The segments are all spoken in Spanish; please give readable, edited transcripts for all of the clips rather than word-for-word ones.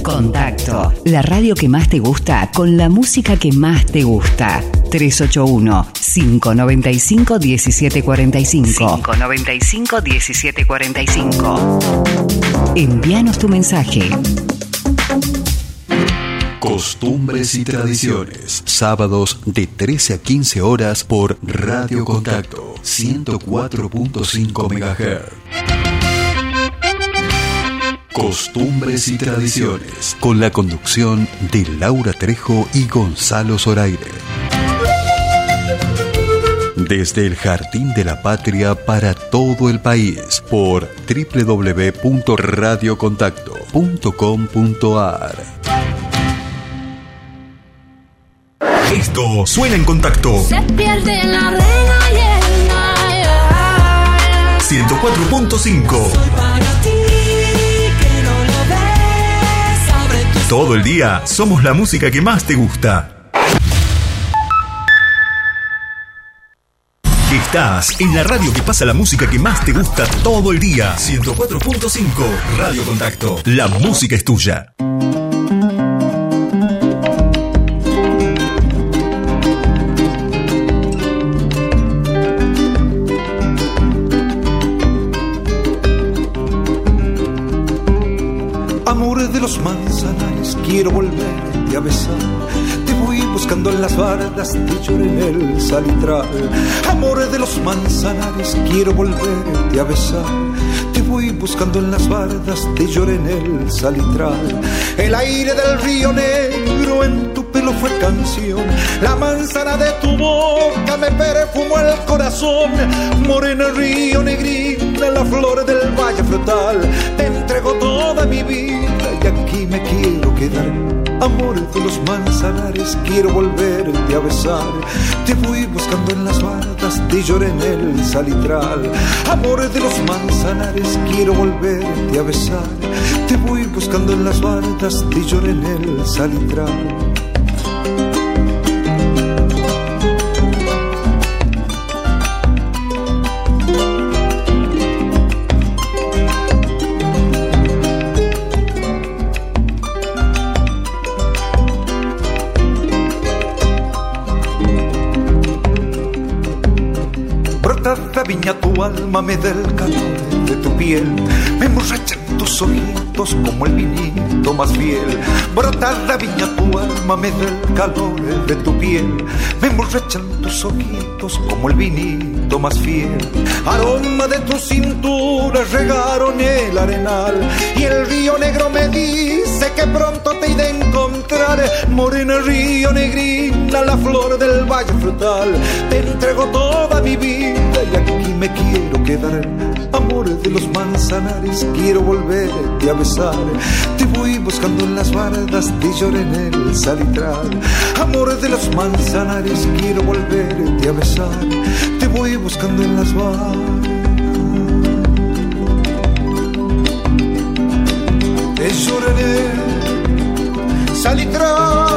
Contacto, la radio que más te gusta con la música que más te gusta. 381-595-1745. 595-1745. Envíanos tu mensaje. Costumbres y tradiciones. Sábados de 13 a 15 horas por Radio Contacto 104.5 MHz. Costumbres y tradiciones, con la conducción de Laura Trejo y Gonzalo Zoraire. Desde el Jardín de la Patria para todo el país, por www.radiocontacto.com.ar. Esto suena en Contacto. Se pierde la arena y el mar. 104.5. Todo el día somos la música que más te gusta. Estás en la radio que pasa la música que más te gusta todo el día. 104.5 Radio Contacto. La música es tuya. Amores de los manzanares, quiero volverte a besar. Te voy buscando en las bardas, te lloré en el salitral. Amores de los manzanares, quiero volverte a besar. Te voy buscando en las bardas, te lloré en el salitral. El aire del río Negro en tu pelo fue canción. La manzana de tu boca me perfumó el corazón. Morena río negrita, la flor del valle frutal. Te entrego toda mi vida y aquí me quiero quedar. Amores de los manzanares, quiero volverte a besar. Te voy buscando en las bardas, te lloré en el salitral. Amores de los manzanares, quiero volverte a besar. Te voy buscando en las bardas, te lloré en el salitral. La viña tu alma me da el calor de tu piel, me emborrachan tus ojitos como el vinito más fiel. Brota la viña tu alma me da el calor de tu piel, me emborrachan tus ojitos como el vinito más fiel. Aroma de tu cintura regaron el arenal y el río Negro me dice que pronto te iré a encontrar. Morena río negrina, la flor del valle frutal. Te entrego toda mi vida y aquí me quiero quedar. Amores de los manzanares, quiero volverte a besar. Te voy buscando en las bardas, te lloré en el salitral. Amores de los manzanares, quiero volverte a besar. Te voy buscando en las bardas, te lloré en el salitral.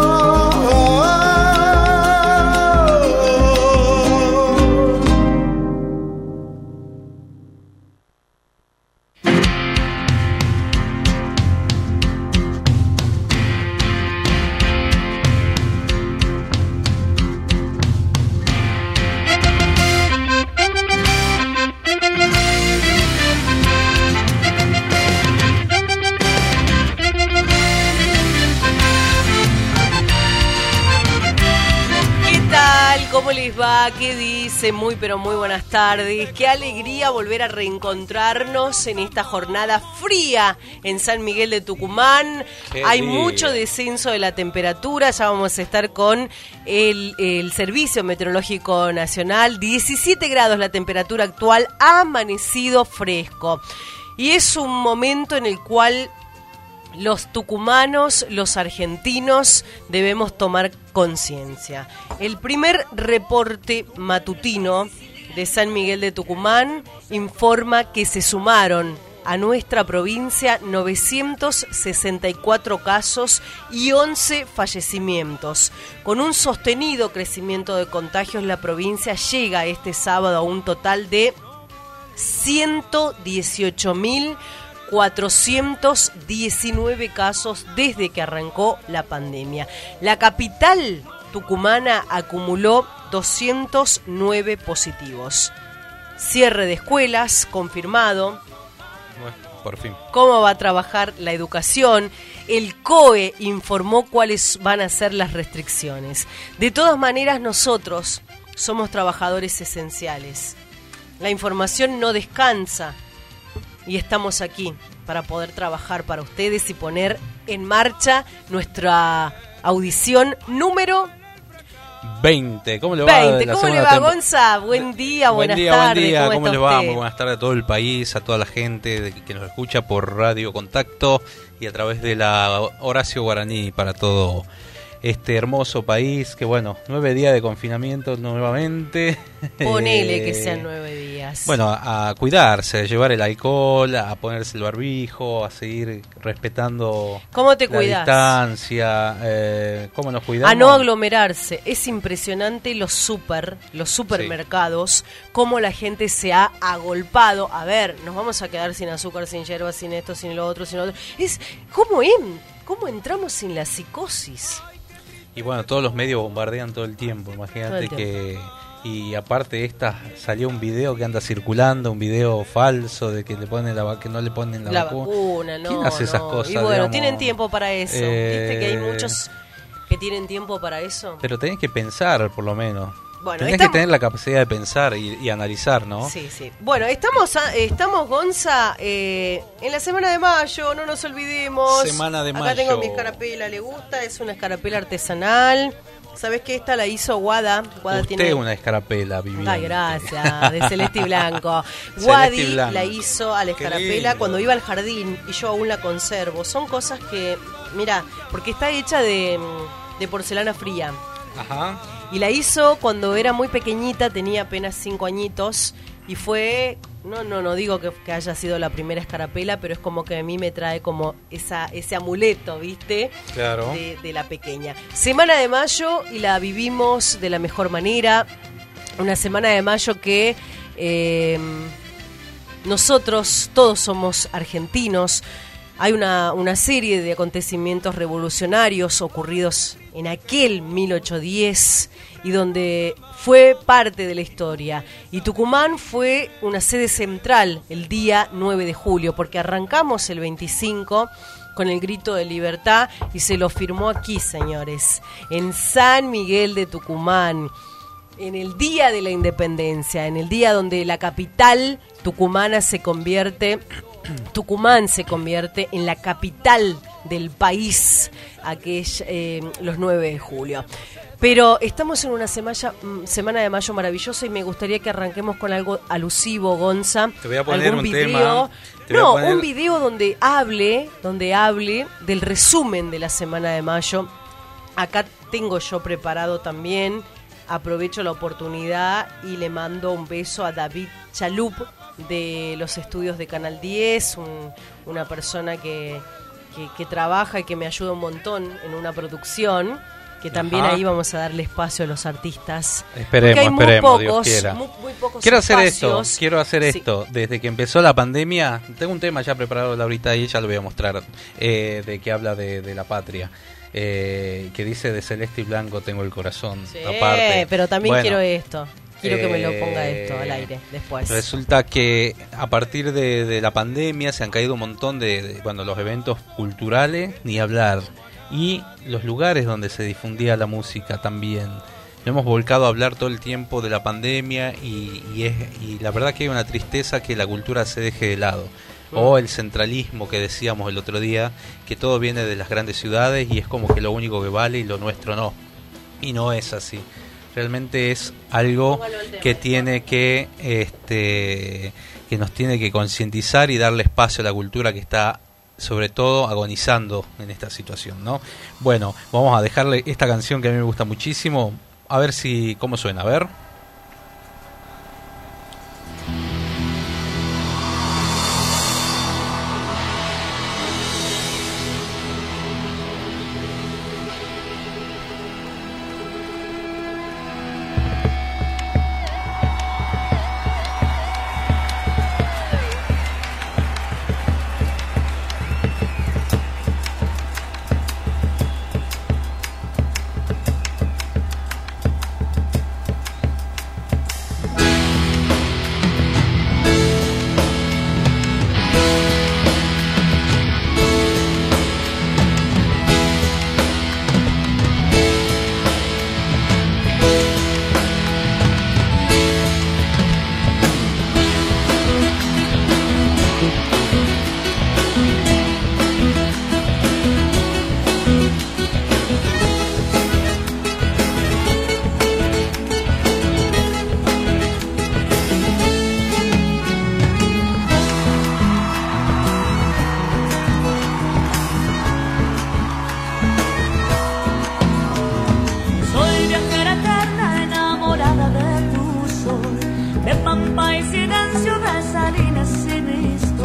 ¿Cómo les va? ¿Qué dice? Muy pero muy buenas tardes. Qué alegría volver a reencontrarnos en esta jornada fría en San Miguel de Tucumán. Hay mucho descenso de la temperatura. Ya vamos a estar con el Servicio Meteorológico Nacional. 17 grados la temperatura actual, ha amanecido fresco. Y es un momento en el cual los tucumanos, los argentinos, debemos tomar conciencia. El primer reporte matutino de San Miguel de Tucumán informa que se sumaron a nuestra provincia 964 casos y 11 fallecimientos. Con un sostenido crecimiento de contagios, la provincia llega este sábado a un total de 118.4 419 casos desde que arrancó la pandemia. La capital tucumana acumuló 209 positivos. Cierre de escuelas confirmado. Bueno, por fin. ¿Cómo va a trabajar la educación? El COE informó cuáles van a ser las restricciones. De todas maneras, nosotros somos trabajadores esenciales. La información no descansa y estamos aquí para poder trabajar para ustedes y poner en marcha nuestra audición número 20. ¿Cómo le va? 20. ¿Cómo le va, Gonza? Buen día, buenas tardes. Buen día, ¿cómo le va? usted? Muy buenas tardes a todo el país, a toda la gente que nos escucha por Radio Contacto y a través de la Horacio Guaraní para todo este hermoso país. Que bueno, 9 días de confinamiento nuevamente. Ponele que sean 9 días. Bueno, a cuidarse, a llevar el alcohol, a ponerse el barbijo, a seguir respetando ¿Cómo te la cuidas? distancia, cómo nos cuidamos. A no aglomerarse. Es impresionante los supermercados, cómo la gente se ha agolpado. A ver, nos vamos a quedar sin azúcar, sin hierba, sin esto, sin lo otro, sin lo otro. ¿Cómo entramos en la psicosis? Y bueno, todos los medios bombardean todo el tiempo, imagínate que... Y aparte de esta, salió un video que anda circulando, un video falso de que le ponen que no le ponen la vacuna. No, ¿Quién hace esas cosas? Y bueno, digamos? tienen tiempo para eso. Viste que hay muchos que tienen tiempo para eso. Pero tenés que pensar, por lo menos. Bueno, tenés que tener la capacidad de pensar y analizar, ¿no? Sí, sí. Bueno, estamos Gonza, en la semana de mayo, no nos olvidemos. Semana de mayo. Acá tengo mi escarapela, ¿le gusta? Es una escarapela artesanal. ¿Sabés que esta la hizo Guada? Usted tiene una escarapela, viviente. Ay, gracias, de Celeste y Blanco. Celeste Guadi y Blanco. la hizo a la Qué escarapela lindo. cuando iba al jardín y yo aún la conservo. Son cosas que, mira, porque está hecha de porcelana fría. Ajá. Y la hizo cuando era muy pequeñita, tenía apenas 5 añitos. Y fue, no digo que haya sido la primera escarapela, pero es como que a mí me trae como ese amuleto, ¿viste? Claro. De la pequeña. Semana de mayo y la vivimos de la mejor manera. Una semana de mayo que nosotros todos somos argentinos. Hay una serie de acontecimientos revolucionarios ocurridos en aquel 1810 y donde fue parte de la historia. Y Tucumán fue una sede central el día 9 de julio, porque arrancamos el 25 con el grito de libertad y se lo firmó aquí, señores, en San Miguel de Tucumán, en el día de la independencia, en el día donde la capital tucumana Tucumán se convierte en la capital del país, los 9 de julio. Pero estamos en una semana de mayo maravillosa y me gustaría que arranquemos con algo alusivo, Gonza. Te voy a poner algún un video. tema. Un video donde hable del resumen de la semana de mayo. Acá tengo yo preparado también. Aprovecho la oportunidad y le mando un beso a David Chalup de los estudios de Canal 10, una persona que trabaja y que me ayuda un montón en una producción, que también Ajá. ahí vamos a darle espacio a los artistas. Esperemos, Porque hay esperemos, muy Dios pocos, quiera. muy pocos Quiero hacer espacios. Sí. esto. Desde que empezó la pandemia, tengo un tema ya preparado, Laurita, y ya lo voy a mostrar, de que habla de la patria. Que dice de Celeste y Blanco tengo el corazón. Sí, aparte. pero también Bueno, quiero esto. Quiero que me lo ponga esto al aire después. Resulta que a partir de la pandemia se han caído un montón de los eventos culturales, ni hablar. Y los lugares donde se difundía la música también. Nos hemos volcado a hablar todo el tiempo de la pandemia y la verdad que hay una tristeza que la cultura se deje de lado. O el centralismo que decíamos el otro día, que todo viene de las grandes ciudades y es como que lo único que vale y lo nuestro no. Y no es así. Realmente es algo que tiene que nos tiene que concientizar y darle espacio a la cultura que está sobre todo agonizando en esta situación, ¿no? Bueno, vamos a dejarle esta canción que a mí me gusta muchísimo, a ver cómo suena, a ver.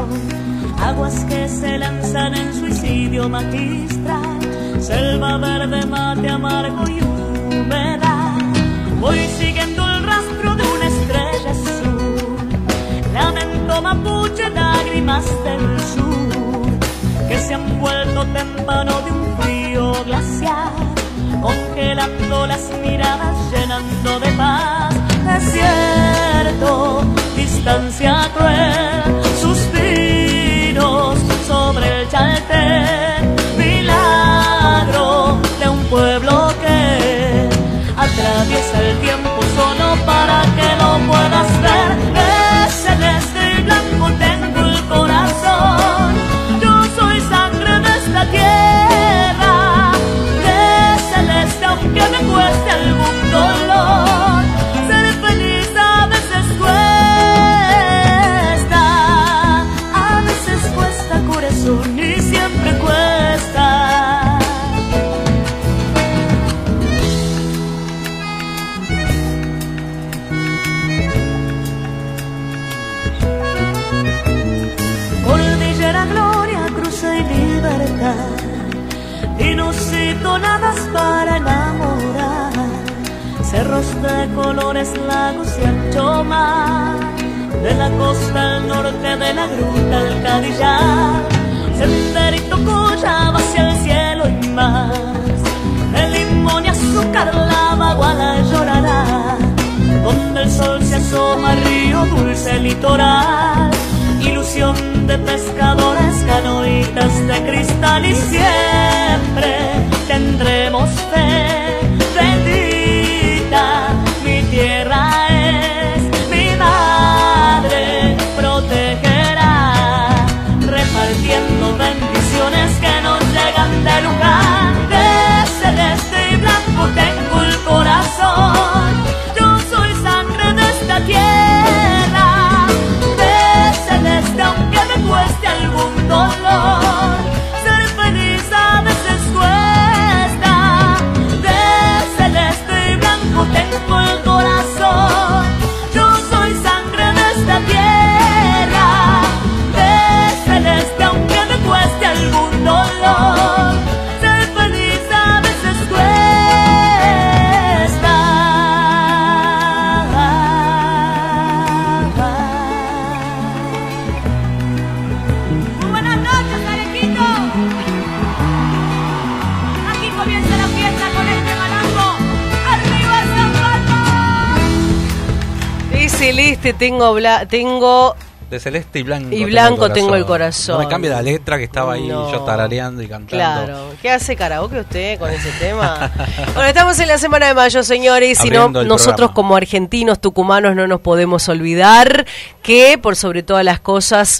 aguas que se lanzan en suicidio magistral, selva verde, mate amargo y humedad. Voy siguiendo el rastro de una estrella azul, lamento mapuche, lágrimas del sur, que se han vuelto témpano de un frío glacial, congelando las miradas, llenando de paz. Desierto, distancia cruel, suspiros sobre el Chaltén, milagro de un pueblo que atraviesa el tiempo solo para que lo puedas ver. De celeste y blanco tengo el corazón, yo soy sangre de esta tierra. De celeste aunque me cueste algún dolor, ser feliz a veces cuesta corazón y siempre cuesta. Cordillera, gloria, cruce y libertad, y no cito nada para enamorar. Cerros de colores, lagos y ancho mar, de la costa al norte, de la gruta al Cadillar, senderito cuya va hacia el cielo y más, el limón y azúcar, la baguala llorará, donde el sol se asoma, río dulce litoral, ilusión de pescadores, canoitas de cristal, y siempre tendremos fe. Bendita mi tierra es, mi madre protegerá, repartiendo bendiciones que nos llegan de lugar. De celeste y blanco tengo el corazón, yo soy sangre de esta tierra. De celeste aunque me cueste algún dolor, ser feliz a veces cuesta. De celeste y blanco tengo el corazón, yo soy sangre de esta tierra. De celeste aunque me cueste algún dolor, ser feliz a veces Muy buenas noches, Arequito. Aquí comienza la fiesta con este malambo. ¡Arriba San Pablo! De celeste tengo De celeste y blanco. Y blanco tengo el corazón. No me cambie la letra, que estaba ahí No. yo tarareando y cantando. Claro, ¿qué hace karaoke usted con ese tema? Bueno, estamos en la semana de mayo, señores, y no, Abriendo el nosotros programa. como argentinos, tucumanos, no nos podemos olvidar que, por sobre todas las cosas,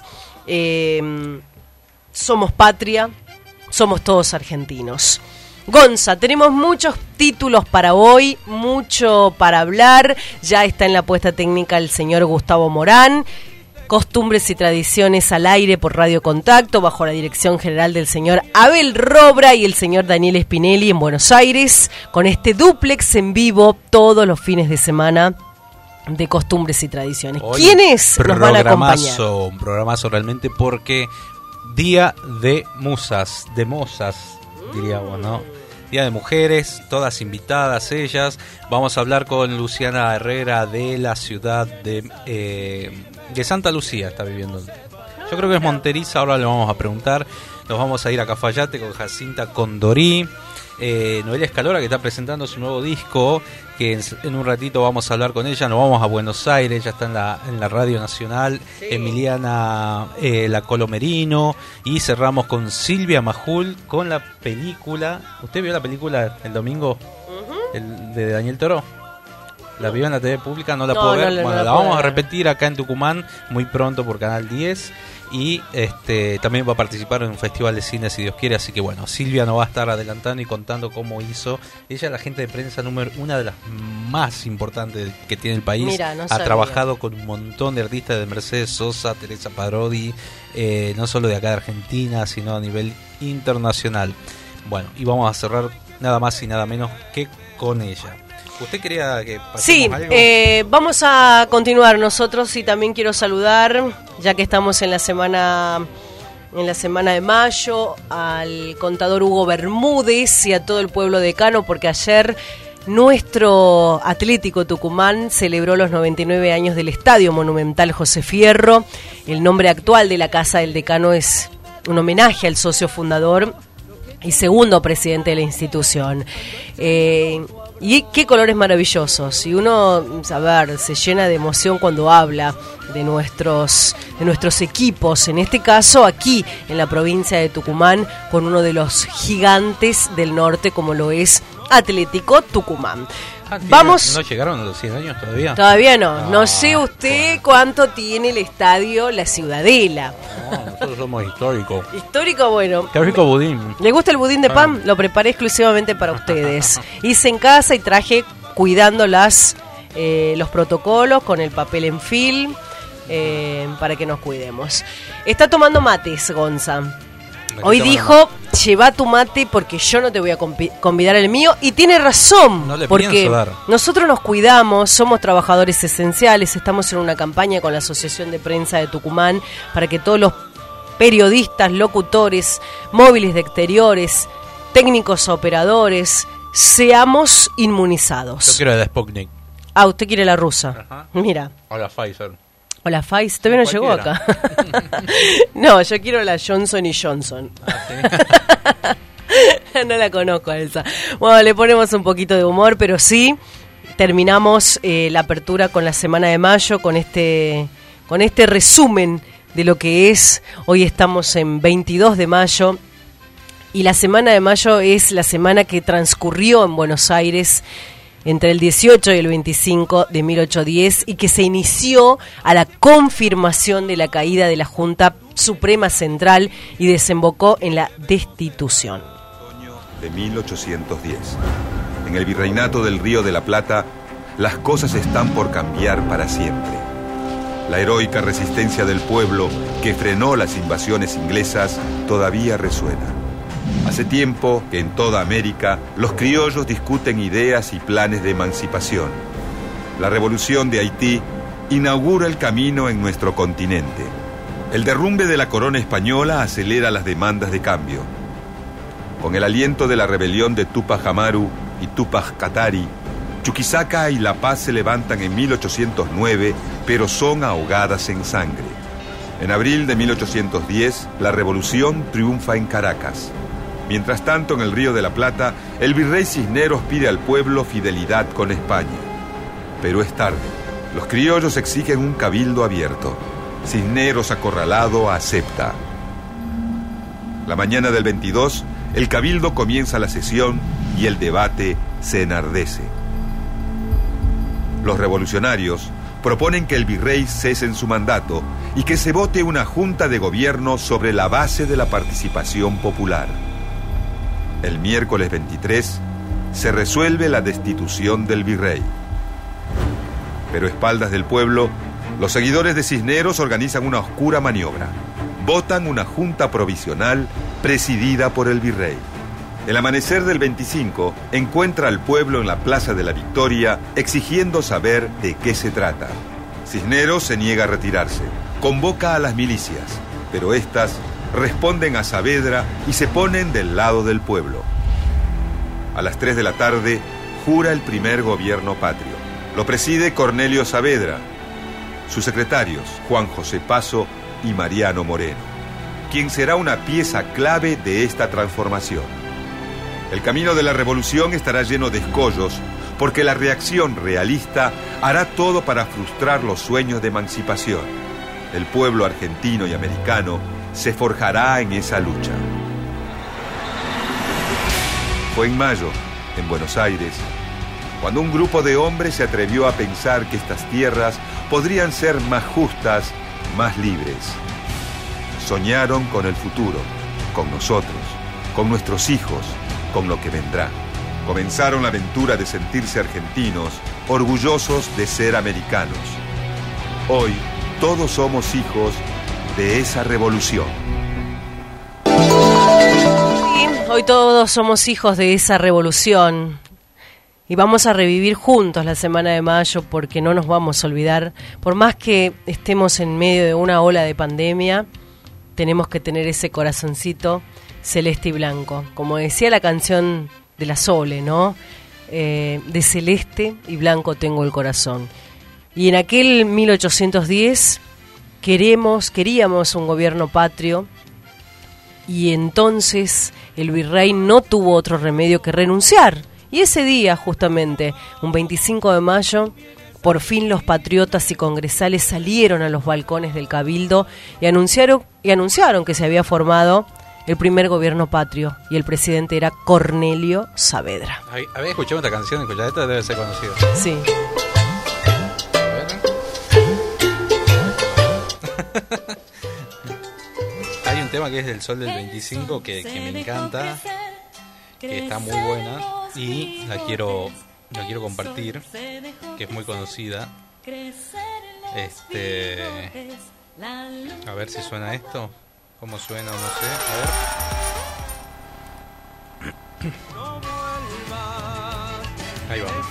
somos patria, somos todos argentinos. Gonza, tenemos muchos títulos para hoy, mucho para hablar, ya está en la puesta técnica el señor Gustavo Morán. Costumbres y tradiciones al aire por Radio Contacto, bajo la dirección general del señor Abel Robra y el señor Daniel Spinelli en Buenos Aires, con este dúplex en vivo todos los fines de semana de Costumbres y Tradiciones. Hoy ¿Quiénes nos van a acompañar? Un programazo realmente, porque Día de Musas, de Mozas, diríamos, ¿no? Día de Mujeres, todas invitadas ellas. Vamos a hablar con Luciana Herrera de la ciudad de Santa Lucía, está viviendo. Yo creo que es Monteriza, ahora le vamos a preguntar. Nos vamos a ir a Cafayate con Jacinta Condorí. Noelia Escalora, que está presentando su nuevo disco, que en un ratito vamos a hablar con ella. Nos vamos a Buenos Aires, ya está en la Radio Nacional. Sí. Emiliana La Colomerino, y cerramos con Silvia Majul con la película. ¿Usted vio la película el domingo? De Daniel Toro. ¿La vio en la TV pública? ¿No la puedo ver? Bueno, la vamos a repetir acá en Tucumán muy pronto por Canal 10. Y también va a participar en un festival de cine, si Dios quiere. Así que bueno, Silvia nos va a estar adelantando y contando cómo hizo. Ella es la agente de prensa una de las más importantes que tiene el país. Mira, no ha sabía. trabajado con un montón de artistas, de Mercedes Sosa, Teresa Parodi, no solo de acá de Argentina, sino a nivel internacional. Bueno, y vamos a cerrar nada más y nada menos que con ella. ¿Usted quería que pasemos algo? Sí, vamos a continuar nosotros, y también quiero saludar ya que estamos en la semana de mayo, al contador Hugo Bermúdez y a todo el pueblo decano, porque ayer nuestro Atlético Tucumán celebró los 99 años del Estadio Monumental José Fierro. El nombre actual de la Casa del Decano es un homenaje al socio fundador y segundo presidente de la institución. Y qué colores maravillosos. Y uno, se llena de emoción cuando habla de nuestros equipos, en este caso aquí en la provincia de Tucumán, con uno de los gigantes del norte como lo es Atlético Tucumán. Vamos. ¿No llegaron a los 100 años todavía? Todavía no. No sé usted cuánto tiene el estadio La Ciudadela. No, nosotros somos históricos. Histórico, bueno. Qué rico budín. ¿Le gusta el budín de pan? Lo preparé exclusivamente para ustedes. Hice en casa y traje cuidando los protocolos con el papel en film para que nos cuidemos. Está tomando mates, Gonza. Hoy dijo, lleva tu mate porque yo no te voy a convidar el mío. Y tiene razón, no le porque dar. Nosotros nos cuidamos, somos trabajadores esenciales. Estamos en una campaña con la Asociación de Prensa de Tucumán para que todos los periodistas, locutores, móviles de exteriores, técnicos operadores, seamos inmunizados. Yo quiero la de Sputnik. Ah, usted quiere la rusa. Ajá. Mira. O la Pfizer. Hola, Faiz, todavía no llegó acá. No, yo quiero la Johnson & Johnson. Ah, ¿sí? No la conozco a esa. Bueno, le ponemos un poquito de humor, pero sí, terminamos la apertura con la semana de mayo, con este resumen de lo que es. Hoy estamos en 22 de mayo y la semana de mayo es la semana que transcurrió en Buenos Aires entre el 18 y el 25 de 1810 y que se inició a la confirmación de la caída de la Junta Suprema Central y desembocó en la destitución. De 1810. En el virreinato del Río de la Plata, las cosas están por cambiar para siempre. La heroica resistencia del pueblo que frenó las invasiones inglesas todavía resuena. Hace tiempo que en toda América los criollos discuten ideas y planes de emancipación. La revolución de Haití inaugura el camino en nuestro continente. El derrumbe de la corona española acelera las demandas de cambio. Con el aliento de la rebelión de Túpac Amaru y Túpac Katari, Chuquisaca y La Paz se levantan en 1809, pero son ahogadas en sangre. En abril de 1810, la revolución triunfa en Caracas. Mientras tanto, en el Río de la Plata, el virrey Cisneros pide al pueblo fidelidad con España. Pero es tarde. Los criollos exigen un cabildo abierto. Cisneros, acorralado, acepta. La mañana del 22, el cabildo comienza la sesión y el debate se enardece. Los revolucionarios proponen que el virrey cese en su mandato y que se vote una junta de gobierno sobre la base de la participación popular. El miércoles 23 se resuelve la destitución del virrey. Pero a espaldas del pueblo, los seguidores de Cisneros organizan una oscura maniobra. Votan una junta provisional presidida por el virrey. El amanecer del 25 encuentra al pueblo en la Plaza de la Victoria exigiendo saber de qué se trata. Cisneros se niega a retirarse, convoca a las milicias, pero estas responden a Saavedra y se ponen del lado del pueblo. A las 3 de la tarde jura el primer gobierno patrio. Lo preside Cornelio Saavedra, sus secretarios Juan José Paso y Mariano Moreno, quien será una pieza clave de esta transformación. El camino de la revolución estará lleno de escollos, porque la reacción realista hará todo para frustrar los sueños de emancipación. El pueblo argentino y americano se forjará en esa lucha. Fue en mayo, en Buenos Aires, cuando un grupo de hombres se atrevió a pensar que estas tierras podrían ser más justas, más libres. Soñaron con el futuro, con nosotros, con nuestros hijos, con lo que vendrá. Comenzaron la aventura de sentirse argentinos, orgullosos de ser americanos. Hoy, todos somos hijos de esa revolución. Sí, hoy todos somos hijos de esa revolución. Y vamos a revivir juntos la Semana de Mayo porque no nos vamos a olvidar. Por más que estemos en medio de una ola de pandemia, tenemos que tener ese corazoncito celeste y blanco. Como decía la canción de la Sole, ¿no? De celeste y blanco tengo el corazón. Y en aquel 1810 queríamos un gobierno patrio, y entonces el virrey no tuvo otro remedio que renunciar. Y ese día, justamente, un 25 de mayo, por fin los patriotas y congresales salieron a los balcones del Cabildo y anunciaron que se había formado el primer gobierno patrio, y el presidente era Cornelio Saavedra. Había escuchado esta canción, esta debe ser conocida. Sí. Hay un tema que es del Sol del 25 que me encanta, que está muy buena y la quiero compartir, que es muy conocida. A ver si suena esto. ¿Cómo suena? No sé. A ver. Ahí vamos.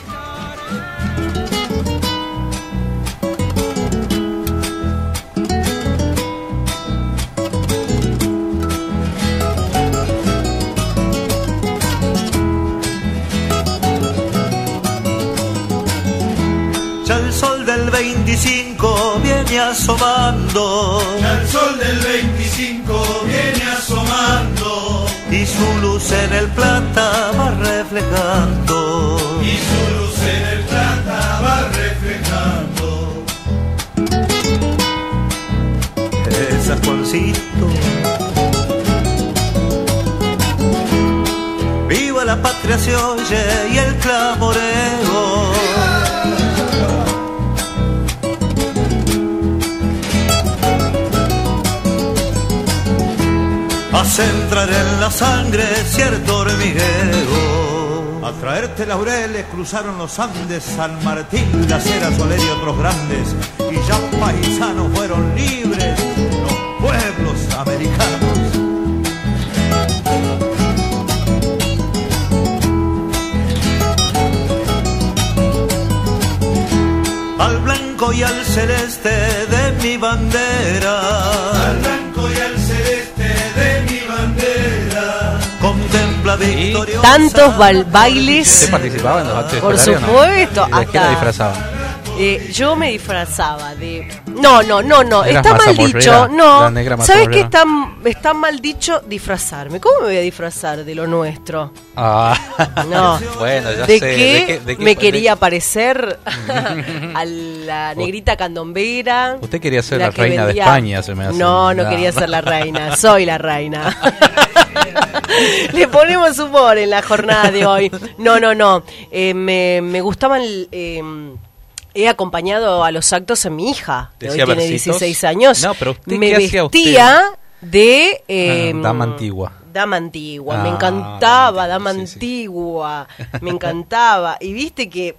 Ya el sol del 25 viene asomando. Ya el sol del 25 viene asomando. Y su luz en el plata va reflejando. Y su luz en el plata va reflejando. Ese Juancito. Viva la patria se oye y el clamoreo. Hace entrar en la sangre cierto hormigueo. A traerte laureles cruzaron los Andes, San Martín, la Sierra Soler y otros grandes, y ya paisanos fueron libres los pueblos americanos. Al blanco y al celeste de mi bandera. Al blanco y al celeste de mi bandera. Contempla victoriosa. Tantos bailes. ¿Usted participaba en los actos Por escolares, supuesto. no? ¿De qué la disfrazaban? Yo me disfrazaba de... No. Eras Está mal mazamorrera, dicho. No. la negra ¿Sabes qué mazamorrera? está mal dicho? Disfrazarme. ¿Cómo me voy a disfrazar de lo nuestro? Ah. No. Bueno, ya ¿De sé. qué ¿De qué me quería parecer a la negrita candombera? Usted quería ser la la que reina vendía... de España, se me hace. No quería ser la reina. Soy la reina. Le ponemos humor en la jornada de hoy. No. Me gustaban... he acompañado a los actos en mi hija, que hoy tiene 16 años. No, pero usted, me ¿qué hacía vestía usted? De... Dama antigua. Dama antigua, me encantaba, Dama sí. antigua, me encantaba. Y viste que...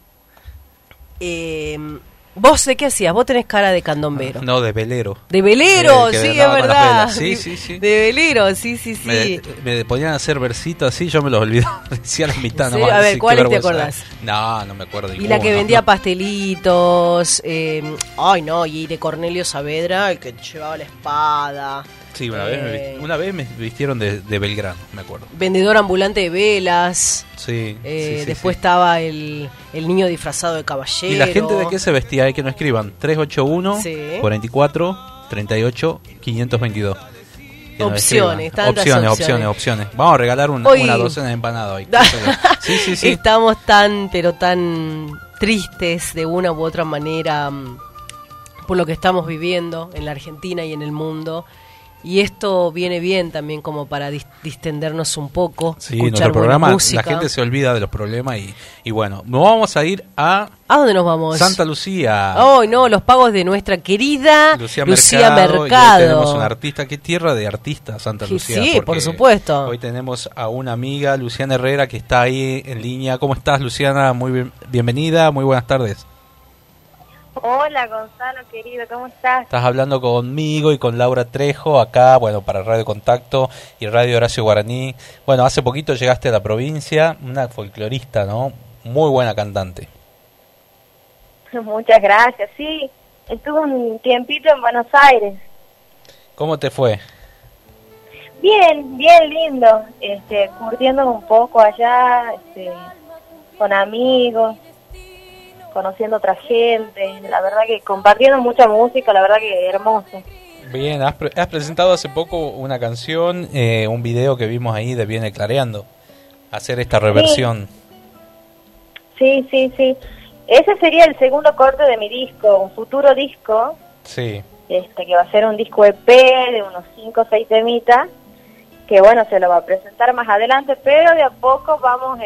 ¿Vos de qué hacías? Vos tenés cara de candombero. No, de velero. De velero, Que sí, es andaba con las verdad. velas. Sí. De velero, sí. Me ponían a hacer versitos así, yo me los olvidaba. Decía la mitad Sí, nomás. a ver, sí, ¿cuáles qué te vergüenza. acordás? No me acuerdo. Y la que vendía pastelitos, y de Cornelio Saavedra, el que llevaba la espada. Sí, una vez me vistieron de Belgrano, me acuerdo. Vendedor ambulante de velas. Sí. Después estaba el niño disfrazado de caballero. ¿Y la gente de qué se vestía? Hay que nos escriban. 381 44 38 522. Opciones, tantas opciones. Vamos a regalar una docena de empanadas hoy. Sí. Estamos tan tristes de una u otra manera por lo que estamos viviendo en la Argentina y en el mundo. Y esto viene bien también como para distendernos un poco. Sí, nuestro programa, música. la gente se olvida de los problemas y bueno, nos vamos a ir a... ¿A dónde nos vamos? Santa Lucía. Los pagos de nuestra querida Lucía Mercado. Y hoy tenemos un artista, qué tierra de artistas Santa Lucía. Sí, por supuesto. Hoy tenemos a una amiga, Luciana Herrera, que está ahí en línea. ¿Cómo estás, Luciana? Muy bienvenida, muy buenas tardes. Hola Gonzalo, querido, ¿cómo estás? Estás hablando conmigo y con Laura Trejo acá, para Radio Contacto y Radio Horacio Guaraní. Hace poquito llegaste a la provincia, una folclorista, ¿no? muy buena cantante. Muchas gracias. Sí, estuve un tiempito en Buenos Aires. ¿Cómo te fue? Bien, bien lindo. Curtiendo un poco allá, con amigos, conociendo otra gente. La verdad que compartiendo mucha música, la verdad que hermoso. Bien, has presentado hace poco una canción, un video que vimos ahí de Viene Clareando. Hacer esta reversión. Sí. Ese sería el segundo corte de mi disco, un futuro disco. Sí. Que va a ser un disco EP de unos 5 o 6 temitas, que bueno, se lo va a presentar más adelante, pero de a poco vamos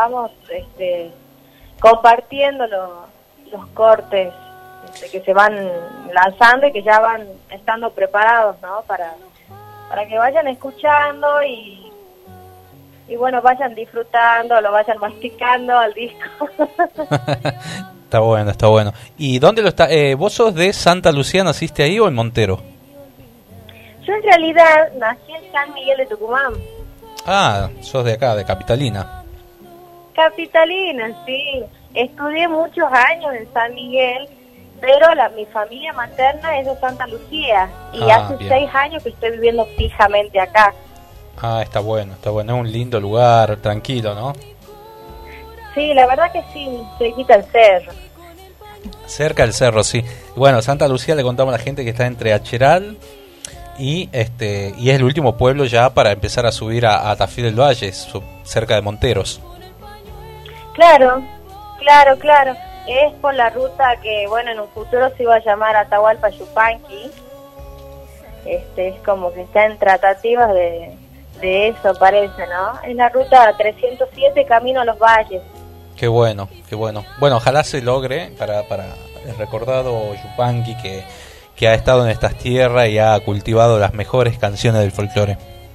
compartiendo los cortes que se van lanzando y que ya van estando preparados, ¿no? Para que vayan escuchando y bueno, vayan disfrutando, lo vayan masticando al disco. Está bueno. ¿Y dónde lo está? ¿Vos sos de Santa Lucía, naciste ahí o en Montero? Yo en realidad nací en San Miguel de Tucumán. Ah, sos de acá, de Capitalina. Capitalina, sí. Estudié muchos años en San Miguel, pero mi familia materna es de Santa Lucía. Y hace bien. 6 años que estoy viviendo fijamente acá. Ah, está bueno. Es un lindo lugar, tranquilo, ¿no? Sí, la verdad que sí, cerquita al cerro. Cerca del cerro, sí. Bueno, Santa Lucía le contamos a la gente que está entre Acheral y es el último pueblo ya para empezar a subir a Tafí del Valle, cerca de Monteros. Claro. Es por la ruta que, bueno, en un futuro se iba a llamar Atahualpa Yupanqui. Es como que está en tratativas de eso, parece, ¿no? Es la ruta 307, camino a los valles. Qué bueno. Bueno, ojalá se logre para el recordado Yupanqui que ha estado en estas tierras y ha cultivado las mejores canciones del folclore.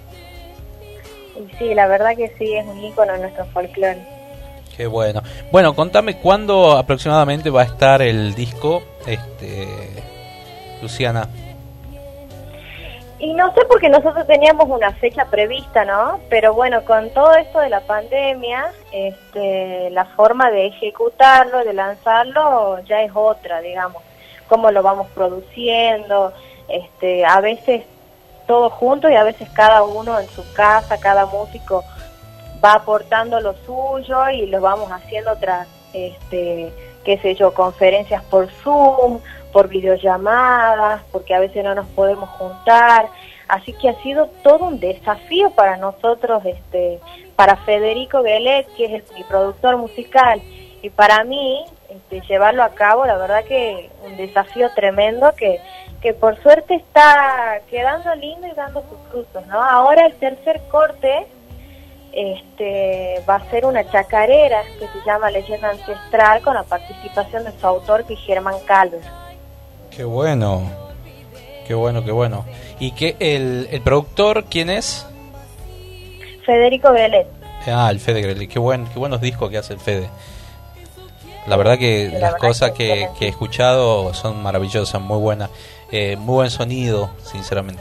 Y sí, la verdad que sí, es un ícono en nuestro folclore. Qué bueno. Bueno, contame cuándo aproximadamente va a estar el disco, Luciana. Y no sé porque nosotros teníamos una fecha prevista, ¿no? Pero bueno, con todo esto de la pandemia, la forma de ejecutarlo, de lanzarlo, ya es otra, digamos. Cómo lo vamos produciendo, a veces todos juntos y a veces cada uno en su casa, cada músico va aportando lo suyo y lo vamos haciendo tras, qué sé yo, conferencias por Zoom, por videollamadas, porque a veces no nos podemos juntar, así que ha sido todo un desafío para nosotros, para Federico Guelet, que es mi productor musical, y para mí, llevarlo a cabo, la verdad que un desafío tremendo que por suerte está quedando lindo y dando sus frutos, ¿no? Ahora el tercer corte va a ser una chacarera que se llama Leyenda Ancestral, con la participación de su autor, que es Germán Calver. Qué bueno. ¿Y que el productor quién es? Federico Guelet. Ah, el Fede Guelet. Qué buenos discos que hace el Fede. La verdad que Sí, las cosas que he escuchado son maravillosas, muy buenas. Muy buen sonido, sinceramente.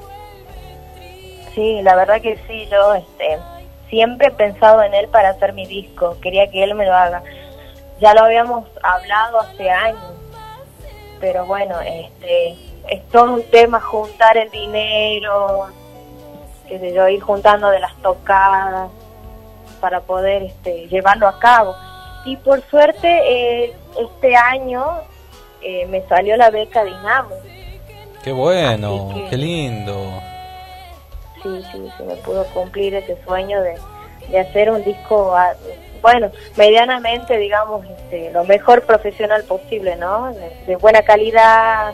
Sí, la verdad que sí, yo siempre he pensado en él para hacer mi disco, quería que él me lo haga. Ya lo habíamos hablado hace años, pero bueno, es todo un tema juntar el dinero, qué sé yo, ir juntando de las tocadas para poder llevarlo a cabo. Y por suerte este año me salió la beca Dinamo. Qué bueno, Así que, qué lindo. Sí, se me pudo cumplir ese sueño de hacer un disco, bueno, medianamente, digamos, lo mejor profesional posible, ¿no? De buena calidad.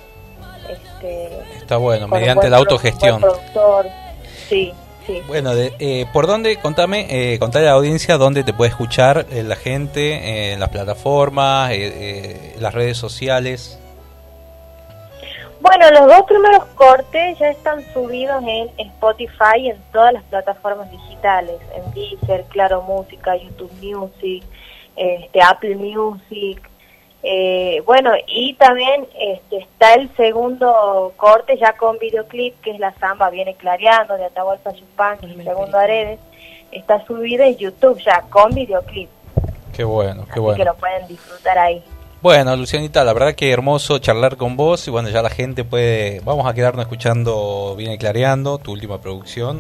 Está bueno, con mediante la autogestión. Buen productor. Sí. Bueno, ¿por dónde? Contale a la audiencia dónde te puede escuchar la gente, en las plataformas, las redes sociales. Bueno, los 2 primeros cortes ya están subidos en Spotify y en todas las plataformas digitales, en Deezer, Claro Música, YouTube Music, Apple Music. Bueno, y también está el segundo corte ya con videoclip, que es la samba Viene Clareando, de Atahualpa Yupanqui, el segundo Aredes. Está subida en YouTube ya con videoclip. Qué bueno, qué Así bueno. que lo pueden disfrutar ahí. Bueno, Lucianita, la verdad que hermoso charlar con vos y bueno, ya la gente puede, vamos a quedarnos escuchando Viene Clareando, tu última producción,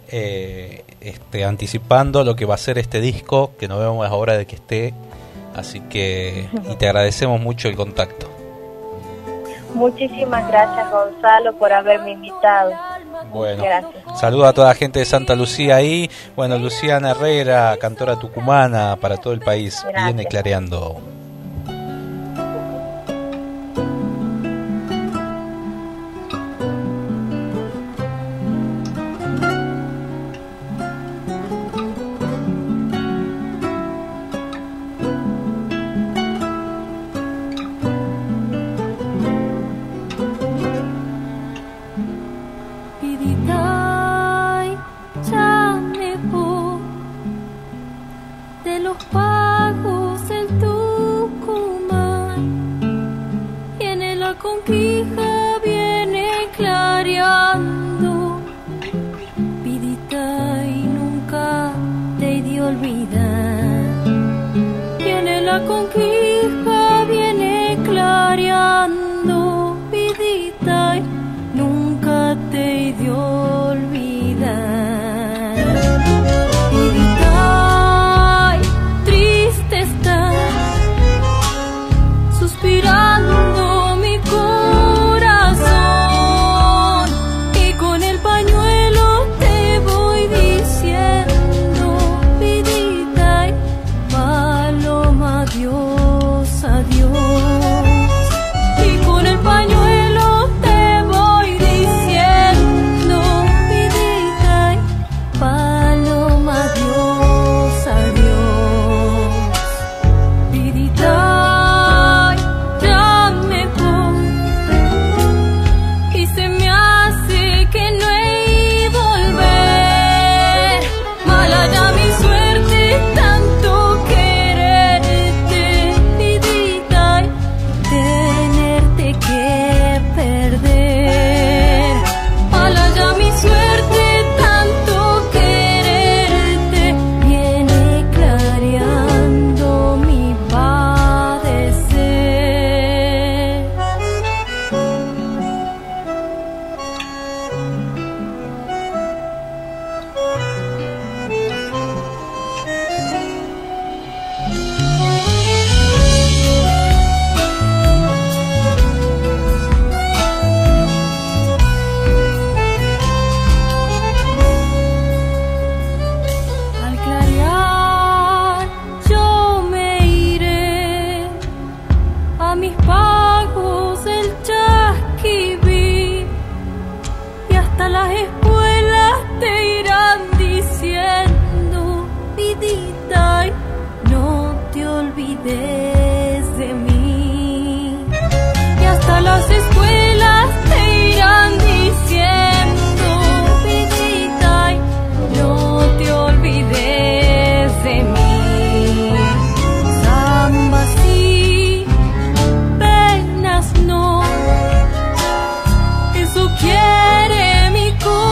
anticipando lo que va a ser este disco, que nos vemos a la hora de que esté, así que, y te agradecemos mucho el contacto. Muchísimas gracias, Gonzalo, por haberme invitado. Bueno, gracias. saludos a toda la gente de Santa Lucía ahí, bueno, Luciana Herrera, cantora tucumana para todo el país, Gracias. Viene Clareando. Piditay, ya me voy de los pagos del Tucumán, viene la conquista, viene clareando. Piditay, nunca te he de olvidar, viene la conquista, viene clareando. Piditay, nunca te he de olvidar. Piditay, triste está, suspirando mi corazón, y con el pañuelo te voy diciendo, Piditay, paloma, adiós, adiós. Y con el pañuelo te voy diciendo, Piditay, paloma, adiós, adiós. Piditay, ya me voy, y se me hace que no he de volver. Mala ya mi suerte, tanto quererte, Piditay, tenerte que perder. Mala ya mi suerte, tanto quererte, viene clareando mi padecer. Al clarear yo me iré a mis pagos del Chasquibí, y hasta las espuelas te irán diciendo, Piditay, no te olvides de mí. Y hasta las escuelas te irán diciendo, Piditay, no te olvides de mí. Zamba sí, penas no, eso quiere mi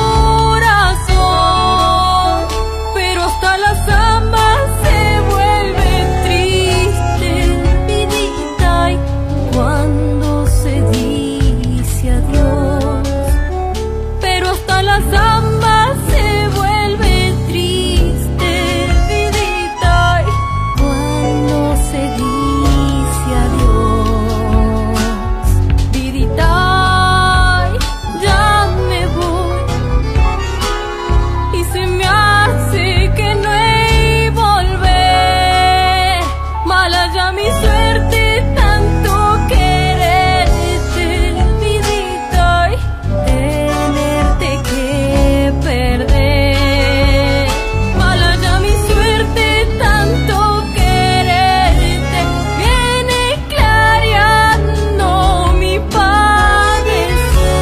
corazón, pero hasta la zamba se vuelve triste, Piditay, cuando se dice adiós. Pero hasta la zamba se vuelve triste, Piditay, cuando se dice adiós. Piditay, ya me voy, y se me hace que no he de volver. Mala ya mi suerte, tanto quererte, Piditay, tenerte que perder. Mala ya mi suerte, tanto quererte, viene clareando mi padecer.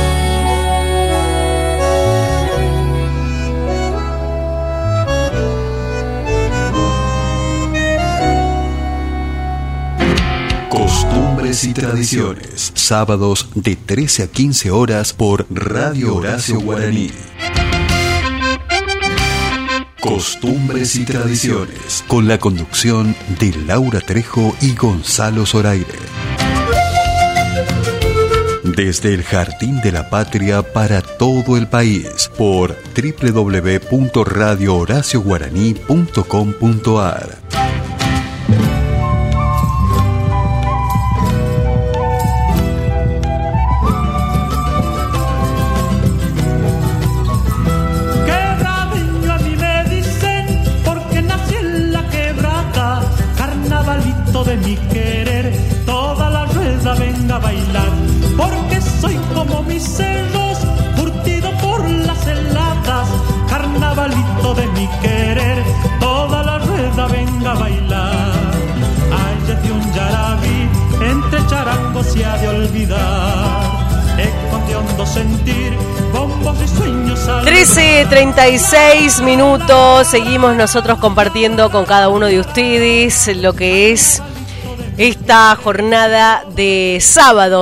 Costumbres y tradiciones. Sábados de 13 a 15 horas por Radio Horacio Guaraní. Costumbres y Tradiciones, con la conducción de Laura Trejo y Gonzalo Zoraire. Desde el Jardín de la Patria para todo el país, por www.radiohoracioguaraní.com.ar. Quebradeño a mí me dicen, porque nací en la quebrada, carnavalito de mi querer, toda la rueda venga a bailar. Porque soy como mis cerros, curtido por las heladas, carnavalito de mi querer, toda la rueda venga a bailar. Ay, de un yarabí, entre charangos se ha de olvidar, eco de hondo sentir, bombos y sueños. 13:36 minutos, seguimos nosotros compartiendo con cada uno de ustedes lo que es esta jornada de sábado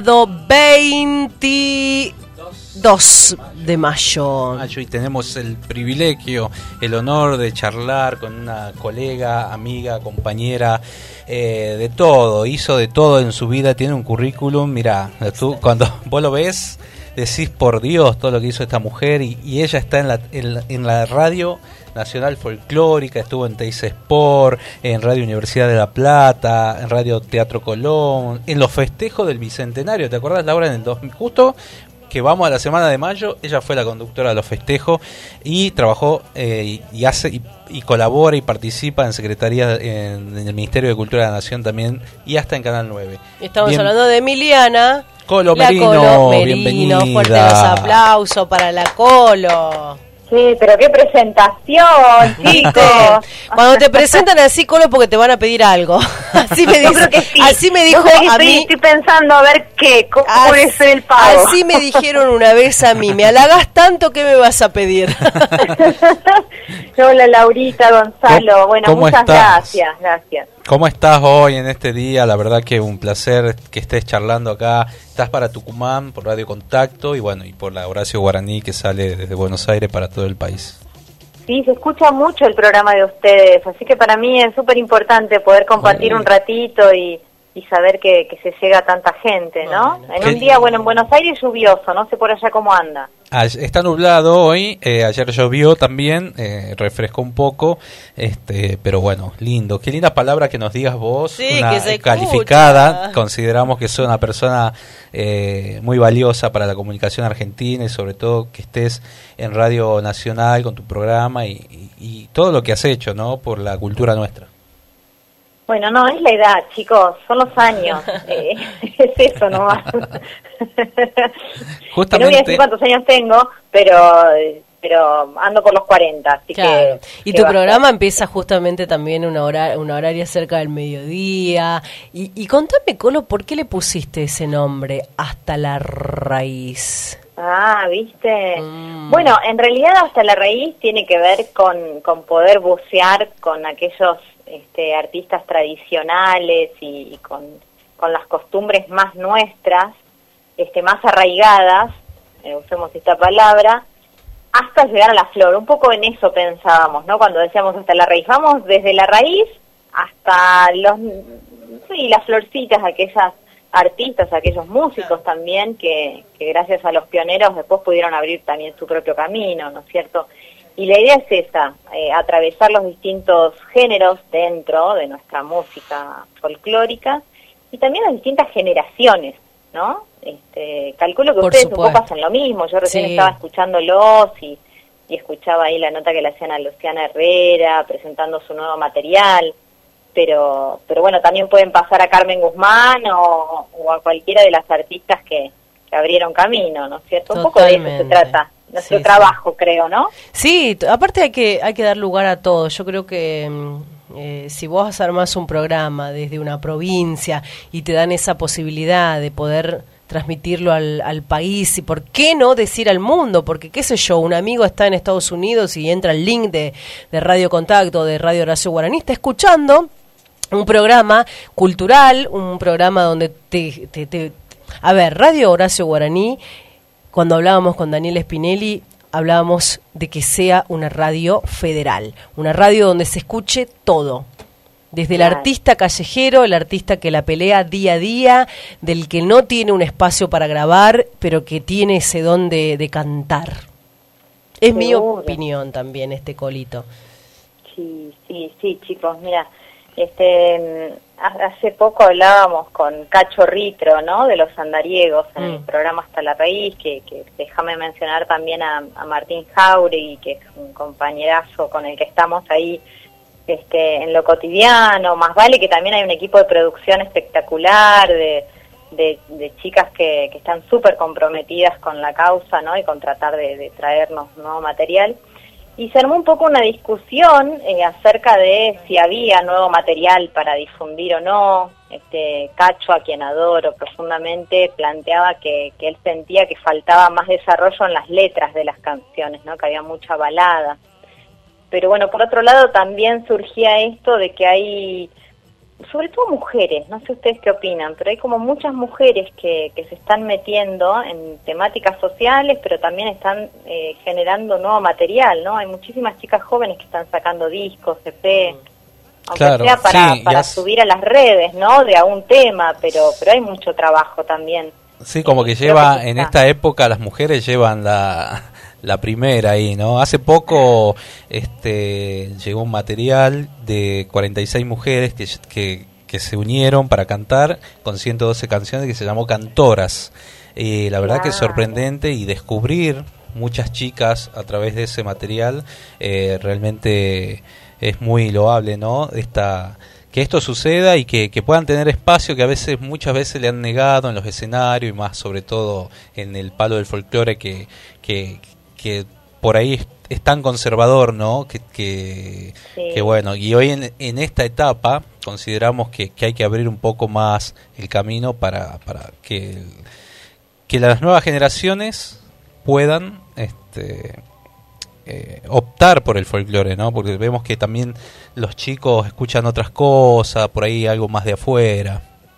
22 de mayo. Y tenemos el privilegio, el honor de charlar con una colega, amiga, compañera, de todo, hizo de todo en su vida, tiene un currículum, mirá, tú cuando vos lo ves, decís por Dios todo lo que hizo esta mujer, y ella está en la radio Nacional Folclórica, estuvo en Teis Sport, en Radio Universidad de La Plata, en Radio Teatro Colón, en los festejos del Bicentenario, ¿te acordás, Laura? En el 2000, justo que vamos a la semana de mayo, ella fue la conductora de los festejos y trabajó y hace y colabora y participa en secretaría en el Ministerio de Cultura de la Nación también, y hasta en Canal 9. Estamos hablando de Emiliana Colo Merino, bienvenida. Fuerte los aplausos para la Colo. Sí, pero qué presentación, chicos. Cuando te presentan así, Colo, porque te van a pedir algo. Así me dijo, sí. Así me dijo a mí. Estoy pensando a ver cómo es el pago. Así me dijeron una vez a mí. Me halagás tanto, ¿qué me vas a pedir? Hola, Laurita, Gonzalo. Bueno, muchas gracias. ¿Cómo estás hoy en este día? La verdad que un placer que estés charlando acá. Estás para Tucumán por Radio Contacto y bueno, y por la Horacio Guaraní que sale desde Buenos Aires para todo el país. Sí, se escucha mucho el programa de ustedes, así que para mí es súper importante poder compartir un ratito y saber que se llega a tanta gente, ¿no? En un día, bueno, en Buenos Aires lluvioso, no sé por allá cómo anda. Está nublado hoy, ayer llovió también, refrescó un poco, pero bueno, lindo. Qué linda palabra que nos digas vos, sí, una que se calificada. escucha. Consideramos que sos una persona muy valiosa para la comunicación argentina y sobre todo que estés en Radio Nacional con tu programa y todo lo que has hecho, ¿no? Por la cultura nuestra. Bueno, no, es la edad, chicos, son los años, es eso nomás. Justamente. No voy a decir cuántos años tengo, pero ando por los 40, así claro. que... Y tu programa empieza justamente también una horaria cerca del mediodía. Y contame, Colo, ¿por qué le pusiste ese nombre, Hasta la Raíz? Ah, ¿viste? Bueno, en realidad Hasta la Raíz tiene que ver con poder bucear con aquellos artistas tradicionales y con las costumbres más nuestras, más arraigadas, usemos esta palabra, hasta llegar a la flor. Un poco en eso pensábamos, ¿no? Cuando decíamos Hasta la Raíz, vamos desde la raíz hasta las florcitas, aquellas artistas, aquellos músicos también que gracias a los pioneros después pudieron abrir también su propio camino, ¿no es cierto? Y la idea es esa, atravesar los distintos géneros dentro de nuestra música folclórica y también las distintas generaciones, ¿no? Calculo que Por ustedes supuesto. un poco hacen lo mismo. Yo recién Sí. estaba escuchándolos y escuchaba ahí la nota que le hacían a Luciana Herrera presentando su nuevo material, pero bueno, también pueden pasar a Carmen Guzmán o a cualquiera de las artistas que abrieron camino, ¿no es cierto? Un poco de eso se trata. Nuestro trabajo, creo, ¿no? Sí, aparte hay que dar lugar a todo. Yo creo que si vos armás un programa desde una provincia y te dan esa posibilidad de poder transmitirlo al país y por qué no decir al mundo, porque qué sé yo, un amigo está en Estados Unidos y entra el link de Radio Contacto, de Radio Horacio Guaraní, está escuchando un programa cultural, un programa donde a ver, Radio Horacio Guaraní, cuando hablábamos con Daniel Spinelli, hablábamos de que sea una radio federal, una radio donde se escuche todo. Desde el artista callejero, el artista que la pelea día a día, del que no tiene un espacio para grabar, pero que tiene ese don de cantar. Es mi opinión también, colito. Sí, chicos, mira, hace poco hablábamos con Cacho Ritro, ¿no?, de los andariegos en el programa Hasta la Raíz, que déjame mencionar también a Martín Jauregui, que es un compañerazo con el que estamos ahí en lo cotidiano. Más vale que también hay un equipo de producción espectacular de chicas que están súper comprometidas con la causa, ¿no?, y con tratar de traernos nuevo material. Y se armó un poco una discusión acerca de si había nuevo material para difundir o no. Cacho, a quien adoro profundamente, planteaba que él sentía que faltaba más desarrollo en las letras de las canciones, ¿no?, que había mucha balada. Pero bueno, por otro lado también surgía esto de que hay, sobre todo mujeres, no sé ustedes qué opinan, pero hay como muchas mujeres que se están metiendo en temáticas sociales, pero también están generando nuevo material, ¿no? Hay muchísimas chicas jóvenes que están sacando discos, EP, aunque sea para subir a las redes, ¿no?, de algún tema, pero hay mucho trabajo también. Sí, como que en esta época las mujeres llevan la primera ahí, ¿no? Hace poco llegó un material de 46 mujeres que se unieron para cantar con 112 canciones, que se llamó Cantoras. La verdad que es sorprendente, y descubrir muchas chicas a través de ese material realmente es muy loable, ¿no? Que esto suceda y que puedan tener espacio que muchas veces le han negado en los escenarios, y más sobre todo en el palo del folclore que por ahí es tan conservador, ¿no? Que bueno, y hoy en esta etapa consideramos que hay que abrir un poco más el camino para que las nuevas generaciones puedan optar por el folclore, ¿no? Porque vemos que también los chicos escuchan otras cosas, por ahí algo más de afuera.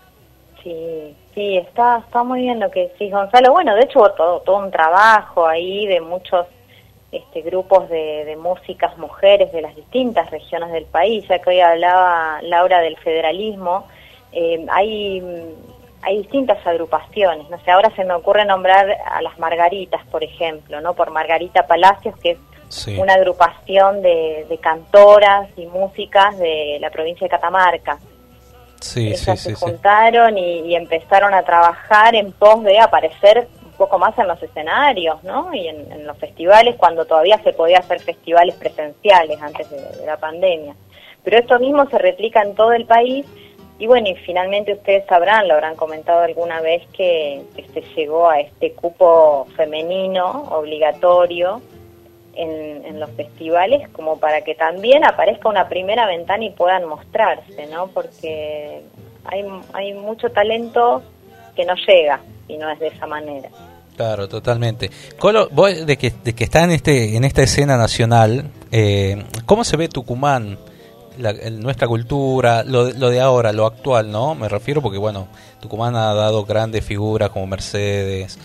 Sí, está muy bien lo que decís, Gonzalo. Bueno, de hecho hubo todo un trabajo ahí de muchos grupos de músicas mujeres de las distintas regiones del país. Ya que hoy hablaba Laura del federalismo, hay distintas agrupaciones. No sé, ahora se me ocurre nombrar a las Margaritas, por ejemplo, ¿no? Por Margarita Palacios, que es una agrupación de cantoras y músicas de la provincia de Catamarca. Ellas se juntaron y empezaron a trabajar en pos de aparecer un poco más en los escenarios, ¿no? Y en los festivales, cuando todavía se podía hacer festivales presenciales antes de la pandemia. Pero esto mismo se replica en todo el país. Y bueno, y finalmente ustedes sabrán, lo habrán comentado alguna vez, que se llegó a este cupo femenino obligatorio en los festivales, como para que también aparezca una primera ventana y puedan mostrarse, ¿no? Porque hay mucho talento que no llega y no es de esa manera. Claro, totalmente. Colo, vos de que está en esta escena nacional, ¿cómo se ve Tucumán? Nuestra cultura, lo de ahora, lo actual, ¿no? Me refiero porque, bueno, Tucumán ha dado grandes figuras como Mercedes,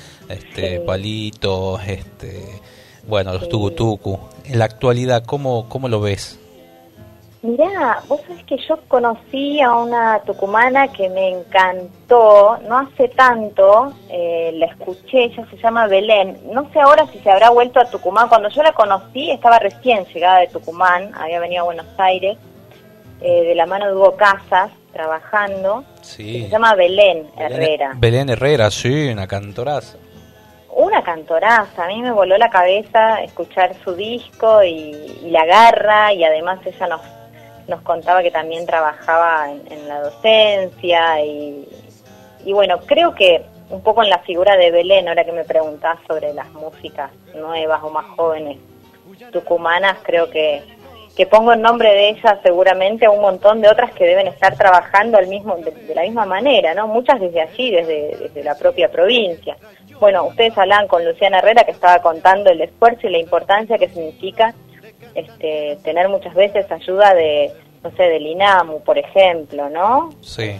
Palito, bueno, los Tucutucu. En la actualidad, ¿cómo lo ves? Mirá, vos sabés que yo conocí a una tucumana que me encantó, no hace tanto, la escuché, ella se llama Belén, no sé ahora si se habrá vuelto a Tucumán. Cuando yo la conocí estaba recién llegada de Tucumán, había venido a Buenos Aires, de la mano de Hugo Casas, trabajando. Se llama Belén Herrera. Belén Herrera, sí, una cantoraza. Una cantoraza, a mí me voló la cabeza escuchar su disco y la garra, y además ella nos contaba que también trabajaba en la docencia y bueno, creo que un poco en la figura de Belén, ahora que me preguntás sobre las músicas nuevas o más jóvenes tucumanas, creo que pongo en nombre de ella seguramente a un montón de otras que deben estar trabajando de la misma manera, ¿no? Muchas desde allí, desde la propia provincia. Bueno, ustedes hablaban con Luciana Herrera, que estaba contando el esfuerzo y la importancia que significa tener muchas veces ayuda del INAMU, por ejemplo, ¿no? Sí.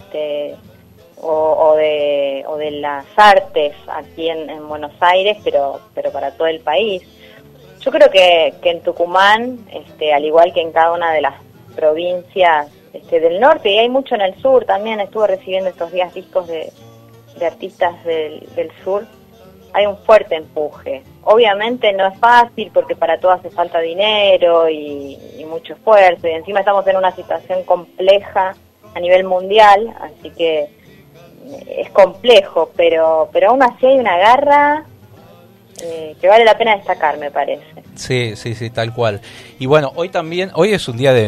O de las artes aquí en Buenos Aires, pero para todo el país. Yo creo que en Tucumán, al igual que en cada una de las provincias del norte, y hay mucho en el sur también, estuve recibiendo estos días discos de artistas del sur, hay un fuerte empuje. Obviamente no es fácil porque para todo hace falta dinero y mucho esfuerzo, y encima estamos en una situación compleja a nivel mundial, así que es complejo, pero aún así hay una garra que vale la pena destacar, me parece. Sí, tal cual. Y bueno, hoy es un día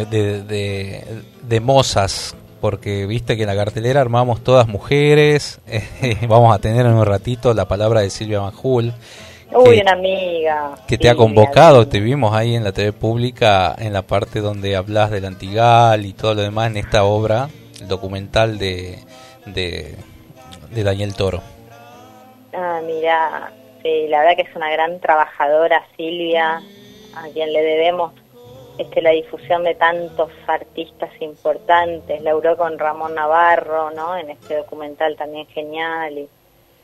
de mozas, porque viste que en la cartelera armamos todas mujeres. Vamos a tener en un ratito la palabra de Silvia Majul. Uy, una amiga. Que te ha convocado, te vimos ahí en la TV pública, en la parte donde hablas del Antigal y todo lo demás, en esta obra, el documental de Daniel Toro. Mira, sí, la verdad que es una gran trabajadora, Silvia, a quien le debemos la difusión de tantos artistas importantes. Laburó con Ramón Navarro, ¿no? En este documental también genial. Y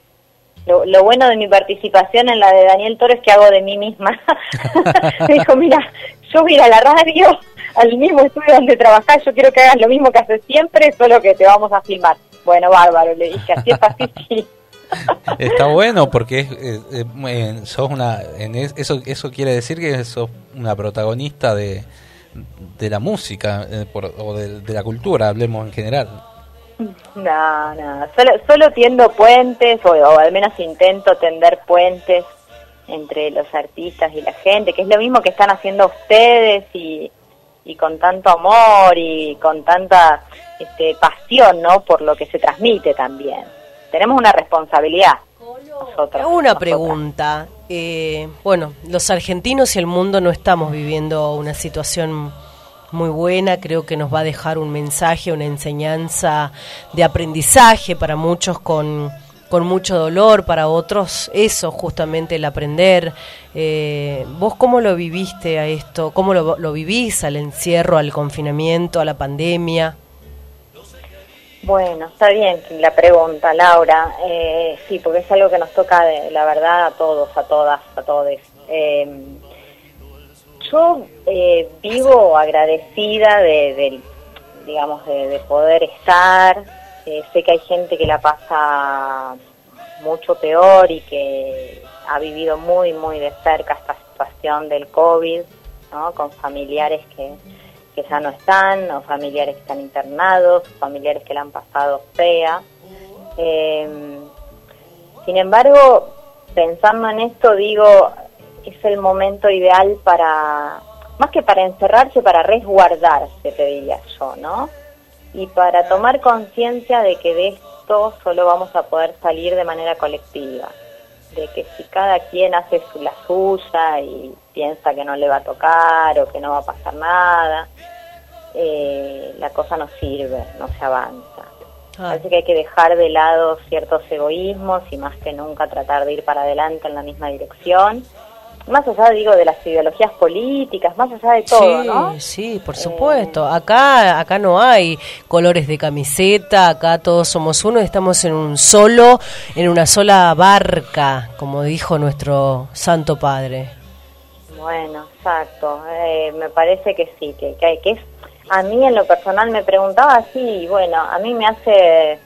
lo bueno de mi participación en la de Daniel Toro es que hago de mí misma. Me dijo, mira, yo voy a ir a la radio, al mismo estudio donde trabajás, yo quiero que hagas lo mismo que haces siempre, solo que te vamos a filmar. Bueno, bárbaro, le dije, así es así, sí. Está bueno porque sos eso quiere decir que sos una protagonista de la música o de la cultura, hablemos en general. No, solo tiendo puentes o al menos intento tender puentes entre los artistas y la gente, que es lo mismo que están haciendo ustedes y con tanto amor y con tanta pasión, ¿no? Por lo que se transmite también. Tenemos una responsabilidad. Una pregunta. Bueno, los argentinos y el mundo no estamos viviendo una situación muy buena. Creo que nos va a dejar un mensaje, una enseñanza de aprendizaje para muchos con mucho dolor, para otros eso, justamente el aprender. ¿Vos cómo lo viviste a esto? ¿Cómo lo vivís al encierro, al confinamiento, a la pandemia? Bueno, está bien la pregunta, Laura. Sí, porque es algo que nos toca, la verdad, a todos, a todas, a todes. Yo vivo agradecida de poder estar. Sé que hay gente que la pasa mucho peor y que ha vivido muy, muy de cerca esta situación del COVID, ¿no? Con familiares que ya no están, o familiares que están internados, familiares que la han pasado fea. Sin embargo, pensando en esto, digo, es el momento ideal para, más que para encerrarse, para resguardarse, te diría yo, ¿no? Y para tomar conciencia de que de esto solo vamos a poder salir de manera colectiva, de que si cada quien hace la suya y piensa que no le va a tocar o que no va a pasar nada, la cosa no sirve, no se avanza. Así que hay que dejar de lado ciertos egoísmos y más que nunca tratar de ir para adelante en la misma dirección, más allá, digo, de las ideologías políticas, más allá de todo, ¿no? Sí, por supuesto. Acá no hay colores de camiseta, acá todos somos uno y estamos en una sola barca, como dijo nuestro Santo Padre. Bueno, exacto. Me parece que sí, que es. A mí en lo personal me preguntaba así, y bueno, a mí me hace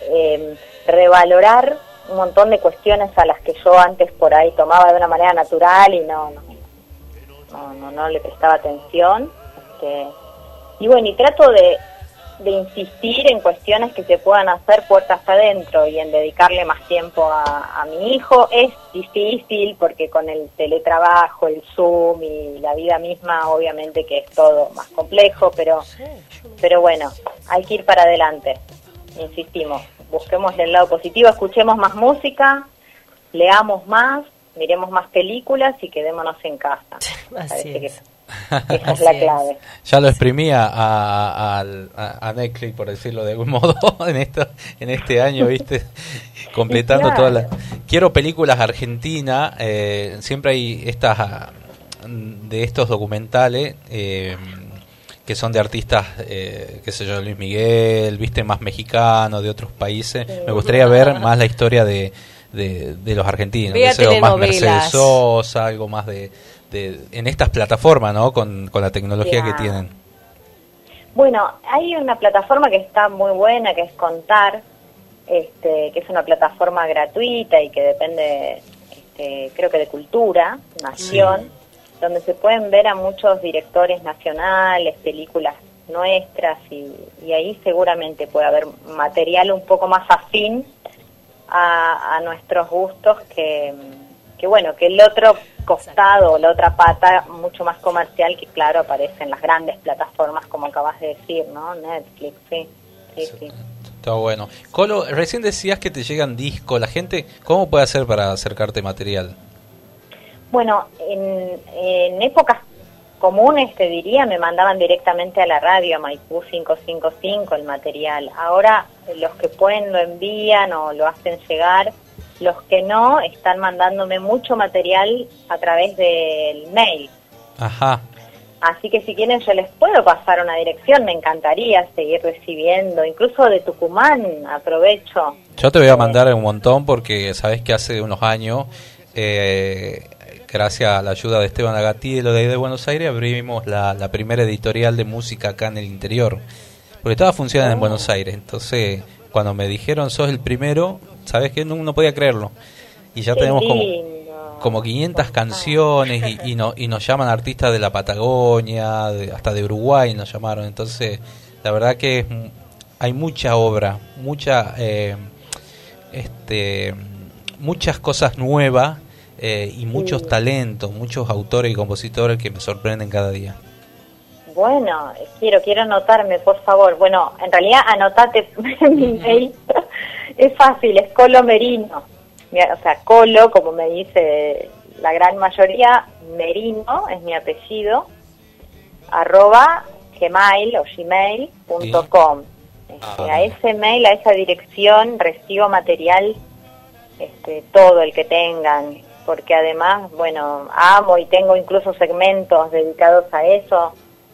revalorar un montón de cuestiones a las que yo antes por ahí tomaba de una manera natural y no le prestaba atención. Y bueno, y trato de insistir en cuestiones que se puedan hacer puertas adentro y en dedicarle más tiempo a mi hijo. Es difícil porque con el teletrabajo, el Zoom y la vida misma, obviamente que es todo más complejo, pero bueno, hay que ir para adelante. Insistimos, busquemos el lado positivo, escuchemos más música, leamos más, miremos más películas y quedémonos en casa. Así es. Esa es la clave. Ya lo exprimía a Netflix, por decirlo de algún modo, en este año, ¿viste? Completando claro. todas las... Quiero películas argentinas, siempre hay de estos documentales que son de artistas, qué sé yo, Luis Miguel, ¿viste? Más mexicanos, de otros países. Me gustaría ver más la historia de los argentinos. Vea Más telenovelas. Mercedes Sosa, algo más de en estas plataformas, ¿no? Con la tecnología que tienen. Bueno, hay una plataforma que está muy buena, que es Contar, que es una plataforma gratuita y que depende, creo que de Cultura, Nación, donde se pueden ver a muchos directores nacionales, películas nuestras, y ahí seguramente puede haber material un poco más afín a nuestros gustos que bueno, que el otro costado, la otra pata mucho más comercial, que claro aparece en las grandes plataformas como acabas de decir, ¿no? Netflix, sí. Está bueno. Colo, recién decías que te llegan discos. La gente, ¿cómo puede hacer para acercarte material? Bueno, en épocas comunes, te diría, me mandaban directamente a la radio, a Maipú 555, el material. Ahora los que pueden lo envían o lo hacen llegar. Los que no, están mandándome mucho material a través del mail. Ajá. Así que si quieren yo les puedo pasar una dirección, me encantaría seguir recibiendo, incluso de Tucumán, aprovecho. Yo te voy a mandar un montón porque sabes que hace unos años, gracias a la ayuda de Esteban Agatielo de ahí de Buenos Aires, abrimos la primera editorial de música acá en el interior, porque todas funcionan en Buenos Aires. Entonces, cuando me dijeron sos el primero, sabes que no podía creerlo, y ya tenemos como 500 canciones y nos llaman artistas de la Patagonia, hasta de Uruguay nos llamaron. Entonces la verdad que hay mucha obra, muchas cosas nuevas, y muchos talentos, muchos autores y compositores que me sorprenden cada día. Bueno, quiero anotarme, por favor. Bueno, en realidad anotate mi mail. Es fácil, es Colo Merino. O sea, Colo, como me dice la gran mayoría, Merino es mi apellido, @gmail.com. A ese mail, a esa dirección, recibo material, todo el que tengan, porque además, bueno, amo y tengo incluso segmentos dedicados a eso,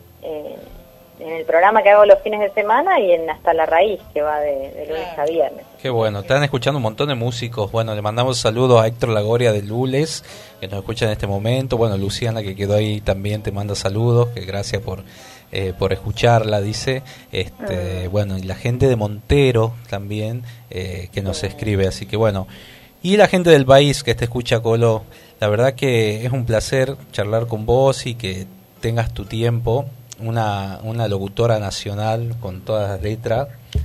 en el programa que hago los fines de semana y en Hasta la Raíz, que va de lunes a viernes. Qué bueno, están escuchando un montón de músicos. Bueno, le mandamos saludos a Héctor Lagoria de Lules, que nos escucha en este momento. Bueno, Luciana, que quedó ahí también, te manda saludos, que gracias por escucharla, dice. Bueno, y la gente de Montero también, que nos escribe, así que bueno. Y la gente del país que te escucha, Colo, la verdad que es un placer charlar con vos y que tengas tu tiempo. Una locutora nacional con todas las letras,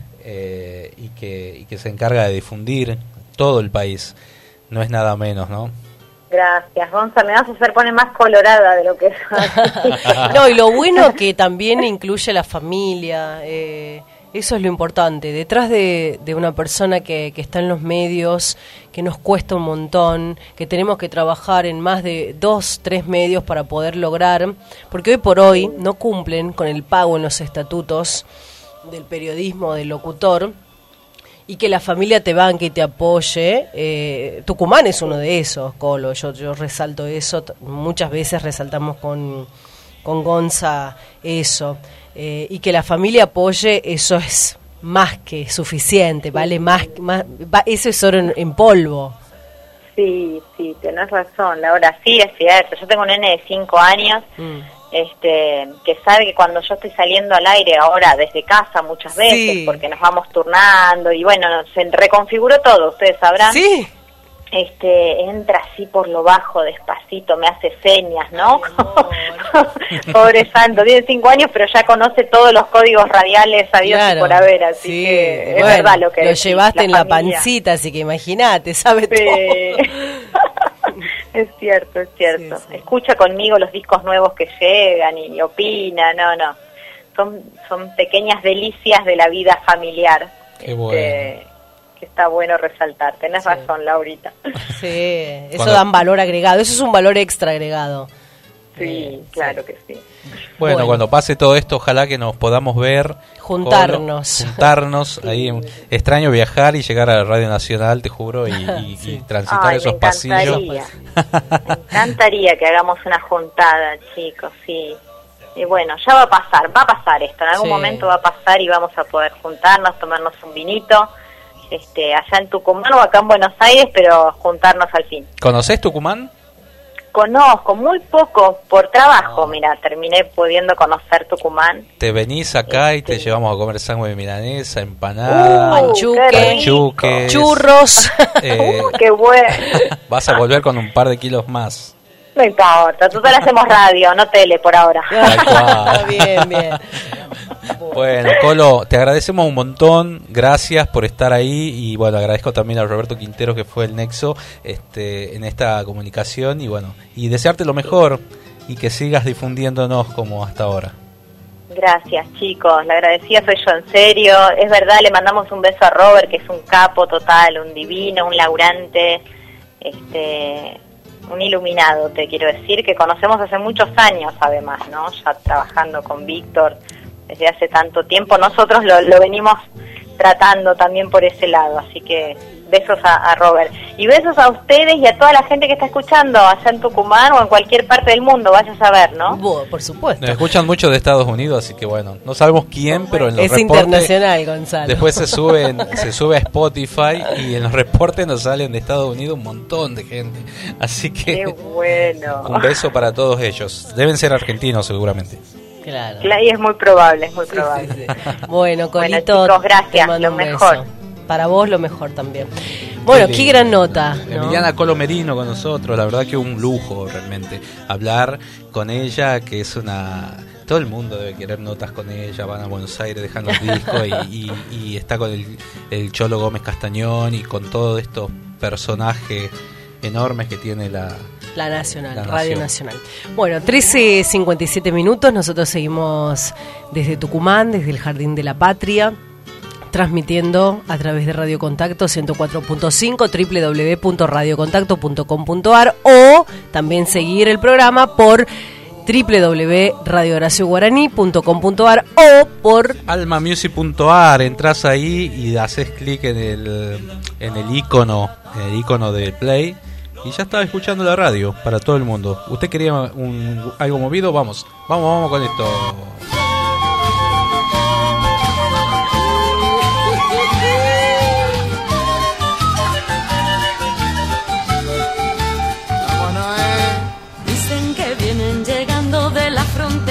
y que se encarga de difundir todo el país, no es nada menos, ¿no? Gracias, Gonza, me vas a hacer poner más colorada de lo que soy. No, y lo bueno que también incluye la familia, eso es lo importante. Detrás de una persona que está en los medios, que nos cuesta un montón, que tenemos que trabajar en más de 2, 3 medios para poder lograr, porque hoy por hoy no cumplen con el pago en los estatutos del periodismo, del locutor, y que la familia te banque y te apoye. Tucumán es uno de esos, Colo, yo resalto eso, muchas veces resaltamos con Gonza eso. Y que la familia apoye, eso es más que suficiente, vale más eso es oro en polvo. Sí, tenés razón, Laura, sí, es cierto. Yo tengo un nene de 5 años, que sabe que cuando yo estoy saliendo al aire ahora desde casa muchas veces, porque nos vamos turnando y bueno, se reconfiguró todo, ustedes sabrán. Sí. Entra así por lo bajo, despacito, me hace señas, ¿no? Pobre santo, tiene 5 años, pero ya conoce todos los códigos radiales sabidos y por haber, así que es verdad lo que lo llevaste en la pancita, así que imagínate, sabe todo. Es cierto. Sí. Escucha conmigo los discos nuevos que llegan y opina, no. Son pequeñas delicias de la vida familiar. Qué bueno. Que está bueno resaltar. Tenés razón, Laurita. Sí, eso dan valor agregado. Eso es un valor extra agregado. Sí, claro que sí. Bueno, cuando pase todo esto, ojalá que nos podamos ver. Juntarnos. Ahí. Extraño viajar y llegar a la Radio Nacional, te juro, y transitar esos pasillos. Me encantaría que hagamos una juntada, chicos, sí. Y bueno, ya va a pasar esto. En algún momento va a pasar y vamos a poder juntarnos, tomarnos un vinito. Allá en Tucumán o acá en Buenos Aires, pero juntarnos al fin. ¿Conocés Tucumán? conozco, muy poco, por trabajo, mira, terminé pudiendo conocer Tucumán. Te venís acá y te llevamos a comer sándwich de milanesa, empanada, panchuque, churros. Qué bueno. Vas a volver con un par de kilos más. No importa, total hacemos radio, no tele por ahora. Bien, bien. Bueno, Colo, te agradecemos un montón, gracias por estar ahí y bueno, agradezco también a Roberto Quintero que fue el nexo en esta comunicación y bueno, y desearte lo mejor y que sigas difundiéndonos como hasta ahora. Gracias, chicos, la agradecida soy yo, en serio, es verdad, le mandamos un beso a Robert, que es un capo total, un divino, un laburante, un iluminado, te quiero decir, que conocemos hace muchos años además, ¿no? Ya trabajando con Víctor desde hace tanto tiempo, nosotros lo venimos tratando también por ese lado, así que besos a Robert. Y besos a ustedes y a toda la gente que está escuchando allá en Tucumán o en cualquier parte del mundo, vaya a saber, ¿no? Por supuesto. Nos escuchan mucho de Estados Unidos, así que bueno, no sabemos quién, pero en los reportes... Es internacional, Gonzalo. Después se sube a Spotify y en los reportes nos salen de Estados Unidos un montón de gente. Así que... ¡Qué bueno! Un beso para todos ellos. Deben ser argentinos seguramente. Claro. Y es muy probable, es muy probable. Sí. Bueno, Colito, bueno, chicos, gracias, lo mejor. Para vos lo mejor también. Bueno, qué gran nota, ¿no? Emiliana Colo Merino con nosotros, la verdad que un lujo realmente hablar con ella, que es una... Todo el mundo debe querer notas con ella, van a Buenos Aires, dejan los discos y está con el Cholo Gómez Castañón y con todos estos personajes enormes que tiene la Nacional, Radio Nacional. Bueno, 13:57 minutos, nosotros seguimos desde Tucumán, desde el Jardín de la Patria, transmitiendo a través de Radio Contacto 104.5, www.radiocontacto.com.ar o también seguir el programa por www.radiohoracioguaraní.com.ar o por almamusic.ar. Entras ahí y haces clic en el icono de play y ya estaba escuchando la radio para todo el mundo. ¿Usted quería algo movido? Vamos con esto. Dicen que vienen llegando de la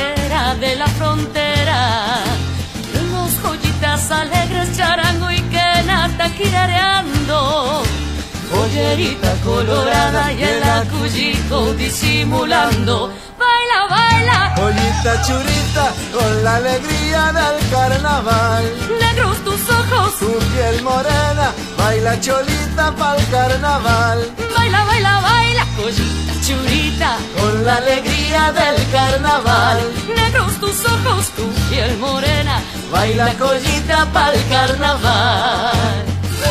frontera, unos joyitas alegres, charango y quena taquirareando. Pollerita colorada y el acullico disimulando. Baila, baila, Joyita churita con la alegría del carnaval. Negros tus ojos, tu piel morena, baila cholita pa'l carnaval. Baila, baila, baila, joyita churita con la alegría del carnaval. Negros tus ojos, tu piel morena, baila joyita pa'l carnaval.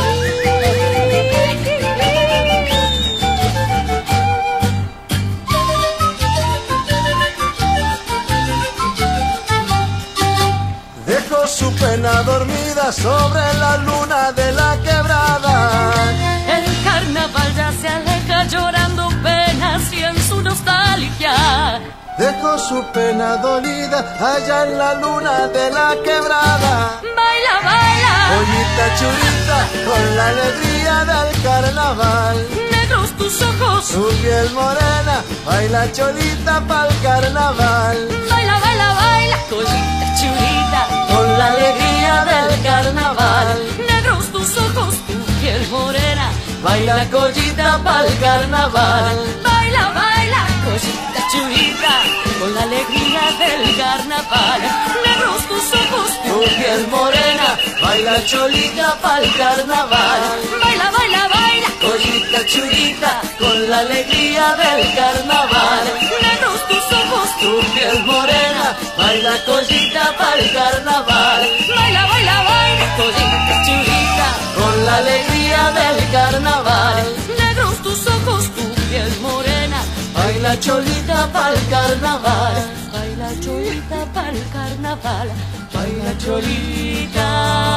Dejó su pena dormida sobre la luna de la quebrada. El carnaval ya se aleja llorando penas y en su nostalgia. Dejó su pena dolida allá en la luna de la quebrada. Baila, baila, Joyita churita con la alegría del carnaval. Negros tus ojos, tu piel morena, baila cholita pa'l carnaval. Baila, baila, baila, joyita churita con la alegría del carnaval. Negros tus ojos, tu piel morena, baila joyita pa'l carnaval. Baila, baila, joyita churita con la alegría del carnaval. Negros tus ojos, tu piel morena, baila cholita pa'l carnaval. Baila, baila, baila, joyita churita con la alegría del carnaval. Negros tus ojos, tu piel morena, baila joyita pa'l carnaval. Baila, baila, baila, joyita churita con la alegría del carnaval. Negros tus ojos, tu piel morena, baila cholita pa'l carnaval. Baila cholita pa'l carnaval. Baila cholita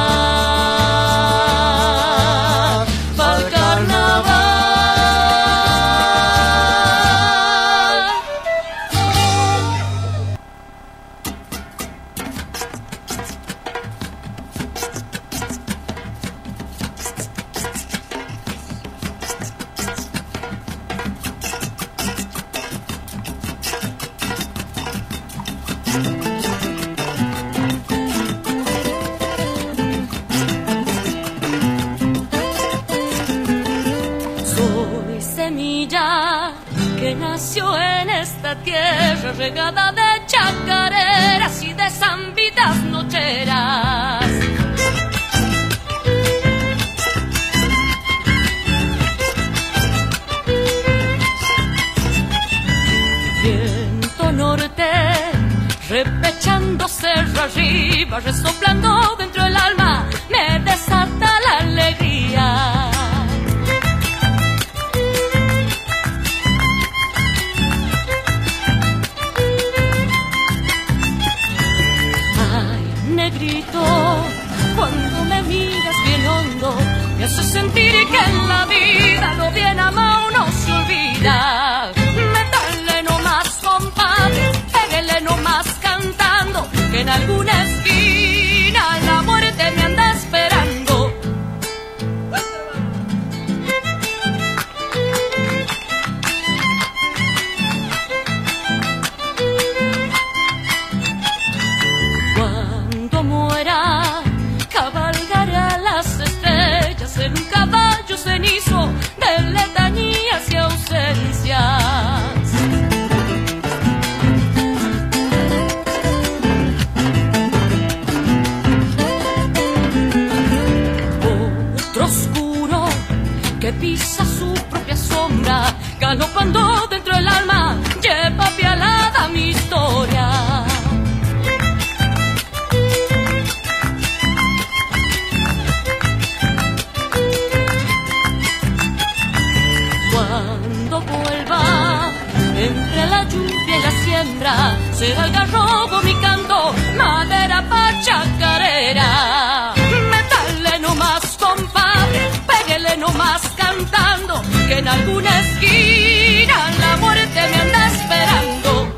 pa'l carnaval. nació en esta tierra regada de chacareras y de zambitas nocheras. Viento norte, repechando cerro arriba, resoplando dentro del alma, me desata la alegría. Negrito, cuando me miras bien hondo, me hace sentir que en la vida lo bien amado no se olvida. Métale nomás, compadre, pégale nomás cantando, que en alguna esquina la muerte me anda esperando. Cabalgará las estrellas en un caballo cenizo de letanías y ausencias. Otro oscuro que pisa su propia sombra, galopando dentro del alma, lleva pialada mi historia. Cuando vuelva entre la lluvia y la siembra, será el garrobo mi canto, madera pa' chacarera. Métale nomás, compadre, pégale nomás cantando, que en alguna esquina la muerte me anda esperando.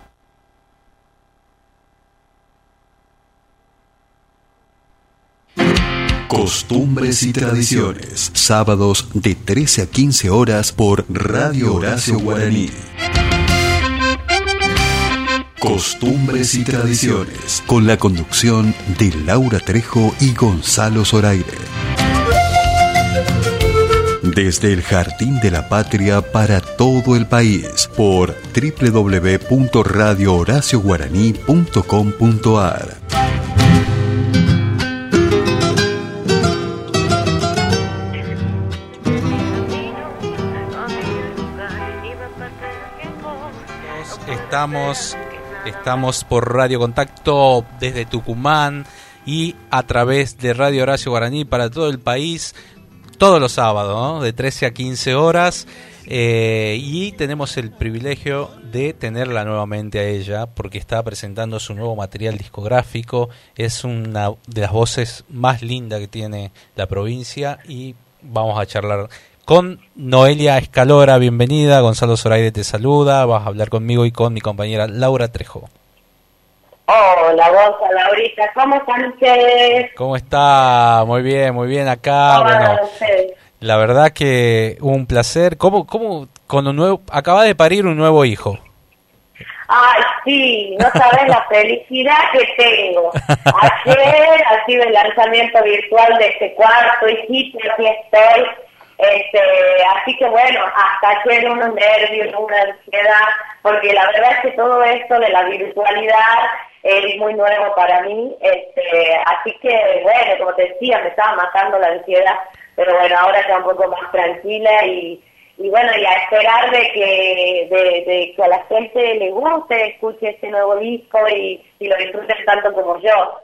Costumbres y tradiciones, sábados de 13 a 15 horas por Radio Horacio Guaraní. Costumbres y tradiciones, con la conducción de Laura Trejo y Gonzalo Zoraire. Desde el Jardín de la Patria para todo el país, por www.radiohoracioguaraní.com.ar. Estamos por Radio Contacto desde Tucumán y a través de Radio Horacio Guaraní para todo el país, todos los sábados, ¿no? De 13 a 15 horas. Y tenemos el privilegio de tenerla nuevamente a ella porque está presentando su nuevo material discográfico. Es una de las voces más lindas que tiene la provincia y vamos a charlar con Noelia Escalora. Bienvenida, Gonzalo Zoraire te saluda, vas a hablar conmigo y con mi compañera Laura Trejo. Hola, Gonzalo, Laurita, ¿cómo están ustedes? ¿Cómo está? Muy bien acá. Bueno, la verdad que un placer. ¿Cómo con un nuevo, acaba de parir un nuevo hijo? Ay, sí, no sabes la felicidad que tengo. Ayer ha sido el lanzamiento virtual de este cuarto hijito, aquí estoy. Así que bueno, hasta ayer unos nervios, una ansiedad, porque la verdad es que todo esto de la virtualidad es muy nuevo para mí, así que bueno, como te decía, me estaba matando la ansiedad, pero bueno, ahora está un poco más tranquila y bueno, y a esperar de que a la gente le guste, escuche este nuevo disco y lo disfruten tanto como yo.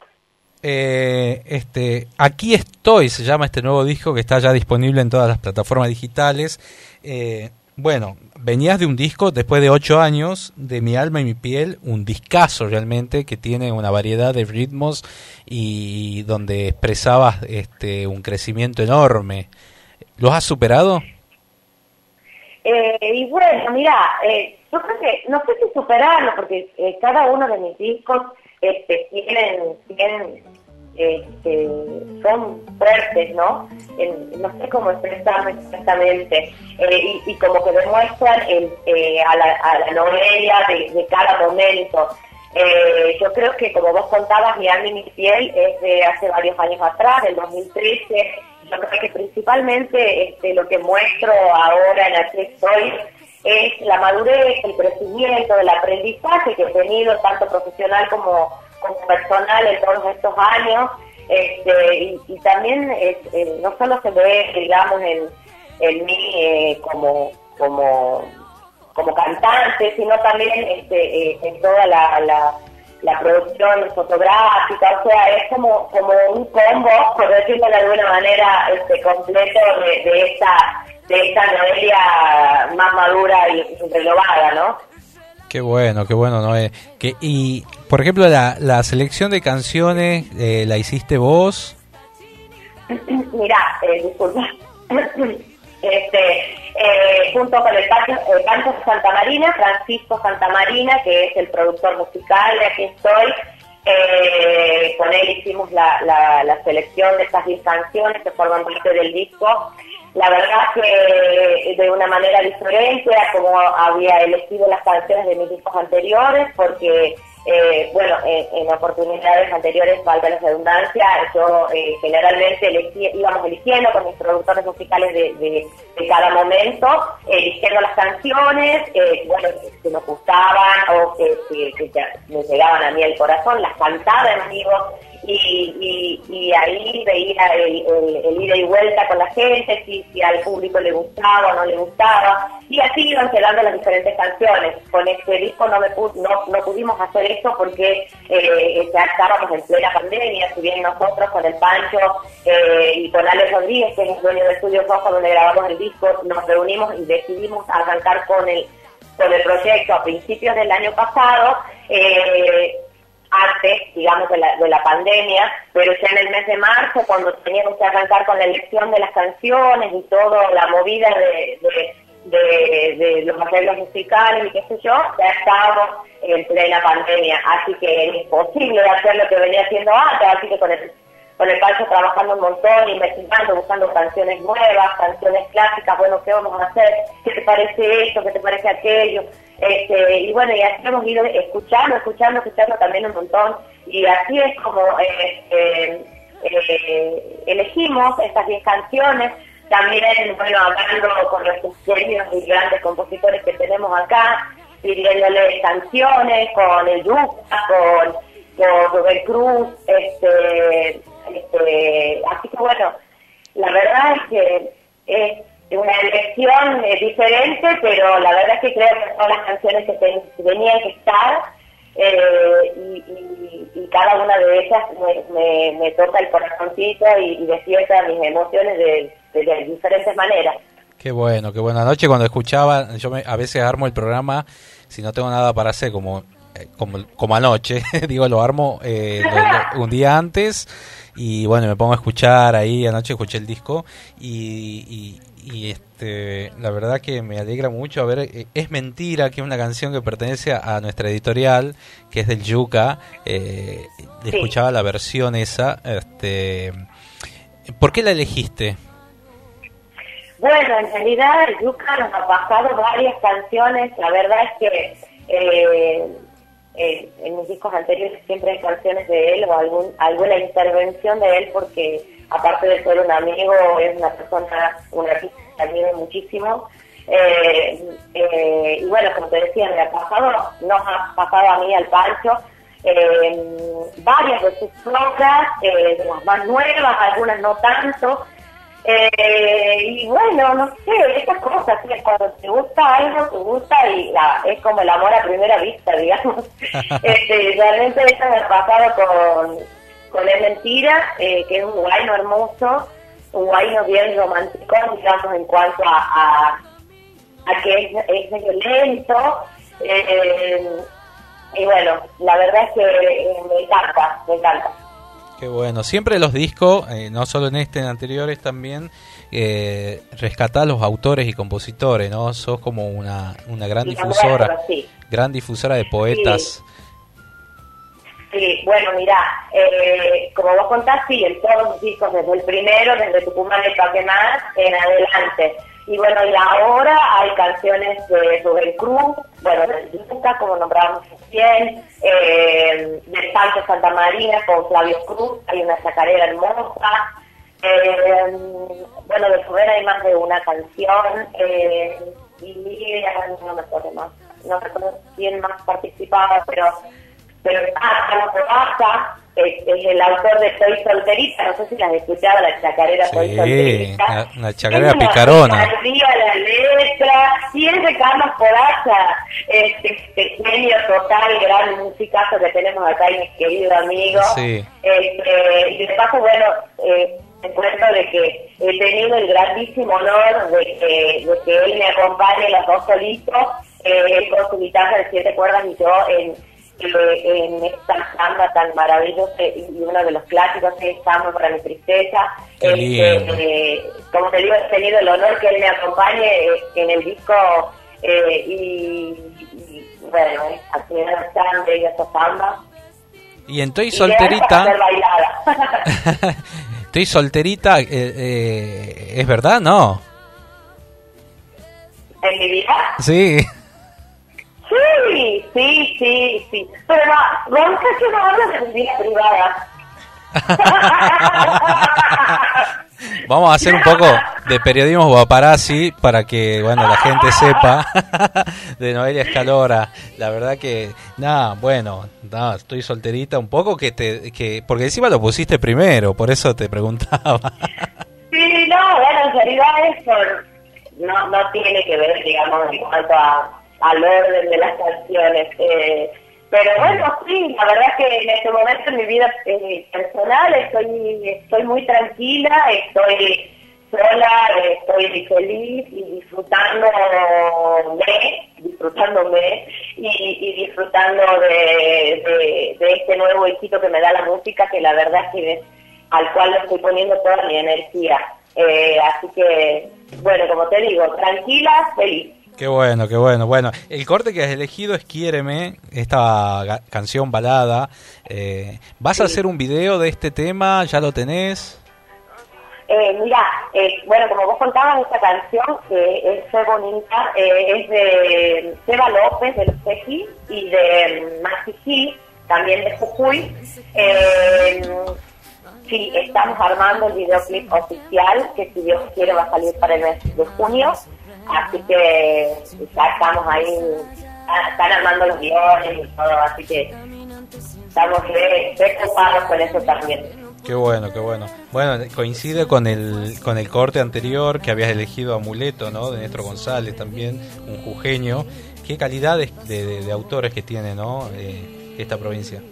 Aquí estoy, se llama este nuevo disco que está ya disponible en todas las plataformas digitales. Bueno, venías de un disco después de 8 años, de Mi Alma y Mi Piel, un discazo realmente que tiene una variedad de ritmos y donde expresabas un crecimiento enorme. ¿Los has superado? Y bueno, mira, yo creo que no sé si superarlo porque cada uno de mis discos son fuertes, ¿no? No sé cómo expresarlo exactamente, y como que demuestran a la Noelia de cada momento. Yo creo que, como vos contabas, Mi Alma y Mi Piel es de hace varios años atrás, del 2013. Yo creo que principalmente lo que muestro ahora en Aquí Estoy es la madurez, el crecimiento, el aprendizaje que he tenido tanto profesional como personal en todos estos años, y también no solo se ve, digamos, en mí como cantante, sino también en toda la producción fotográfica, o sea, es como un combo, por decirlo de alguna manera, completo de esta Noelia más madura y renovada, ¿no? Qué bueno, Noé. Y, por ejemplo, la selección de canciones, ¿la hiciste vos? Mirá, disculpa. Junto con el Pancho Santamarina, Francisco Santamarina, que es el productor musical de Aquí Estoy, con él hicimos la selección de estas 10 canciones que forman parte del disco. La verdad que de una manera diferente a como había elegido las canciones de mis discos anteriores, porque en oportunidades anteriores, valga la redundancia, yo generalmente íbamos eligiendo con mis productores musicales de cada momento, eligiendo las canciones, que nos gustaban o que me llegaban a mí al corazón, las cantaba en vivo, y ahí veía el ida y vuelta con la gente, si al público le gustaba o no le gustaba, y así iban quedando las diferentes canciones. Con este disco no pudimos hacer eso porque ya estábamos en plena pandemia, si bien nosotros con el Pancho y con Alex Rodríguez, que es el dueño de Estudios Rojo donde grabamos el disco, nos reunimos y decidimos arrancar con el proyecto a principios del año pasado, antes, digamos, de la pandemia, pero ya en el mes de marzo, cuando teníamos que arrancar con la elección de las canciones y toda la movida de los arreglos musicales y qué sé yo, ya estábamos en plena pandemia, así que es imposible hacer lo que venía haciendo antes, así que con el Pancho trabajando un montón, investigando, buscando canciones nuevas, canciones clásicas, bueno, ¿qué vamos a hacer? ¿Qué te parece esto? ¿Qué te parece aquello? Y bueno, y así hemos ido escuchando también un montón, y así es como elegimos estas 10 canciones. También, bueno, hablando con nuestros queridos y grandes compositores que tenemos acá, pidiéndoles canciones, con el Yuca, con Rubén Cruz, así que bueno, la verdad es que es una elección diferente, pero la verdad es que creo que son las canciones que tenían que estar, y cada una de ellas me toca el corazoncito y despierta mis emociones de diferentes maneras. Qué bueno. Anoche cuando escuchaba, yo a veces armo el programa, si no tengo nada para hacer, como anoche, digo, lo armo un día antes, y bueno, me pongo a escuchar ahí. Anoche escuché el disco y la verdad que me alegra mucho. A ver, es mentira que una canción que pertenece a nuestra editorial, que es del Yuca, escuchaba la versión esa. ¿Por qué la elegiste? Bueno, en realidad el Yuca nos ha pasado varias canciones. La verdad es que en mis discos anteriores siempre hay canciones de él o alguna intervención de él, porque aparte de ser un amigo, es una persona, un artista que admiro muchísimo. Y bueno, como te decía, nos ha pasado a mí, al Pancho, varias de sus obras, de las más nuevas, algunas no tanto. Y bueno, no sé, esas cosas, ¿sí? Cuando te gusta algo, te gusta, y es como el amor a primera vista, digamos. Realmente eso me ha pasado con Es Mentira, que es un guayno hermoso, un guayno bien romántico, digamos, en cuanto a que es medio lento, y bueno, la verdad es que me encanta. Qué bueno. Siempre los discos, no solo en en anteriores también, rescatás los autores y compositores, ¿no? Sos como una gran difusora, bueno, sí. Gran difusora de poetas. Sí, bueno, mira, como vos contás, sí, en todos los discos, desde el primero, desde Tucumán y Paquemás, en adelante. Y bueno, y ahora hay canciones de Rubén Cruz, bueno, de Yuca, como nombrábamos recién, de Pancho Santamarina con Flavio Cruz, hay una chacarera hermosa, bueno, de Rubén hay más de una canción, no me acuerdo más, no recuerdo quién más participaba, pero Carlos Robaza es el autor de Soy Solterita, no sé si la has escuchado, la chacarera Soy Solterita. La chacarera picarona. La letra, y es de Carlos Robaza, este genio total, gran musicazo que tenemos acá, y mi querido amigo. Sí. Y de paso, bueno, encuentro de que he tenido el grandísimo honor de que él me acompañe los dos solitos, él con su guitarra de 7 cuerdas y yo en esta samba tan maravillosa, y uno de los clásicos es Samba para mi tristeza. Como te digo, he tenido el honor que él me acompañe en el disco, y bueno, así es tan bella esa samba. Y Estoy Solterita. Estoy Solterita, ¿es verdad? ¿No? ¿En mi vida? Sí. Sí. Pero no sé si no hablo de mi vida privada. Vamos a hacer un poco de periodismo paparazzi para que, bueno, la gente sepa de Noelia Escalora. La verdad que, Estoy Solterita un poco que porque encima lo pusiste primero, por eso te preguntaba. Sí, bueno, en realidad eso no tiene que ver, digamos, en cuanto al orden de las canciones, pero bueno, sí, la verdad que en este momento en mi vida personal estoy muy tranquila, estoy sola, estoy feliz y disfrutándome y disfrutando de este nuevo éxito que me da la música, que la verdad es que al cual le estoy poniendo toda mi energía, así que bueno, como te digo, tranquila, feliz. Qué bueno. Bueno, el corte que has elegido es Quiéreme, esta canción balada. ¿Vas a hacer un video de este tema? ¿Ya lo tenés? Mira, bueno, como vos contabas, esta canción es Fue Bonita, es de Seba López, de Los Tequis, y de Maxi G, también de Jujuy. Sí, estamos armando el videoclip oficial, que si Dios quiere va a salir para el mes de junio. Así que ya estamos ahí, están armando los guiones y todo, así que estamos preocupados con eso también. Qué bueno. Bueno, coincide con el corte anterior que habías elegido Amuleto, ¿no? De Néstor González también, un jujeño. Qué calidad de autores que tiene, ¿no? Esta provincia.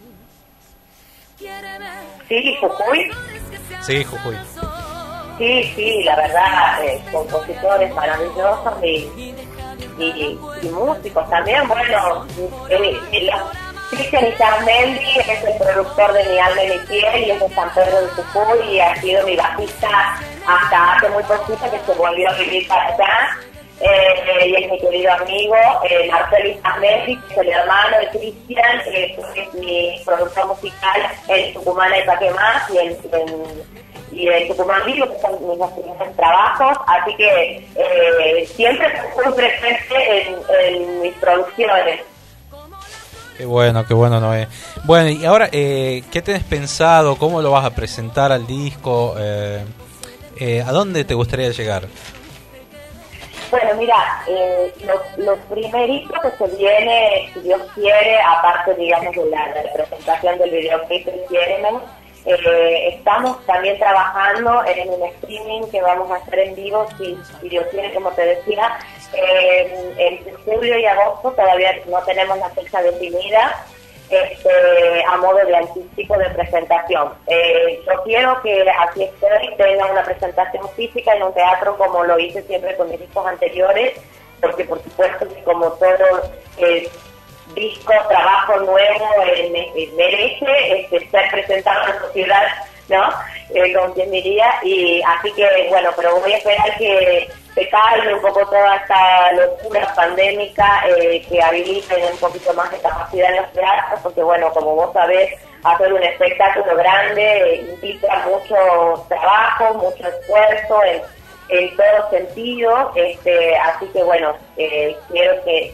Sí, Jujuy. Sí, Jujuy. Sí, la verdad, compositores maravillosos y músicos también. Bueno, Cristian Izarmendi es el productor de Mi Alma y Mi Piel y es de San Pedro de Jujuy y ha sido mi bajista hasta hace muy poquito, que se volvió a vivir para allá. Y es mi querido amigo Marcelo Izarmendi, que es el hermano de Cristian, que es mi productor musical en Tucumán y Paquemás y en Tucumán Vivo, que son mis primeros trabajos, así que siempre estoy presente en mis producciones. Qué bueno, Noé. Bueno, y ahora, ¿qué tenés pensado? ¿Cómo lo vas a presentar al disco? ¿A dónde te gustaría llegar? Bueno, mira, lo primerito que se viene, si Dios quiere, aparte, digamos, de la presentación del videoclip de Quiéreme, estamos también trabajando en un streaming que vamos a hacer en vivo, si Dios quiere, como te decía, en julio y agosto. Todavía no tenemos la fecha definida, a modo de anticipo de presentación. Yo quiero que Así Estoy tenga una presentación física en un teatro, como lo hice siempre con mis discos anteriores, porque por supuesto que como todo disco, trabajo nuevo, merece ser presentado en la sociedad, ¿no? Como quien diría, y así que bueno, pero voy a esperar que se calme un poco toda esta locura pandémica, que habiliten un poquito más de capacidad en los teatros, porque bueno, como vos sabés, hacer un espectáculo grande implica mucho trabajo, mucho esfuerzo en todo sentido, así que bueno, quiero que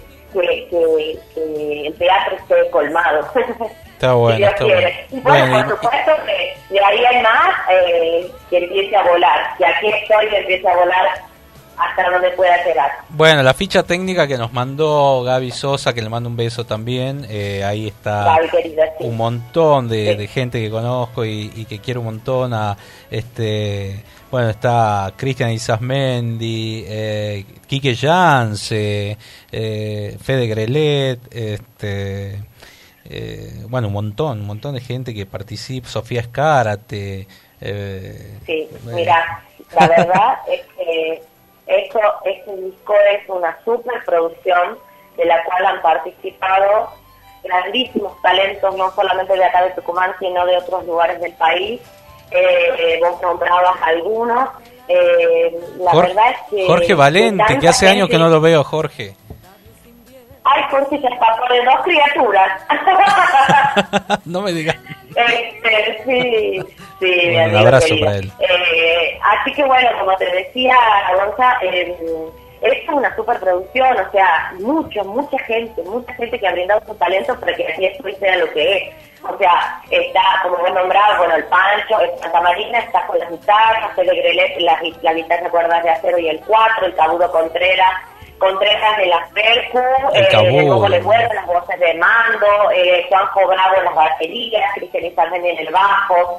el teatro esté colmado. Está bueno, está bueno. Y bueno, por supuesto que de ahí hay más, que empiece a volar, que Aquí Estoy, que empiece a volar hasta donde pueda llegar. Bueno, la ficha técnica que nos mandó Gaby Sosa, que le mando un beso también, ahí está Gaby, querida, sí. Un montón de gente que conozco y que quiero un montón. Bueno, está Cristian Isasmendi, Quique Jance, Fede Grelet, bueno, un montón de gente que participa, Sofía Escárate. Sí, mira, la verdad es que este disco es una superproducción de la cual han participado grandísimos talentos, no solamente de acá de Tucumán, sino de otros lugares del país. Vos nombrabas algunos. La verdad es que Jorge Valente, que hace años que no lo veo, Jorge. Ay, Jorge se escapó de 2 criaturas. No me digas. Sí, bueno, un abrazo querido para él. Así que bueno, como te decía, Gonza, es una superproducción, o sea, mucha gente que ha brindado su talento para que aquí esto sea lo que es. O sea, está, como vos nombrado, bueno, el Pancho, Santa Marina está con las guitarras, Fede Grelet, la guitarra de cuerdas de acero y el 4, el Cabudo Contreras de las percu, Coco Leguero, las voces de mando, Juanjo Bravo en las baterías, Cristian Isarmendi en el bajo,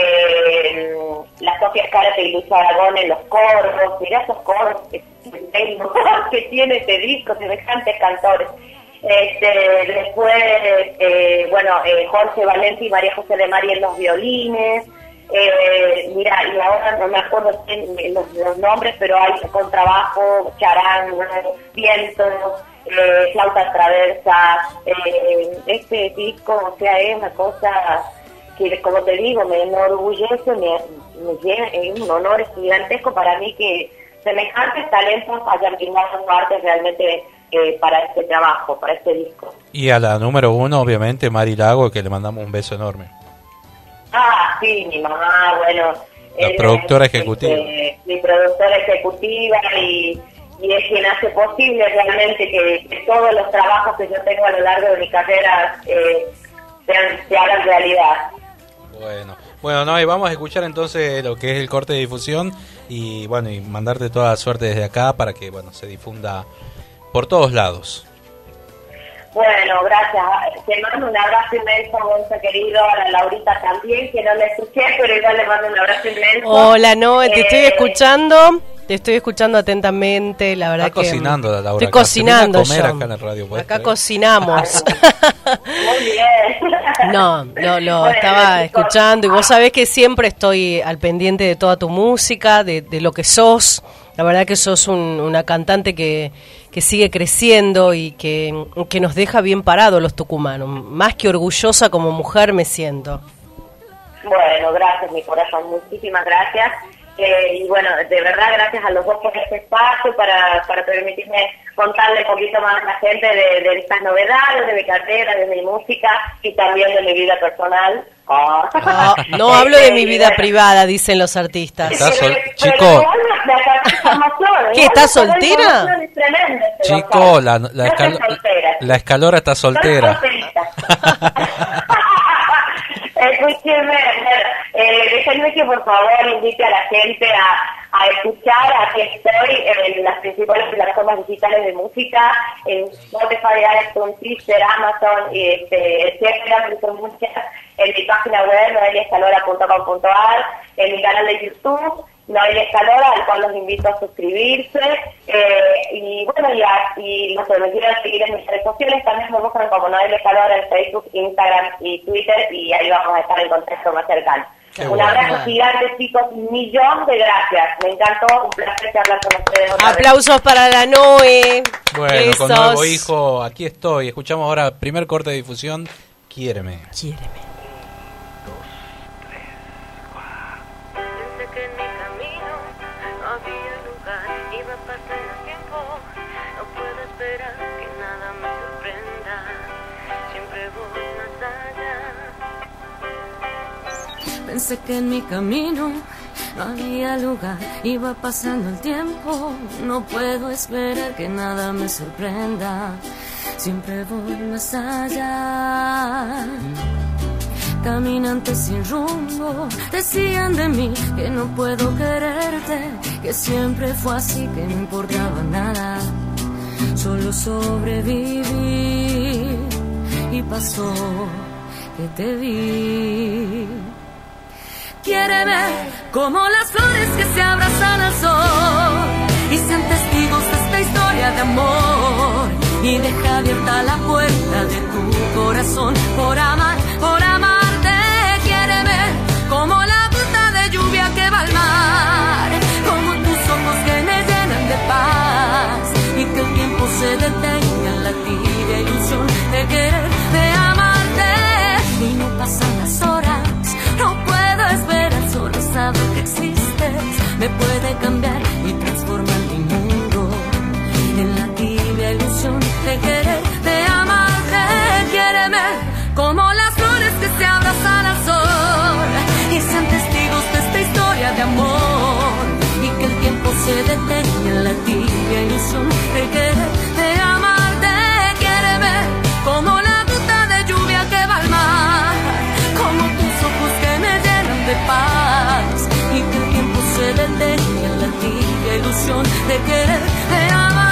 la Sofía Escárate y Lucho Aragón en los coros. Mirá esos coros que tiene este disco, semejantes cantores. Después, Jorge Valente y María José de Mari en los violines. Mira, y ahora no me acuerdo los nombres, pero hay contrabajo, charango, viento, flauta traversa. Este disco, o sea, es una cosa que, como te digo, me enorgullece, me llena, es un honor gigantesco para mí que semejantes talentos hayan brindado su arte realmente para este trabajo, para este disco. Y a la número 1, obviamente, Mari Lago, que le mandamos un beso enorme. Ah, sí, mi mamá, bueno. La productora ejecutiva. Mi productora ejecutiva y es quien hace posible realmente que todos los trabajos que yo tengo a lo largo de mi carrera se hagan realidad. Bueno, no, y vamos a escuchar entonces lo que es el corte de difusión y bueno, y mandarte toda la suerte desde acá para que bueno se difunda por todos lados. Bueno, gracias. Te mando un abrazo inmenso, Gonza, querido. A la Laurita también, que no la escuché, pero igual le mando un abrazo inmenso. Hola, Noé, te estoy escuchando atentamente, la verdad. Está cocinando, la Laura. Estoy cocinando comer acá en el radio, acá cocinamos. Muy bien. No, estaba escuchando y vos sabés que siempre estoy al pendiente de toda tu música, de lo que sos. La verdad que sos una cantante que sigue creciendo y que nos deja bien parados los tucumanos. Más que orgullosa como mujer me siento. Bueno, gracias, mi corazón. Muchísimas gracias. Y bueno, de verdad, gracias a los dos por este espacio para permitirme contarle un poquito más a la gente de estas novedades, de mi carrera, de mi música y también de mi vida personal. No hablo de mi vida privada, dicen los artistas. Chico, ¿qué, estás soltera? Chico, la escalora está soltera. Escúcheme, déjenme que por favor invite a la gente a escuchar. Aquí estoy en las principales plataformas digitales de música, en Spotify, iTunes, Twitter, Amazon, etcétera, son muchas, en mi página web, noeliaescalora.com.ar, en mi canal de YouTube, Noelia Escalora, al cual los invito a suscribirse, y bueno, y los que me quieran seguir en mis redes sociales, también me buscan como Noelia Escalora en Facebook, Instagram y Twitter, y ahí vamos a estar en contacto más cercano. Un abrazo gigante, chicos, 1.000.000 de gracias, me encantó, un placer charlar con ustedes. Aplausos para la Noe. Bueno, besos. Con nuevo hijo, aquí estoy, escuchamos ahora primer corte de difusión, Quiéreme. Pensé que en mi camino no había lugar, iba pasando el tiempo, no puedo esperar que nada me sorprenda, siempre voy más allá. caminante sin rumbo. Decían de mí que no puedo quererte, que siempre fue así, que no importaba nada, solo sobreviví. Y pasó que te vi. Quiéreme como las flores que se abrazan al sol y sean testigos de esta historia de amor. Y deja abierta la puerta de tu corazón por amarte. Quiéreme como la gota de lluvia que va al mar, como tus ojos que me llenan de paz, y que el tiempo se detenga en la tibia ilusión de querer, de amarte. Y no pasan las horas, no puedo esperar, solo saber que existes me puede cambiar y transformar mi mundo en la tibia ilusión de querer, de amarte. Quiéreme como las flores que se abrazan al sol y sean testigos de esta historia de amor, y que el tiempo se detenga en la tibia ilusión de querer, de amarte. Quiéreme como la gota de lluvia que va al mar, como tus ojos que me llenan de paz, y que el tiempo se detenga en la tibia ilusión de querer, de amarte.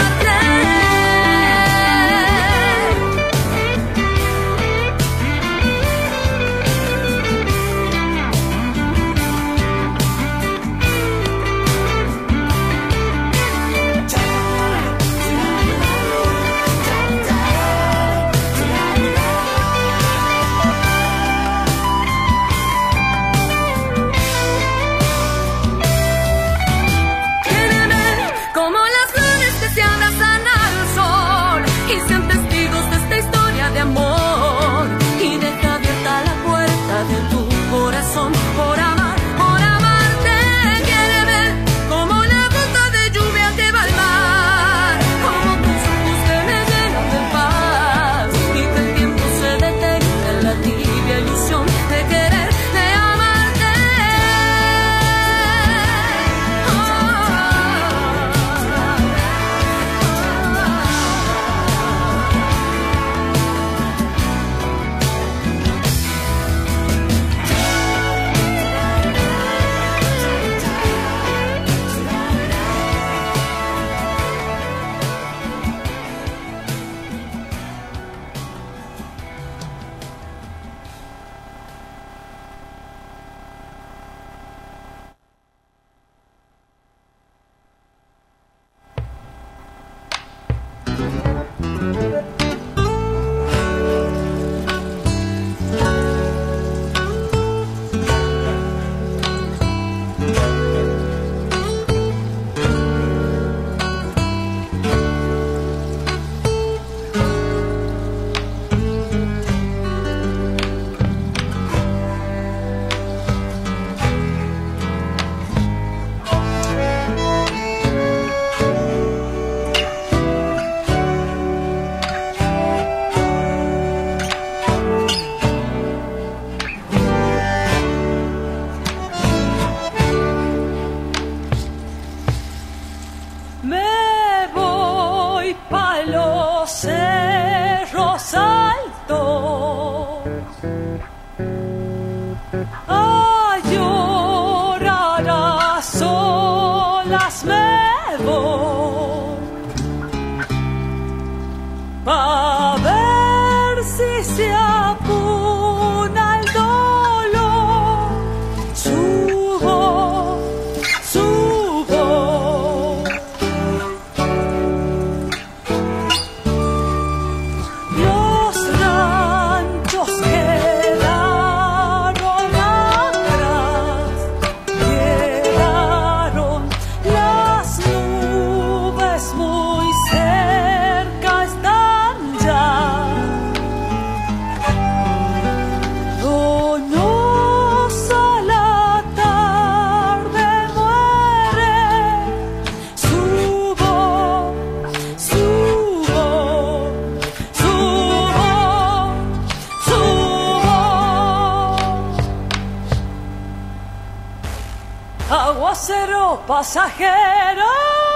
Pasajero,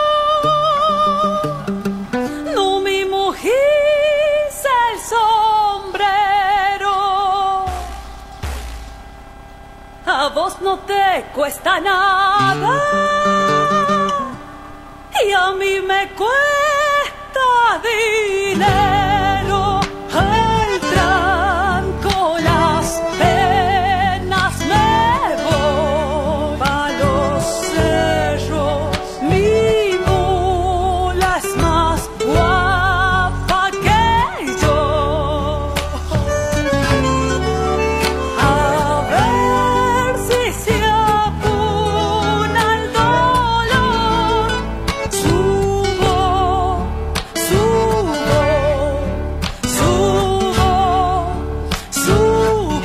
no me mojís el sombrero, vos no te cuesta nada y a mí me cuesta dinero. El tranco, las penas, me voy pa' los cerros. Mi mula es más guapa que yo. A ver si se apuna el dolor. Subo, subo, subo, subo.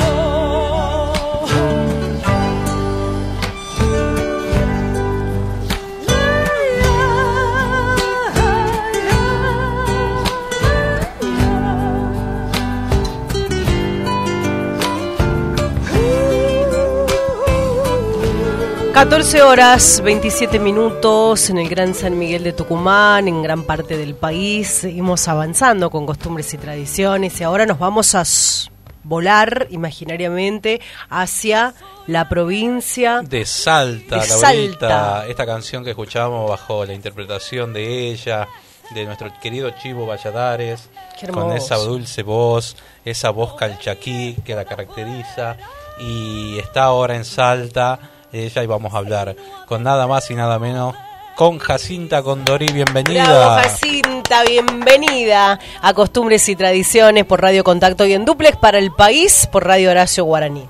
...14 horas 27 minutos en el Gran San Miguel de Tucumán, en gran parte del país. Seguimos avanzando con costumbres y tradiciones y ahora nos vamos a volar imaginariamente hacia la provincia de Salta, de Laurita. Salta. Esta canción que escuchamos bajo la interpretación de ella, de nuestro querido Chivo Valladares, Qué hermoso. con esa dulce voz, esa voz calchaquí que la caracteriza, y está ahora en Salta ella, y vamos a hablar con nada más y nada menos con Jacinta Condorí. Bienvenida. Bravo, Jacinta, bienvenida a Costumbres y Tradiciones por Radio Contacto y en duplex para el país por Radio Horacio Guaraní.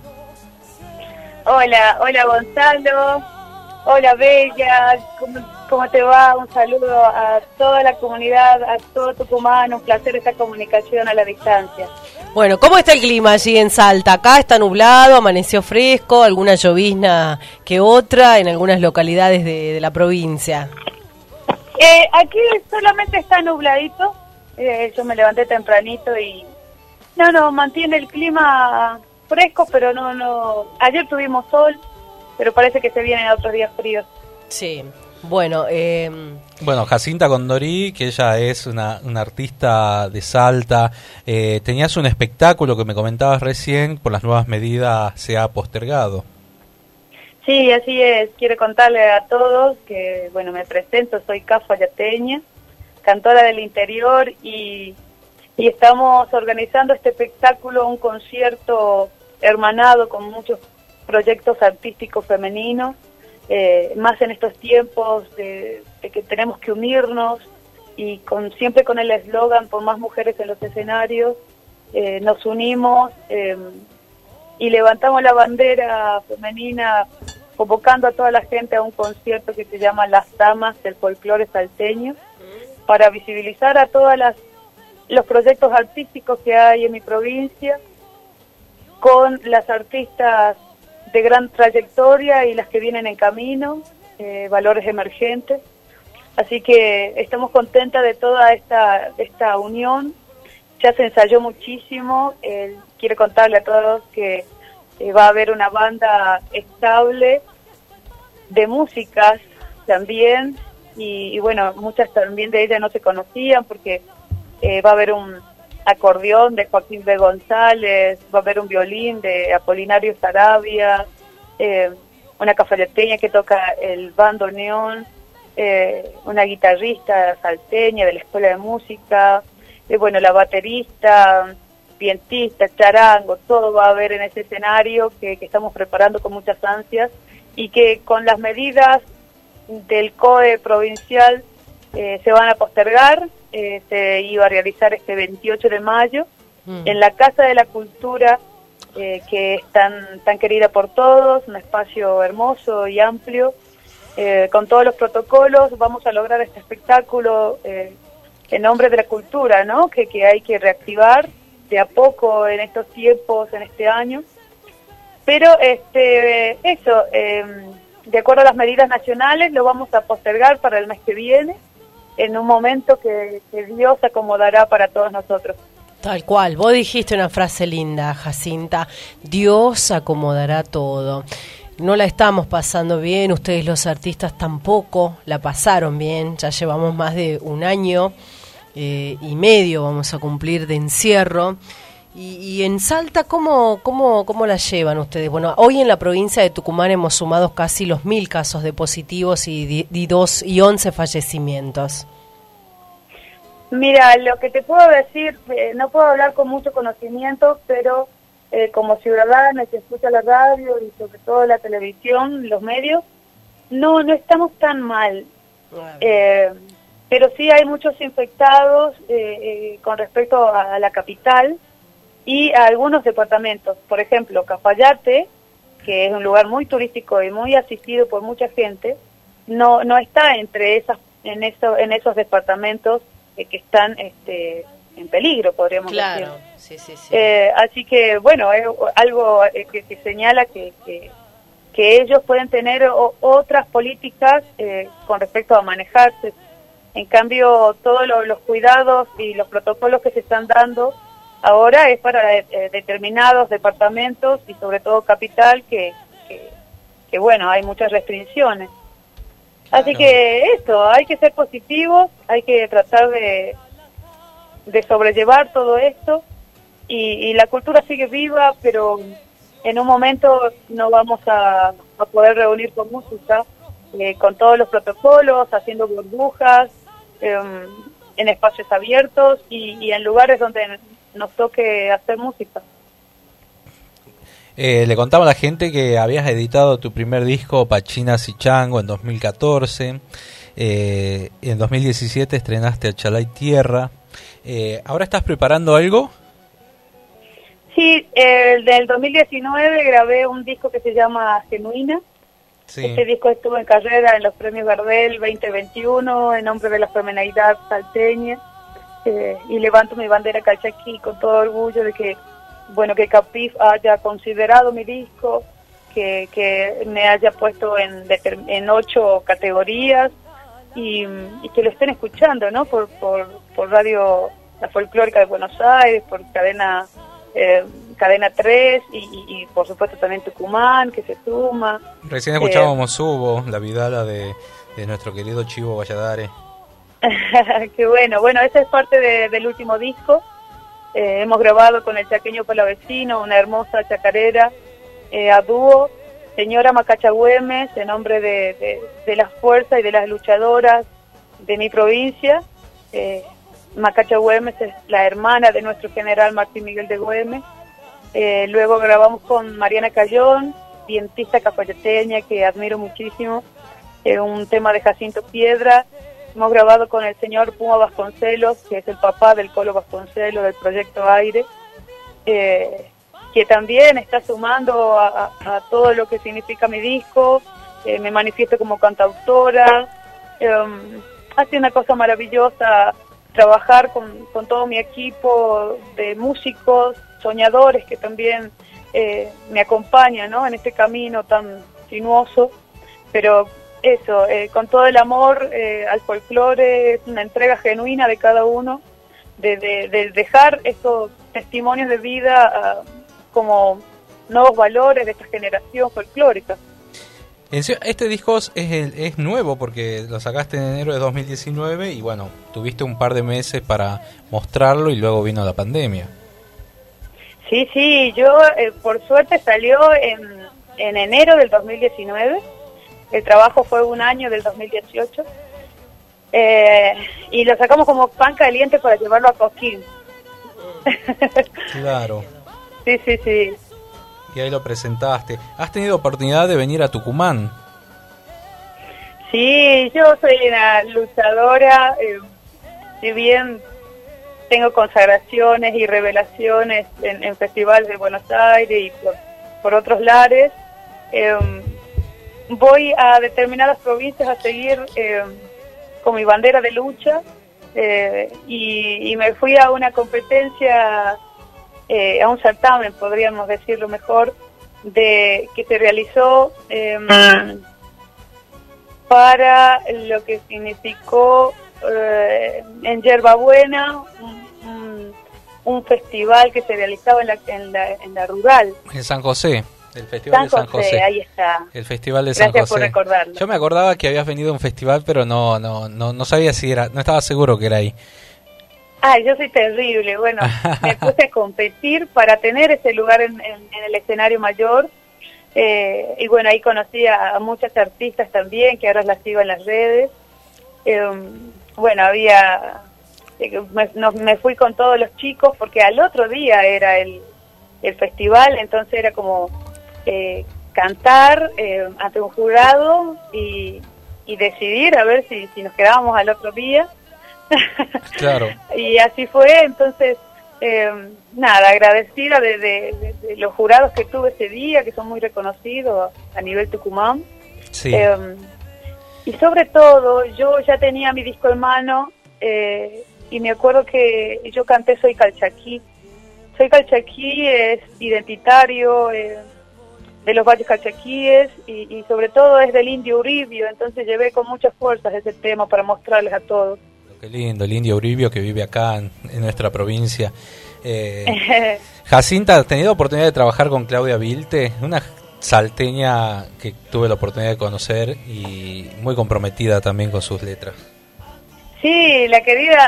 Hola, hola Gonzalo, hola Bella, ¿cómo te va? Un saludo a toda la comunidad, a todo Tucumán, un placer esta comunicación a la distancia. Bueno, ¿cómo está el clima allí en Salta? Acá está nublado, amaneció fresco, alguna llovizna que otra en algunas localidades de la provincia. Aquí solamente está nubladito, yo me levanté tempranito y no, mantiene el clima fresco, pero no. Ayer tuvimos sol, pero parece que se vienen otros días fríos. Sí, bueno. Bueno, Jacinta Condorí, que ella es una artista de Salta. Tenías un espectáculo que me comentabas recién, por las nuevas medidas se ha postergado. Sí, así es. Quiero contarle a todos que, bueno, me presento, soy Cafa Yateña, cantora del interior y estamos organizando este espectáculo, un concierto hermanado con muchos proyectos artísticos femeninos, más en estos tiempos de que tenemos que unirnos y siempre con el eslogan por más mujeres en los escenarios, nos unimos y levantamos la bandera femenina convocando a toda la gente a un concierto que se llama Las Damas del Folclore Salteño, para visibilizar a todas los proyectos artísticos que hay en mi provincia, con las artistas de gran trayectoria y las que vienen en camino, valores emergentes. Así que estamos contentas de toda esta unión. Ya se ensayó muchísimo. Quiero contarle a todos que va a haber una banda estable de músicas también, y bueno, muchas también de ellas no se conocían porque va a haber un acordeón de Joaquín B. González, va a haber un violín de Apolinario Sarabia, una cafayateña que toca el bandoneón, una guitarrista salteña de la Escuela de Música, bueno, la baterista, vientista, charango, todo va a haber en ese escenario que estamos preparando con muchas ansias, y que con las medidas del COE provincial se van a postergar. Se iba a realizar este 28 de mayo en la Casa de la Cultura, que es tan querida por todos, un espacio hermoso y amplio, con todos los protocolos. Vamos a lograr este espectáculo en nombre de la cultura, ¿no? Que hay que reactivar de a poco en estos tiempos, en este año. Pero eso, de acuerdo a las medidas nacionales, lo vamos a postergar para el mes que viene, en un momento que Dios acomodará para todos nosotros. Tal cual, vos dijiste una frase linda, Jacinta, Dios acomodará todo. No la estamos pasando bien, ustedes los artistas tampoco la pasaron bien, ya llevamos más de un año y medio, vamos a cumplir, de encierro, Y en Salta, ¿cómo la llevan ustedes? Bueno, hoy en la provincia de Tucumán hemos sumado casi los 1.000 casos de positivos y 11 fallecimientos. Mira, lo que te puedo decir, no puedo hablar con mucho conocimiento, pero como ciudadana que escucha la radio y sobre todo la televisión, los medios, no estamos tan mal. Pero sí hay muchos infectados con respecto a la capital y a algunos departamentos. Por ejemplo, Cafayate, que es un lugar muy turístico y muy asistido por mucha gente, no está entre en esos departamentos que están en peligro, podríamos decir. Claro, sí. Así que, bueno, es algo que señala que ellos pueden tener otras políticas con respecto a manejarse. En cambio, todos los cuidados y los protocolos que se están dando ahora es para determinados departamentos y sobre todo capital que bueno, hay muchas restricciones. Así que esto, hay que ser positivos, hay que tratar de sobrellevar todo esto y la cultura sigue viva, pero en un momento no vamos a poder reunir con música, con todos los protocolos, haciendo burbujas, en espacios abiertos y en lugares donde nos toque hacer música. Le contaba a la gente que habías editado tu primer disco, Pachinas y Chango, en 2014. En 2017 estrenaste Chalay Tierra. ¿Ahora estás preparando algo? Sí, del 2019 grabé un disco que se llama Genuina. Sí. Este disco estuvo en carrera en los premios Gardel 2021 en nombre de la femenidad salteña, y levanto mi bandera calchaquí con todo orgullo de que Capif haya considerado mi disco, que me haya puesto en 8 categorías y que lo estén escuchando, ¿no? Por Radio La Folclórica de Buenos Aires, por Cadena 3 y por supuesto también Tucumán, que se suma. Recién escuchábamos Subo, la vidala de nuestro querido Chivo Valladares. Qué bueno, esa es parte del último disco. Hemos grabado con el chaqueño Palavecino una hermosa chacarera a dúo, Señora Macacha Güemes, en nombre de las fuerzas y de las luchadoras de mi provincia. Macacha Güemes es la hermana de nuestro general Martín Miguel de Güemes. Luego grabamos con Mariana Cayón, vientista cafayateña que admiro muchísimo, un tema de Jacinto Piedra. Hemos grabado con el señor Puma Vasconcelos, que es el papá del Colo Vasconcelos del Proyecto Aire, que también está sumando a todo lo que significa mi disco. Me manifiesto como cantautora. Ha sido una cosa maravillosa trabajar con todo mi equipo de músicos, soñadores que también me acompañan, ¿no? En este camino tan sinuoso, pero eso, con todo el amor al folclore, es una entrega genuina de cada uno, de dejar estos testimonios de vida como nuevos valores de esta generación folclórica. Este disco es nuevo porque lo sacaste en enero de 2019 y bueno, tuviste un par de meses para mostrarlo y luego vino la pandemia. Sí, yo por suerte salió en enero del 2019, el trabajo fue un año del 2018, y lo sacamos como pan caliente para llevarlo a Cosquín. Claro. Sí. Y ahí lo presentaste. ¿Has tenido oportunidad de venir a Tucumán? Sí, yo soy una luchadora, si bien tengo consagraciones y revelaciones en festivales de Buenos Aires y por otros lares, voy a determinadas provincias a seguir con mi bandera de lucha, y me fui a una competencia, a un certamen, podríamos decirlo mejor, que se realizó para lo que significó en Yerbabuena un festival que se realizaba en la rural. En San José, el Festival de San José. Ahí está. El Festival de San José. Gracias por recordarlo. Yo me acordaba que habías venido a un festival, pero no sabía si era, no estaba seguro que era ahí. Yo soy terrible. Bueno, me puse a competir para tener ese lugar en el escenario mayor. Y bueno, ahí conocí a muchas artistas también, que ahora las sigo en las redes. Bueno, me fui con todos los chicos, porque al otro día era el festival, entonces era como cantar ante un jurado y decidir a ver si nos quedábamos al otro día. Claro. Y así fue. Entonces nada, agradecida de los jurados que tuve ese día, que son muy reconocidos a nivel Tucumán. Sí. Y sobre todo, yo ya tenía mi disco en mano, y me acuerdo que yo canté Soy Calchaquí. Soy Calchaquí es identitario, de los valles calchaquíes, y sobre todo es del Indio Uribio, entonces llevé con muchas fuerzas ese tema para mostrarles a todos. Qué lindo, el Indio Uribio que vive acá en nuestra provincia. Jacinta, ¿has tenido oportunidad de trabajar con Claudia Vilte? Una salteña que tuve la oportunidad de conocer y muy comprometida también con sus letras. Sí, la querida...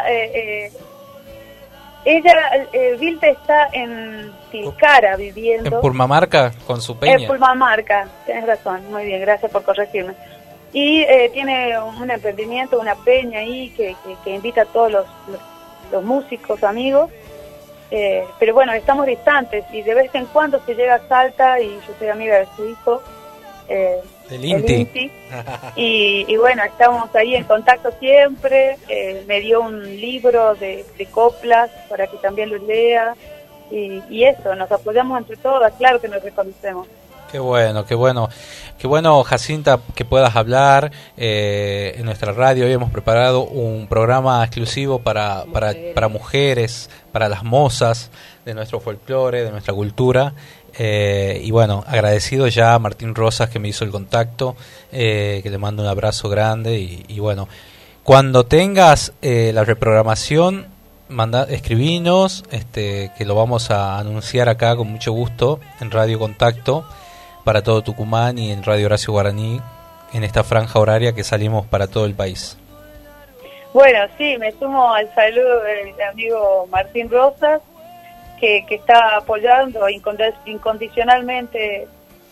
ella, Vilte está en Tilcara viviendo. En Purmamarca, con su peña. En Purmamarca, tienes razón, muy bien, gracias por corregirme. Y tiene un emprendimiento, una peña ahí que invita a todos los músicos, amigos. Pero bueno, estamos distantes y de vez en cuando se llega a Salta y yo soy amiga de su hijo, el Inti. Y bueno, estamos ahí en contacto siempre. Me dio un libro de coplas para que también lo lea y eso, nos apoyamos entre todas, claro que nos reconocemos. Qué bueno, qué bueno. Qué bueno, Jacinta, que puedas hablar en nuestra radio. Hoy hemos preparado un programa exclusivo para mujeres, para las mozas de nuestro folclore, de nuestra cultura. Y bueno, agradecido ya a Martín Rosas, que me hizo el contacto, que le mando un abrazo grande. Y bueno, cuando tengas la reprogramación, escribinos, que lo vamos a anunciar acá con mucho gusto en Radio Contacto para todo Tucumán y en Radio Horacio Guaraní, en esta franja horaria que salimos para todo el país. Bueno, sí, me sumo al saludo del amigo Martín Rosas, que está apoyando incondicionalmente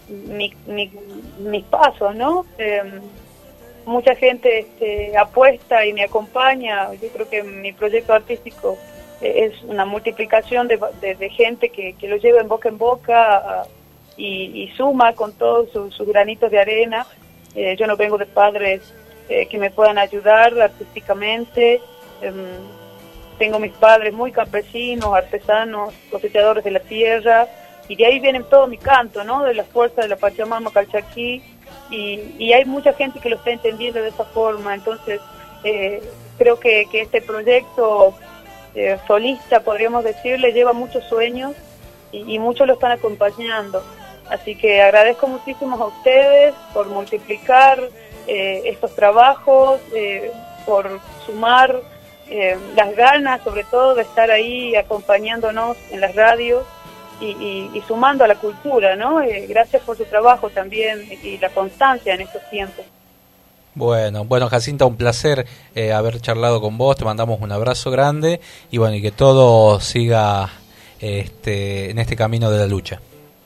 mis pasos, ¿no? Mucha gente apuesta y me acompaña. Yo creo que mi proyecto artístico es una multiplicación de gente que lo lleva en boca y suma con todos sus granitos de arena. Yo no vengo de padres que me puedan ayudar artísticamente. Tengo mis padres muy campesinos, artesanos, cosechadores de la tierra, y de ahí viene todo mi canto, ¿no? De la fuerza de la Pachamama Calchaquí, y hay mucha gente que lo está entendiendo de esa forma. Entonces creo que este proyecto solista, podríamos decirle, lleva muchos sueños y muchos lo están acompañando. Así que agradezco muchísimo a ustedes por multiplicar estos trabajos, por sumar las ganas, sobre todo, de estar ahí acompañándonos en las radios y sumando a la cultura, ¿no? Gracias por su trabajo también y la constancia en estos tiempos. Bueno, Jacinta, un placer haber charlado con vos. Te mandamos un abrazo grande y bueno, y que todo siga en este camino de la lucha.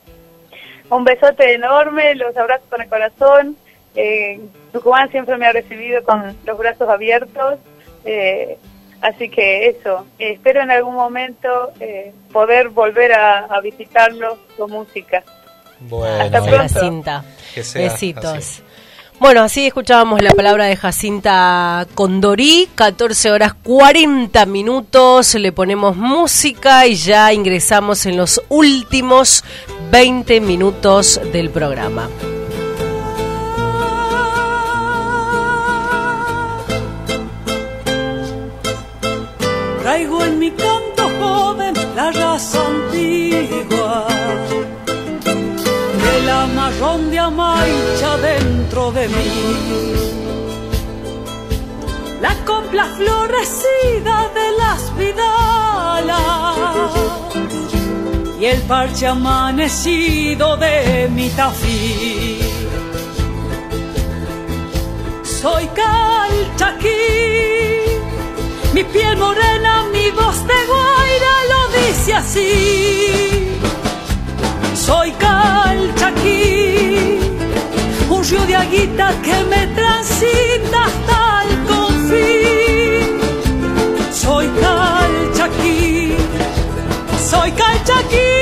Un besote enorme, los abrazo con el corazón. Tucumán siempre me ha recibido con los brazos abiertos. Así que eso, espero en algún momento poder volver a visitarlos con música. Bueno, hasta pronto. Jacinta, besitos. Así. Bueno, así escuchábamos la palabra de Jacinta Condorí, 14 horas 40 minutos, le ponemos música y ya ingresamos en los últimos 20 minutos del programa. Traigo en mi canto joven la raza antigua de la marrón de Amaicha dentro de mí, la copla florecida de las vidalas y el parche amanecido de mi tafí. Soy calchaquí, mi piel morena, mi mi voz de guaira lo dice así. Soy Calchaquí, un río de aguita que me transita hasta el confín. Soy Calchaquí, soy Calchaquí.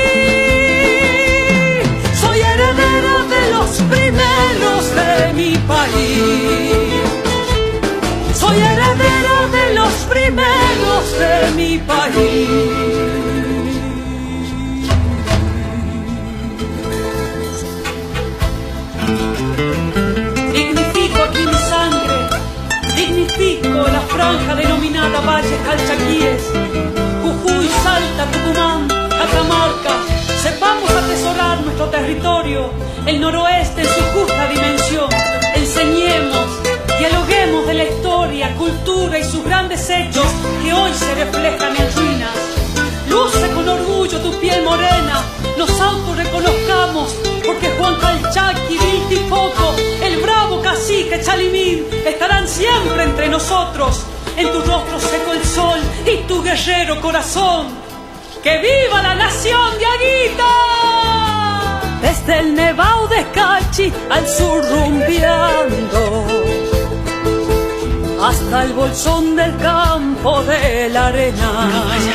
Soy heredera de los primeros de mi país. Soy heredera de los primeros de mi país. Dignifico aquí mi sangre, dignifico la franja denominada Valles Calchaquíes, Jujuy, Salta, Tucumán, Catamarca. Sepamos atesorar nuestro territorio, el noroeste en su justa dimensión. Enseñemos, dialoguemos de la historia, cultura y sus grandes hechos que hoy se reflejan en ruinas. Luce con orgullo tu piel morena, nos autorreconozcamos, porque Juan Calchaqui, Viltifoco, el bravo cacique Chalimín estarán siempre entre nosotros. En tu rostro seco el sol y tu guerrero corazón. ¡Que viva la nación de Aguita! Desde el Nevado de Cachi al sur rumbeando, hasta el bolsón del campo de la arena.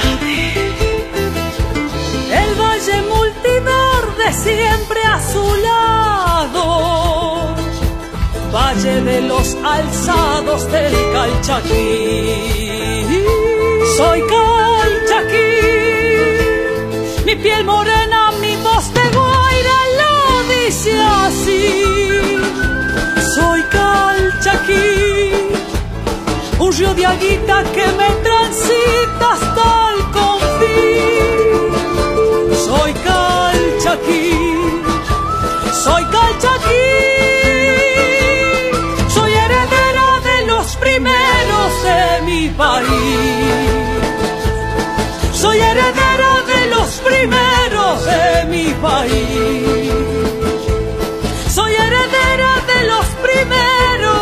El valle multiverde siempre a su lado, valle de los alzados del Calchaquí. Soy Calchaquí, mi piel morena, mi voz de guaira lo dice así. Soy Calchaquí, un río de aguita que me transita hasta el confín. Soy Calchaquí, soy Calchaquí. Soy heredera de los primeros de mi país. Soy heredera de los primeros de mi país. Soy heredera de los primeros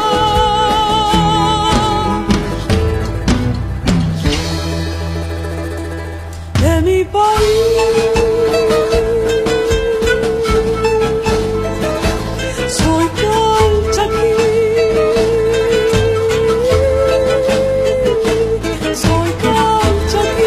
de mi país. Soy Calchaquí. Soy Calchaquí.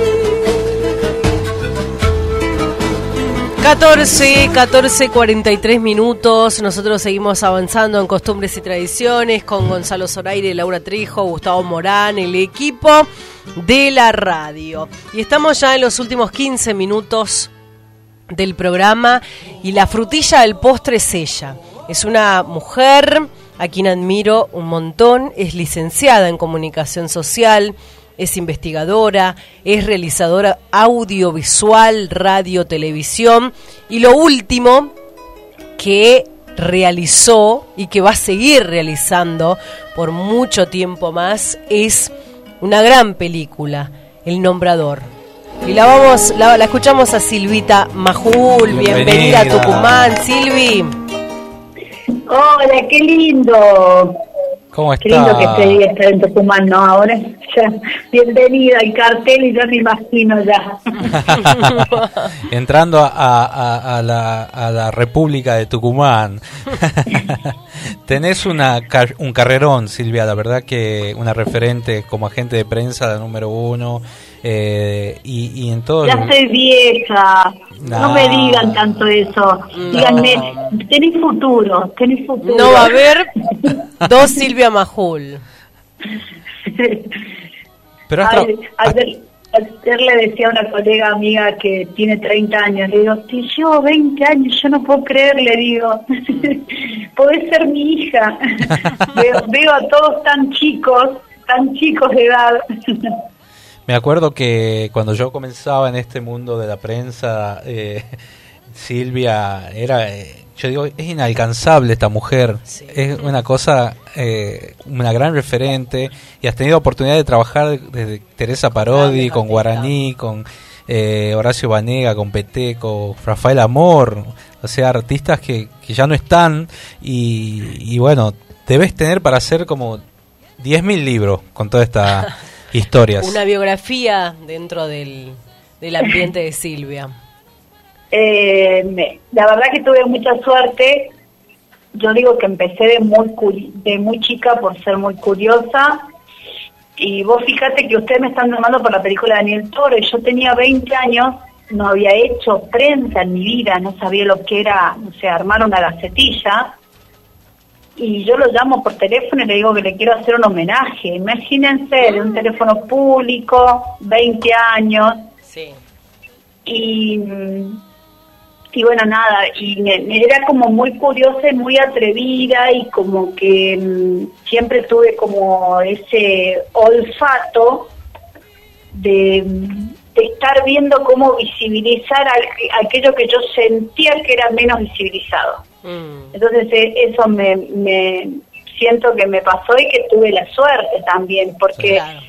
14:43 minutos. Nosotros seguimos avanzando en Costumbres y Tradiciones con Gonzalo Zoraire, Laura Trijo, Gustavo Morán, el equipo de la radio. Y estamos ya en los últimos 15 minutos del programa y la frutilla del postre es ella. Es una mujer a quien admiro un montón, es licenciada en Comunicación Social, es investigadora, es realizadora audiovisual, radio, televisión, y lo último que realizó y que va a seguir realizando por mucho tiempo más es una gran película, El Nombrador. Y la escuchamos a Silvita Majul. Bienvenida a Tucumán, Silvi. Hola, qué lindo. ¿Cómo está? Qué lindo que esté estar en Tucumán, ¿no? Ahora ya, bienvenida al cartel y ya me imagino ya. Entrando a la República de Tucumán. Tenés un carrerón, Silvia, la verdad que una referente como agente de prensa, la número 1, y en todo... Ya soy vieja, no me digan tanto eso. Díganme, tenés futuro. No va a haber dos Silvia Majul. Pero ayer le decía a una colega amiga que tiene 30 años, le digo, si llevo 20 años, yo no puedo creer, le digo, podés ser mi hija. veo a todos tan chicos de edad. Me acuerdo que cuando yo comenzaba en este mundo de la prensa, Silvia era... yo digo, es inalcanzable esta mujer, sí. Es una cosa, una gran referente, y has tenido oportunidad de trabajar desde Teresa Parodi, con Guaraní, con Horacio Banega, con Peteco, Rafael Amor, o sea, artistas que ya no están, y bueno, debes tener para hacer como 10.000 libros con toda esta historias. Una biografía dentro del ambiente de Silvia. La verdad que tuve mucha suerte. Yo digo que empecé de muy chica por ser muy curiosa. Y vos fíjate que ustedes me están llamando por la película de Daniel Toro, y yo tenía 20 años, no había hecho prensa en mi vida, no sabía lo que era, armar una gacetilla. Y yo lo llamo por teléfono y le digo que le quiero hacer un homenaje. Imagínense, de un teléfono público, 20 años. Sí. Y bueno, nada, y era como muy curiosa y muy atrevida, y como que siempre tuve como ese olfato de estar viendo cómo visibilizar aquello que yo sentía que era menos visibilizado. Entonces eso me siento que me pasó, y que tuve la suerte también, porque... Claro.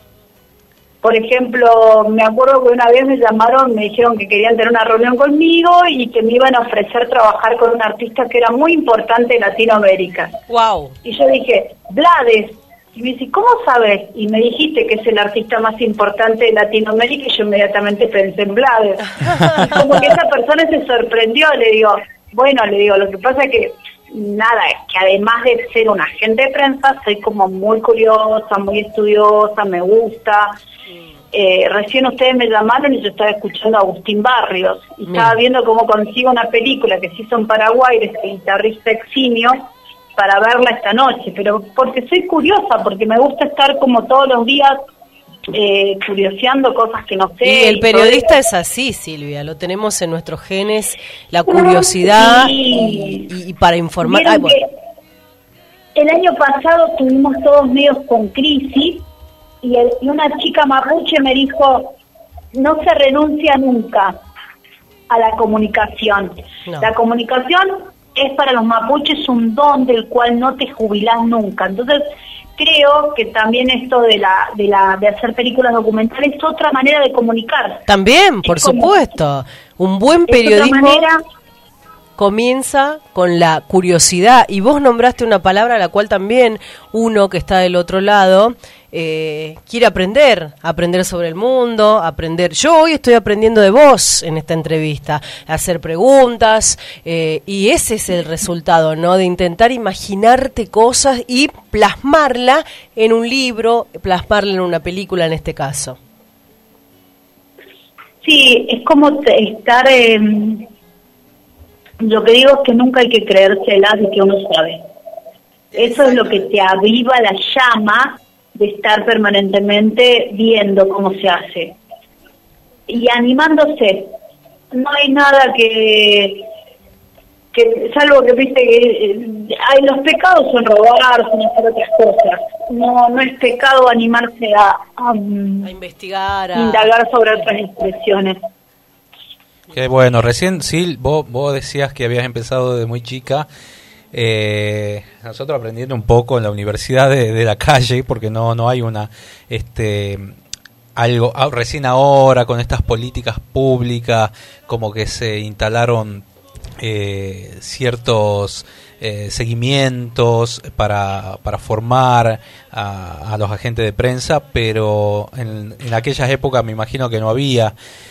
Por ejemplo, me acuerdo que una vez me llamaron, me dijeron que querían tener una reunión conmigo y que me iban a ofrecer trabajar con un artista que era muy importante en Latinoamérica. Wow. Y yo dije, Blades. Y me dice, ¿cómo sabes? Y me dijiste que es el artista más importante de Latinoamérica, y yo inmediatamente pensé en Blades. Y como que esa persona se sorprendió, le digo, lo que pasa es que, nada, que además de ser un agente de prensa, soy como muy curiosa, muy estudiosa, me gusta. Recién ustedes me llamaron y yo estaba escuchando a Agustín Barrios, y estaba viendo cómo consigo una película que se hizo en Paraguay de este guitarrista eximio para verla esta noche, pero porque soy curiosa, porque me gusta estar como todos los días curioseando cosas que no sé. Y el periodista es así, Silvia, lo tenemos en nuestros genes, la curiosidad, sí. y para informar. El año pasado tuvimos todos medios con crisis, y una chica mapuche me dijo, no se renuncia nunca a la comunicación. No. La comunicación es para los mapuches un don del cual no te jubilás nunca. Entonces creo que también esto de hacer películas documentales es otra manera de comunicar. También, por supuesto. Un buen periodismo comienza con la curiosidad, y vos nombraste una palabra a la cual también uno que está del otro lado quiere aprender sobre el mundo, aprender. Yo hoy estoy aprendiendo de vos en esta entrevista, hacer preguntas, y ese es el resultado, ¿no? De intentar imaginarte cosas y plasmarla en un libro, plasmarla en una película en este caso. Sí, es como estar... Lo que digo es que nunca hay que creérselas de que uno sabe. Eso es lo que te aviva la llama de estar permanentemente viendo cómo se hace. Y animándose. No hay nada que salvo que viste que los pecados son robar, son hacer otras cosas. No es pecado animarse a investigar, a indagar sobre otras expresiones. Qué bueno. Recién, Sil, vos decías que habías empezado de muy chica. Nosotros aprendiendo un poco en la universidad de la calle, porque no hay una algo recién ahora con estas políticas públicas, como que se instalaron ciertos seguimientos para formar a los agentes de prensa, pero en aquellas épocas me imagino que no había.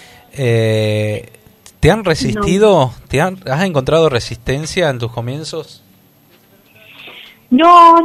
¿Te han resistido? No. ¿Has encontrado resistencia en tus comienzos? No.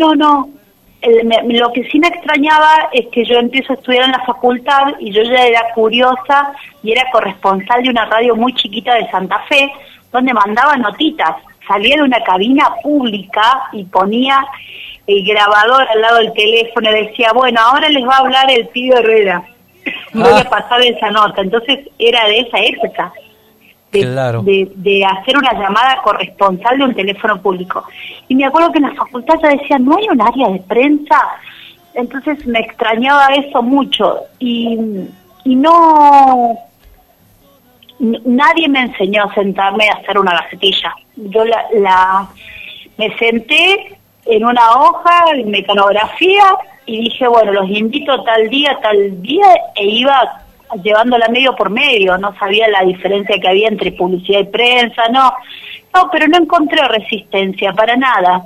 Lo que sí me extrañaba es que yo empiezo a estudiar en la facultad y yo ya era curiosa y era corresponsal de una radio muy chiquita de Santa Fe, donde mandaba notitas. Salía de una cabina pública y ponía el grabador al lado del teléfono y decía, bueno, ahora les va a hablar el Pío Herrera. Voy a pasar esa nota. Entonces era de esa época. Claro. De hacer una llamada corresponsal de un teléfono público. Y me acuerdo que en la facultad ya decían, ¿no hay un área de prensa? Entonces me extrañaba eso mucho. Y no... Nadie me enseñó a sentarme a hacer una gacetilla. Yo me senté en una hoja de mecanografía y dije, bueno, los invito tal día, e iba llevándola medio por medio. No sabía la diferencia que había entre publicidad y prensa, no, pero no encontré resistencia para nada.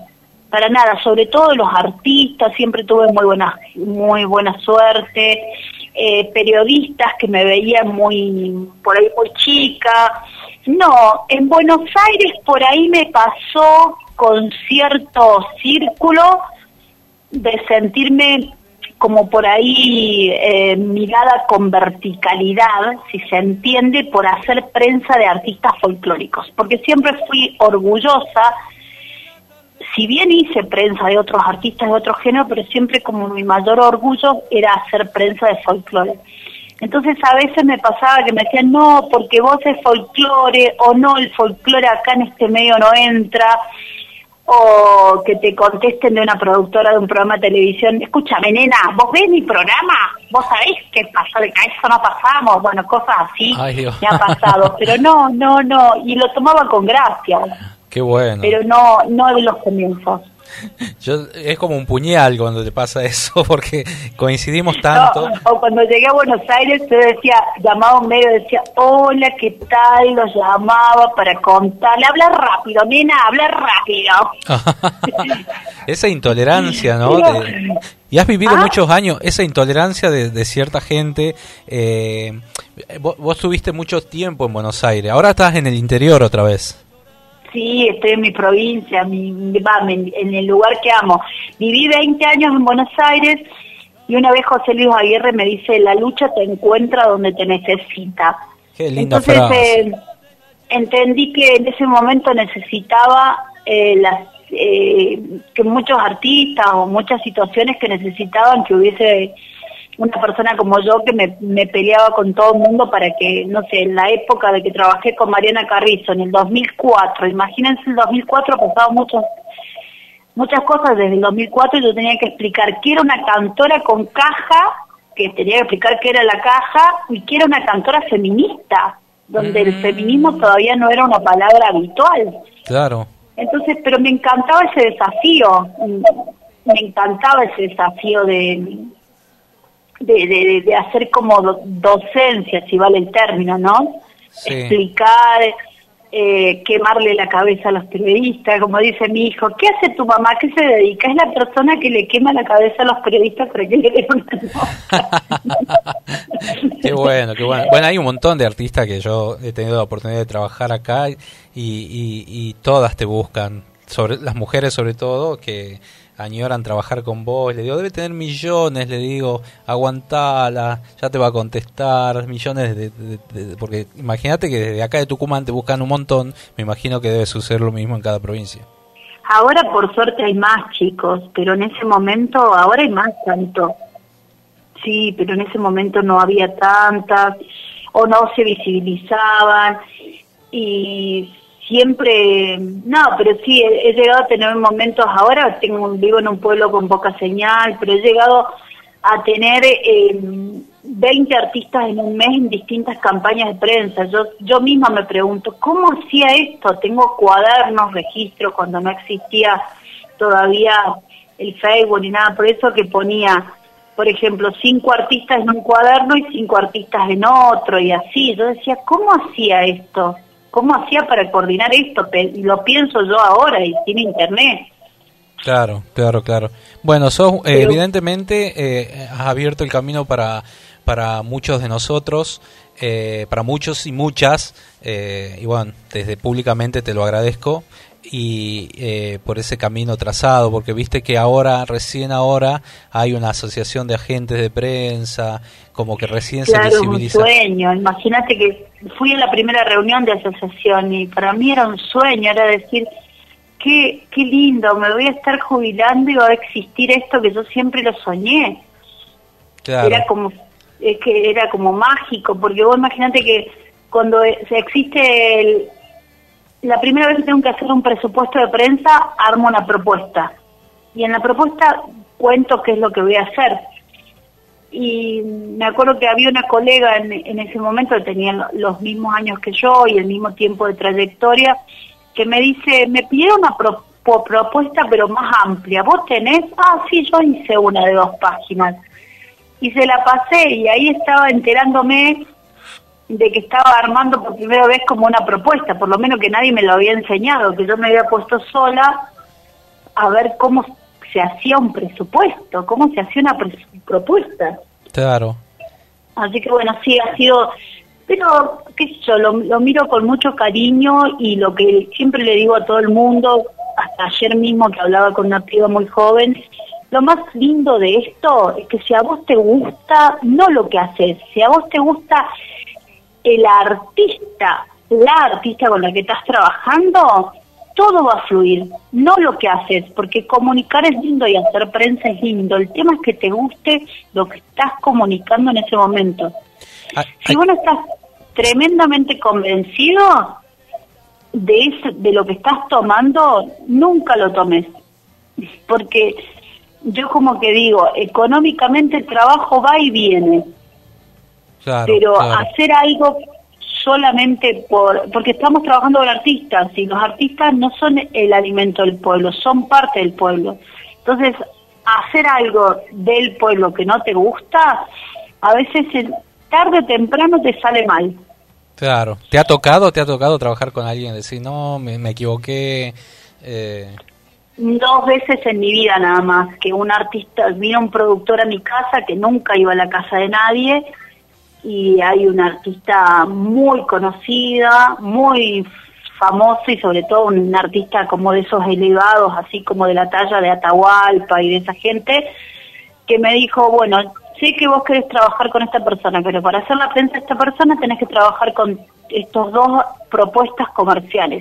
para nada, sobre todo los artistas, siempre tuve muy buena suerte, periodistas que me veían por ahí muy chica. No, en Buenos Aires por ahí me pasó con cierto círculo de sentirme como por ahí mirada con verticalidad, si se entiende, por hacer prensa de artistas folclóricos, porque siempre fui orgullosa, si bien hice prensa de otros artistas de otro género, pero siempre como mi mayor orgullo era hacer prensa de folclore. Entonces a veces me pasaba que me decían, no, porque vos es folclore, o no, el folclore acá en este medio no entra, o que te contesten de una productora de un programa de televisión, escúchame nena, ¿vos ves mi programa? ¿Vos sabés qué pasó? De que a eso no pasamos, bueno, cosas así. Ay, Dios. Me ha pasado, pero no, y lo tomaba con gracia. Qué bueno. Pero no de los comienzos. Es como un puñal cuando te pasa eso, porque coincidimos tanto. No, o cuando llegué a Buenos Aires, yo decía, llamaba un medio, decía, hola, ¿qué tal? Los llamaba para contarle, habla rápido, nena, habla rápido. Esa intolerancia, ¿no? Y has vivido muchos años, esa intolerancia de cierta gente. Vos tuviste mucho tiempo en Buenos Aires, ahora estás en el interior otra vez. Sí, estoy en mi provincia, en el lugar que amo. Viví 20 años en Buenos Aires y una vez José Luis Aguirre me dice, la lucha te encuentra donde te necesita. Qué linda Entonces, frase. Entendí que en ese momento necesitaba que muchos artistas o muchas situaciones que necesitaban que hubiese una persona como yo que me peleaba con todo el mundo para que, no sé, en la época de que trabajé con Mariana Carrizo, en el 2004, imagínense el 2004, pasaban muchas cosas desde el 2004 y yo tenía que explicar que era una cantora con caja, que tenía que explicar qué era la caja y que era una cantora feminista, donde el feminismo todavía no era una palabra habitual. Claro. Entonces, pero me encantaba ese desafío de hacer como docencia, si vale el término, ¿no? Sí. Explicar, quemarle la cabeza a los periodistas, como dice mi hijo. ¿Qué hace tu mamá? ¿Qué se dedica? Es la persona que le quema la cabeza a los periodistas para que le den una nota. Qué bueno, qué bueno. Bueno, hay un montón de artistas que yo he tenido la oportunidad de trabajar acá y todas te buscan, las mujeres sobre todo, que añoran trabajar con vos. Le digo, debe tener millones, le digo, aguantala, ya te va a contestar, millones porque imagínate que desde acá de Tucumán te buscan un montón, me imagino que debe suceder lo mismo en cada provincia. Ahora por suerte hay más, chicos, pero en ese momento, ahora hay más tanto. Sí, pero en ese momento no había tantas, o no se visibilizaban, y siempre, no, pero sí, he llegado a tener momentos, ahora vivo en un pueblo con poca señal, pero he llegado a tener 20 artistas en un mes en distintas campañas de prensa. Yo misma me pregunto, ¿cómo hacía esto? Tengo cuadernos, registros, cuando no existía todavía el Facebook ni nada, por eso que ponía, por ejemplo, 5 artistas en un cuaderno y 5 artistas en otro, y así. Yo decía, ¿cómo hacía esto? ¿Cómo hacía para coordinar esto? Lo pienso yo ahora y sin internet. Claro. Bueno, evidentemente has abierto el camino para muchos de nosotros, para muchos y muchas, y bueno, desde públicamente te lo agradezco, y por ese camino trazado, porque viste que recién ahora hay una asociación de agentes de prensa, como que recién se visibiliza. Claro, un sueño. Imagínate que fui a la primera reunión de asociación y para mí era un sueño, era decir, qué lindo, me voy a estar jubilando y va a existir esto que yo siempre lo soñé. Claro. Era como mágico, porque vos imaginate que cuando existe la primera vez que tengo que hacer un presupuesto de prensa, armo una propuesta. Y en la propuesta cuento qué es lo que voy a hacer. Y me acuerdo que había una colega en ese momento que tenía los mismos años que yo y el mismo tiempo de trayectoria, que me dice, me pidieron una propuesta pero más amplia. ¿Vos tenés? Sí, yo hice una de 2 páginas. Y se la pasé y ahí estaba enterándome de que estaba armando por primera vez como una propuesta, por lo menos que nadie me lo había enseñado, que yo me había puesto sola a ver cómo se hacía un presupuesto, cómo se hacía una propuesta. Claro. Así que bueno, sí, ha sido, pero qué sé yo, lo miro con mucho cariño, y lo que siempre le digo a todo el mundo, hasta ayer mismo que hablaba con una piba muy joven, lo más lindo de esto es que si a vos te gusta, no lo que haces, si a vos te gusta el artista, la artista con la que estás trabajando, todo va a fluir, no lo que haces, porque comunicar es lindo y hacer prensa es lindo, el tema es que te guste lo que estás comunicando en ese momento. Si vos no estás tremendamente convencido de lo que estás tomando, nunca lo tomes, porque yo como que digo, económicamente el trabajo va y viene, pero hacer algo solamente porque estamos trabajando con artistas, y los artistas no son el alimento del pueblo, son parte del pueblo. Entonces, hacer algo del pueblo que no te gusta, a veces tarde o temprano te sale mal. Claro. ¿Te ha tocado trabajar con alguien y decir, no, me equivoqué? 2 veces en mi vida nada más, que un artista, vino un productor a mi casa que nunca iba a la casa de nadie, y hay una artista muy conocida, muy famosa, y sobre todo un artista como de esos elevados, así como de la talla de Atahualpa y de esa gente, que me dijo, bueno, sé que vos querés trabajar con esta persona, pero para hacer la prensa de esta persona tenés que trabajar con estos 2 propuestas comerciales.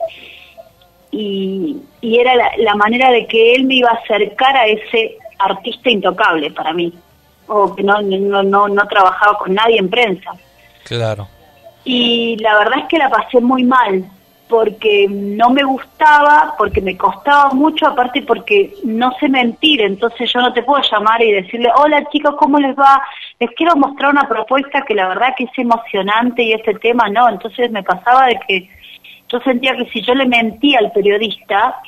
Y era la manera de que él me iba a acercar a ese artista intocable para mí, o que no trabajaba con nadie en prensa. Claro. Y la verdad es que la pasé muy mal, porque no me gustaba, porque me costaba mucho, aparte porque no sé mentir, entonces yo no te puedo llamar y decirle, hola chicos, ¿cómo les va? Les quiero mostrar una propuesta que la verdad que es emocionante, y este tema no. Entonces me pasaba de que yo sentía que si yo le mentía al periodista,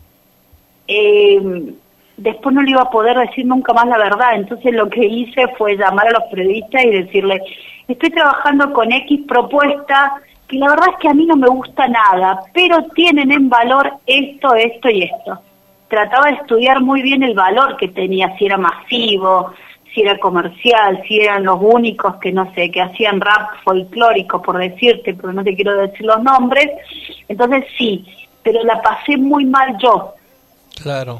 después no le iba a poder decir nunca más la verdad. Entonces lo que hice fue llamar a los periodistas y decirle, estoy trabajando con X propuesta, que la verdad es que a mí no me gusta nada, pero tienen en valor esto, esto y esto. Trataba de estudiar muy bien el valor que tenía, si era masivo, si era comercial, si eran los únicos que no sé, que hacían rap folclórico, por decirte, pero no te quiero decir los nombres. Entonces sí, pero la pasé muy mal yo. Claro.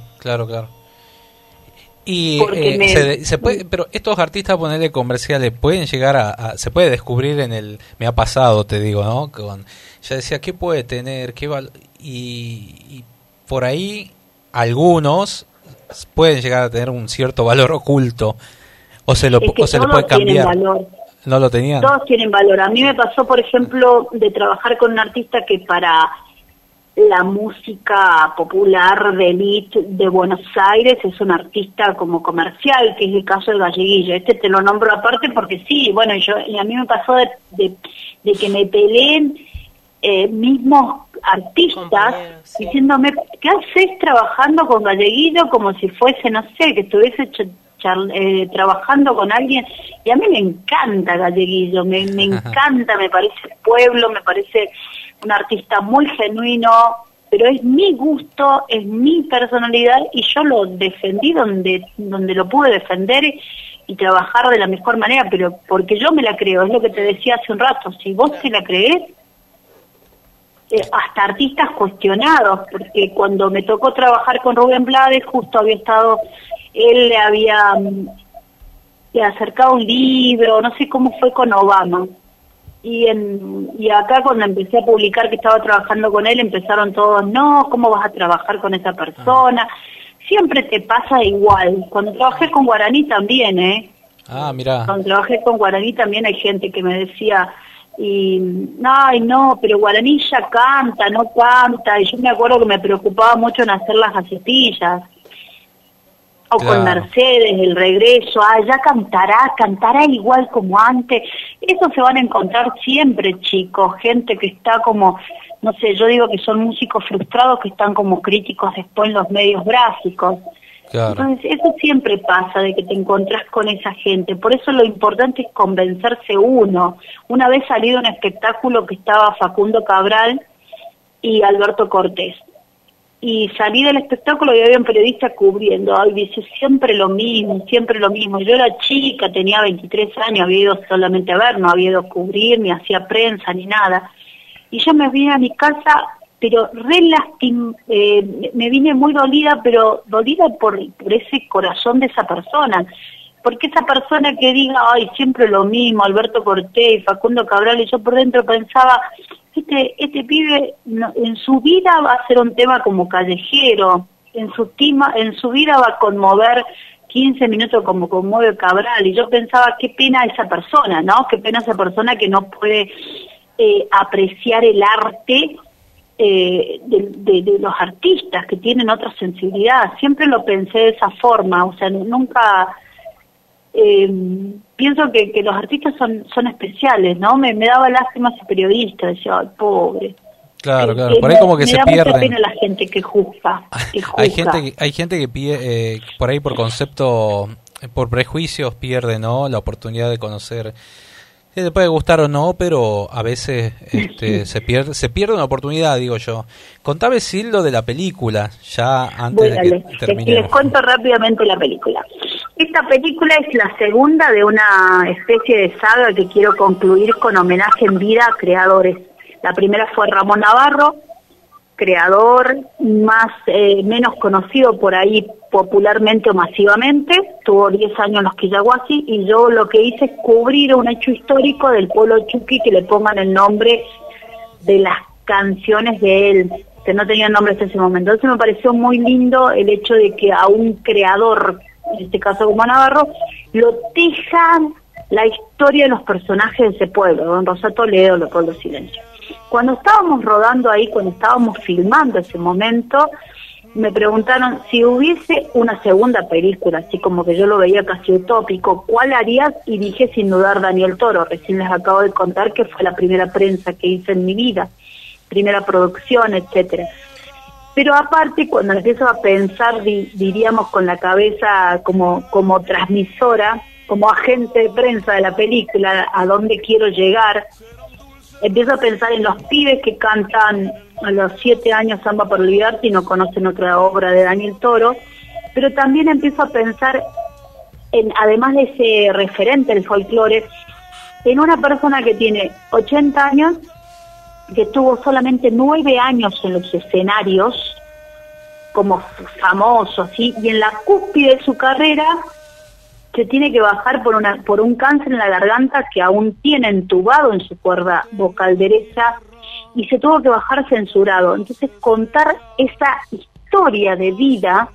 Y se puede, pero estos artistas, ponerle comerciales, pueden llegar se puede descubrir me ha pasado, te digo, ¿no? Ya decía, ¿qué puede tener? Y por ahí algunos pueden llegar a tener un cierto valor oculto, o se le puede cambiar. Valor. ¿No lo tenían? Todos tienen valor. A mí me pasó, por ejemplo, de trabajar con un artista que para la música popular de élite de Buenos Aires es un artista como comercial, que es el caso del Galleguillo. Te lo nombro aparte porque sí, bueno, y a mí me pasó de que me peleen mismos artistas diciéndome, ¿qué haces trabajando con Galleguillo? Como si fuese, no sé, que estuviese trabajando con alguien. Y a mí me encanta Galleguillo, me encanta, me parece pueblo, me parece un artista muy genuino, pero es mi gusto, es mi personalidad, y yo lo defendí donde lo pude defender y trabajar de la mejor manera, pero porque yo me la creo, es lo que te decía hace un rato. Si vos te la crees, hasta artistas cuestionados, porque cuando me tocó trabajar con Rubén Blades, justo había estado, él le había acercado un libro, no sé cómo fue con Obama, y acá cuando empecé a publicar que estaba trabajando con él, empezaron todos, no, ¿cómo vas a trabajar con esa persona? Siempre te pasa igual. Cuando trabajé con Guaraní también, mira. Cuando trabajé con Guaraní también hay gente que me decía, no, pero Guaraní ya canta, no canta, y yo me acuerdo que me preocupaba mucho en hacer las gacetillas. O claro. Con Mercedes, el regreso, ya cantará igual como antes. Eso se van a encontrar siempre, chicos, gente que está como, no sé, yo digo que son músicos frustrados que están como críticos después en los medios gráficos. Claro. Entonces eso siempre pasa, de que te encontrás con esa gente. Por eso lo importante es convencerse uno. Una vez salí de un espectáculo que estaba Facundo Cabral y Alberto Cortés. y salí del espectáculo y había un periodista cubriendo. Ay, dice, siempre lo mismo, siempre lo mismo. Yo era chica, tenía 23 años, había ido solamente a ver, no había ido a cubrir, ni hacía prensa, ni nada. Y yo me vine a mi casa, pero me vine muy dolida, pero dolida por ese corazón de esa persona. Porque esa persona que diga, ay, siempre lo mismo, Alberto Cortés, Facundo Cabral, y yo por dentro pensaba, este pibe en su vida va a ser un tema como callejero, en su vida va a conmover 15 minutos como conmueve Cabral, y yo pensaba, qué pena esa persona, ¿no? Qué pena esa persona que no puede apreciar el arte de los artistas que tienen otra sensibilidad. Siempre lo pensé de esa forma, o sea, nunca... pienso que los artistas son especiales, ¿no? Me daba lástima ese periodista, decía, ay, pobre. Claro, por ahí como que se pierden. Me da mucha pena la gente que juzga. Hay gente que por ahí por concepto, por prejuicios pierde, ¿no? La oportunidad de conocer. Te puede gustar o no, pero a veces se pierde una oportunidad, digo yo. Contame, Sildo, de la película, ya antes de que terminemos. Les cuento rápidamente la película. Esta película es la segunda de una especie de saga que quiero concluir con homenaje en vida a creadores. La primera fue Ramón Navarro, creador menos conocido por ahí popularmente o masivamente, tuvo 10 años en los Quillahuasi, y yo lo que hice es cubrir un hecho histórico del pueblo chuqui, que le pongan el nombre de las canciones de él, que no tenían nombre hasta ese momento. Entonces me pareció muy lindo el hecho de que a un creador, en este caso como Navarro, lo tejan la historia de los personajes de ese pueblo, don Rosa Toledo, Leopoldo Silencio. Cuando estábamos rodando ahí, cuando estábamos filmando ese momento, me preguntaron si hubiese una segunda película, así como que yo lo veía casi utópico, ¿cuál harías? Y dije sin dudar Daniel Toro. Recién les acabo de contar que fue la primera prensa que hice en mi vida, primera producción, etcétera. Pero aparte, cuando empiezo a pensar, diríamos con la cabeza como transmisora, como agente de prensa de la película, a dónde quiero llegar, empiezo a pensar en los pibes que cantan a los 7 años Samba por Olvidarte y no conocen otra obra de Daniel Toro, pero también empiezo a pensar además de ese referente del folclore, en una persona que tiene 80 años, que tuvo solamente 9 años en los escenarios como famoso, así, y en la cúspide de su carrera se tiene que bajar por un cáncer en la garganta que aún tiene entubado en su cuerda vocal derecha, y se tuvo que bajar censurado. Entonces contar esa historia de vida,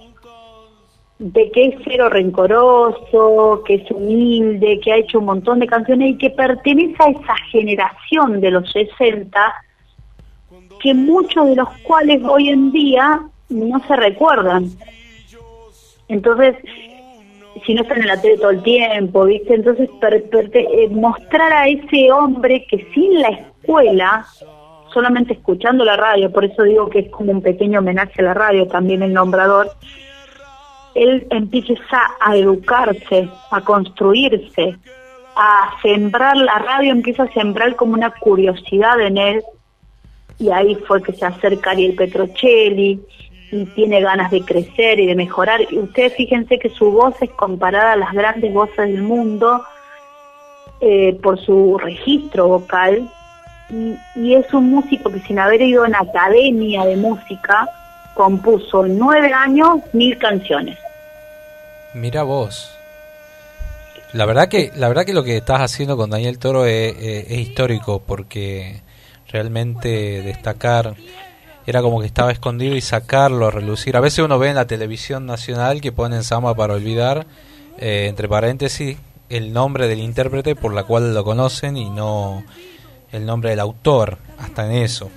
de que es cero rencoroso, que es humilde, que ha hecho un montón de canciones y que pertenece a esa generación de los 60, que muchos de los cuales hoy en día no se recuerdan. Entonces, si no están en la tele todo el tiempo, ¿viste? Entonces, mostrar a ese hombre que sin la escuela, solamente escuchando la radio, por eso digo que es como un pequeño homenaje a la radio, también el nombrador, él empieza a educarse, a construirse, a sembrar, la radio empieza a sembrar como una curiosidad en él, y ahí fue que se acerca Ariel Petrocelli, y tiene ganas de crecer y de mejorar. Y ustedes fíjense que su voz es comparada a las grandes voces del mundo por su registro vocal, y es un músico que sin haber ido a una academia de música compuso en 9 años 1000 canciones. Mira vos. La verdad que lo que estás haciendo con Daniel Toro es histórico, porque realmente destacar era como que estaba escondido y sacarlo a relucir. A veces uno ve en la televisión nacional que ponen Samba para Olvidar, entre paréntesis, el nombre del intérprete por la cual lo conocen y no el nombre del autor, hasta en eso.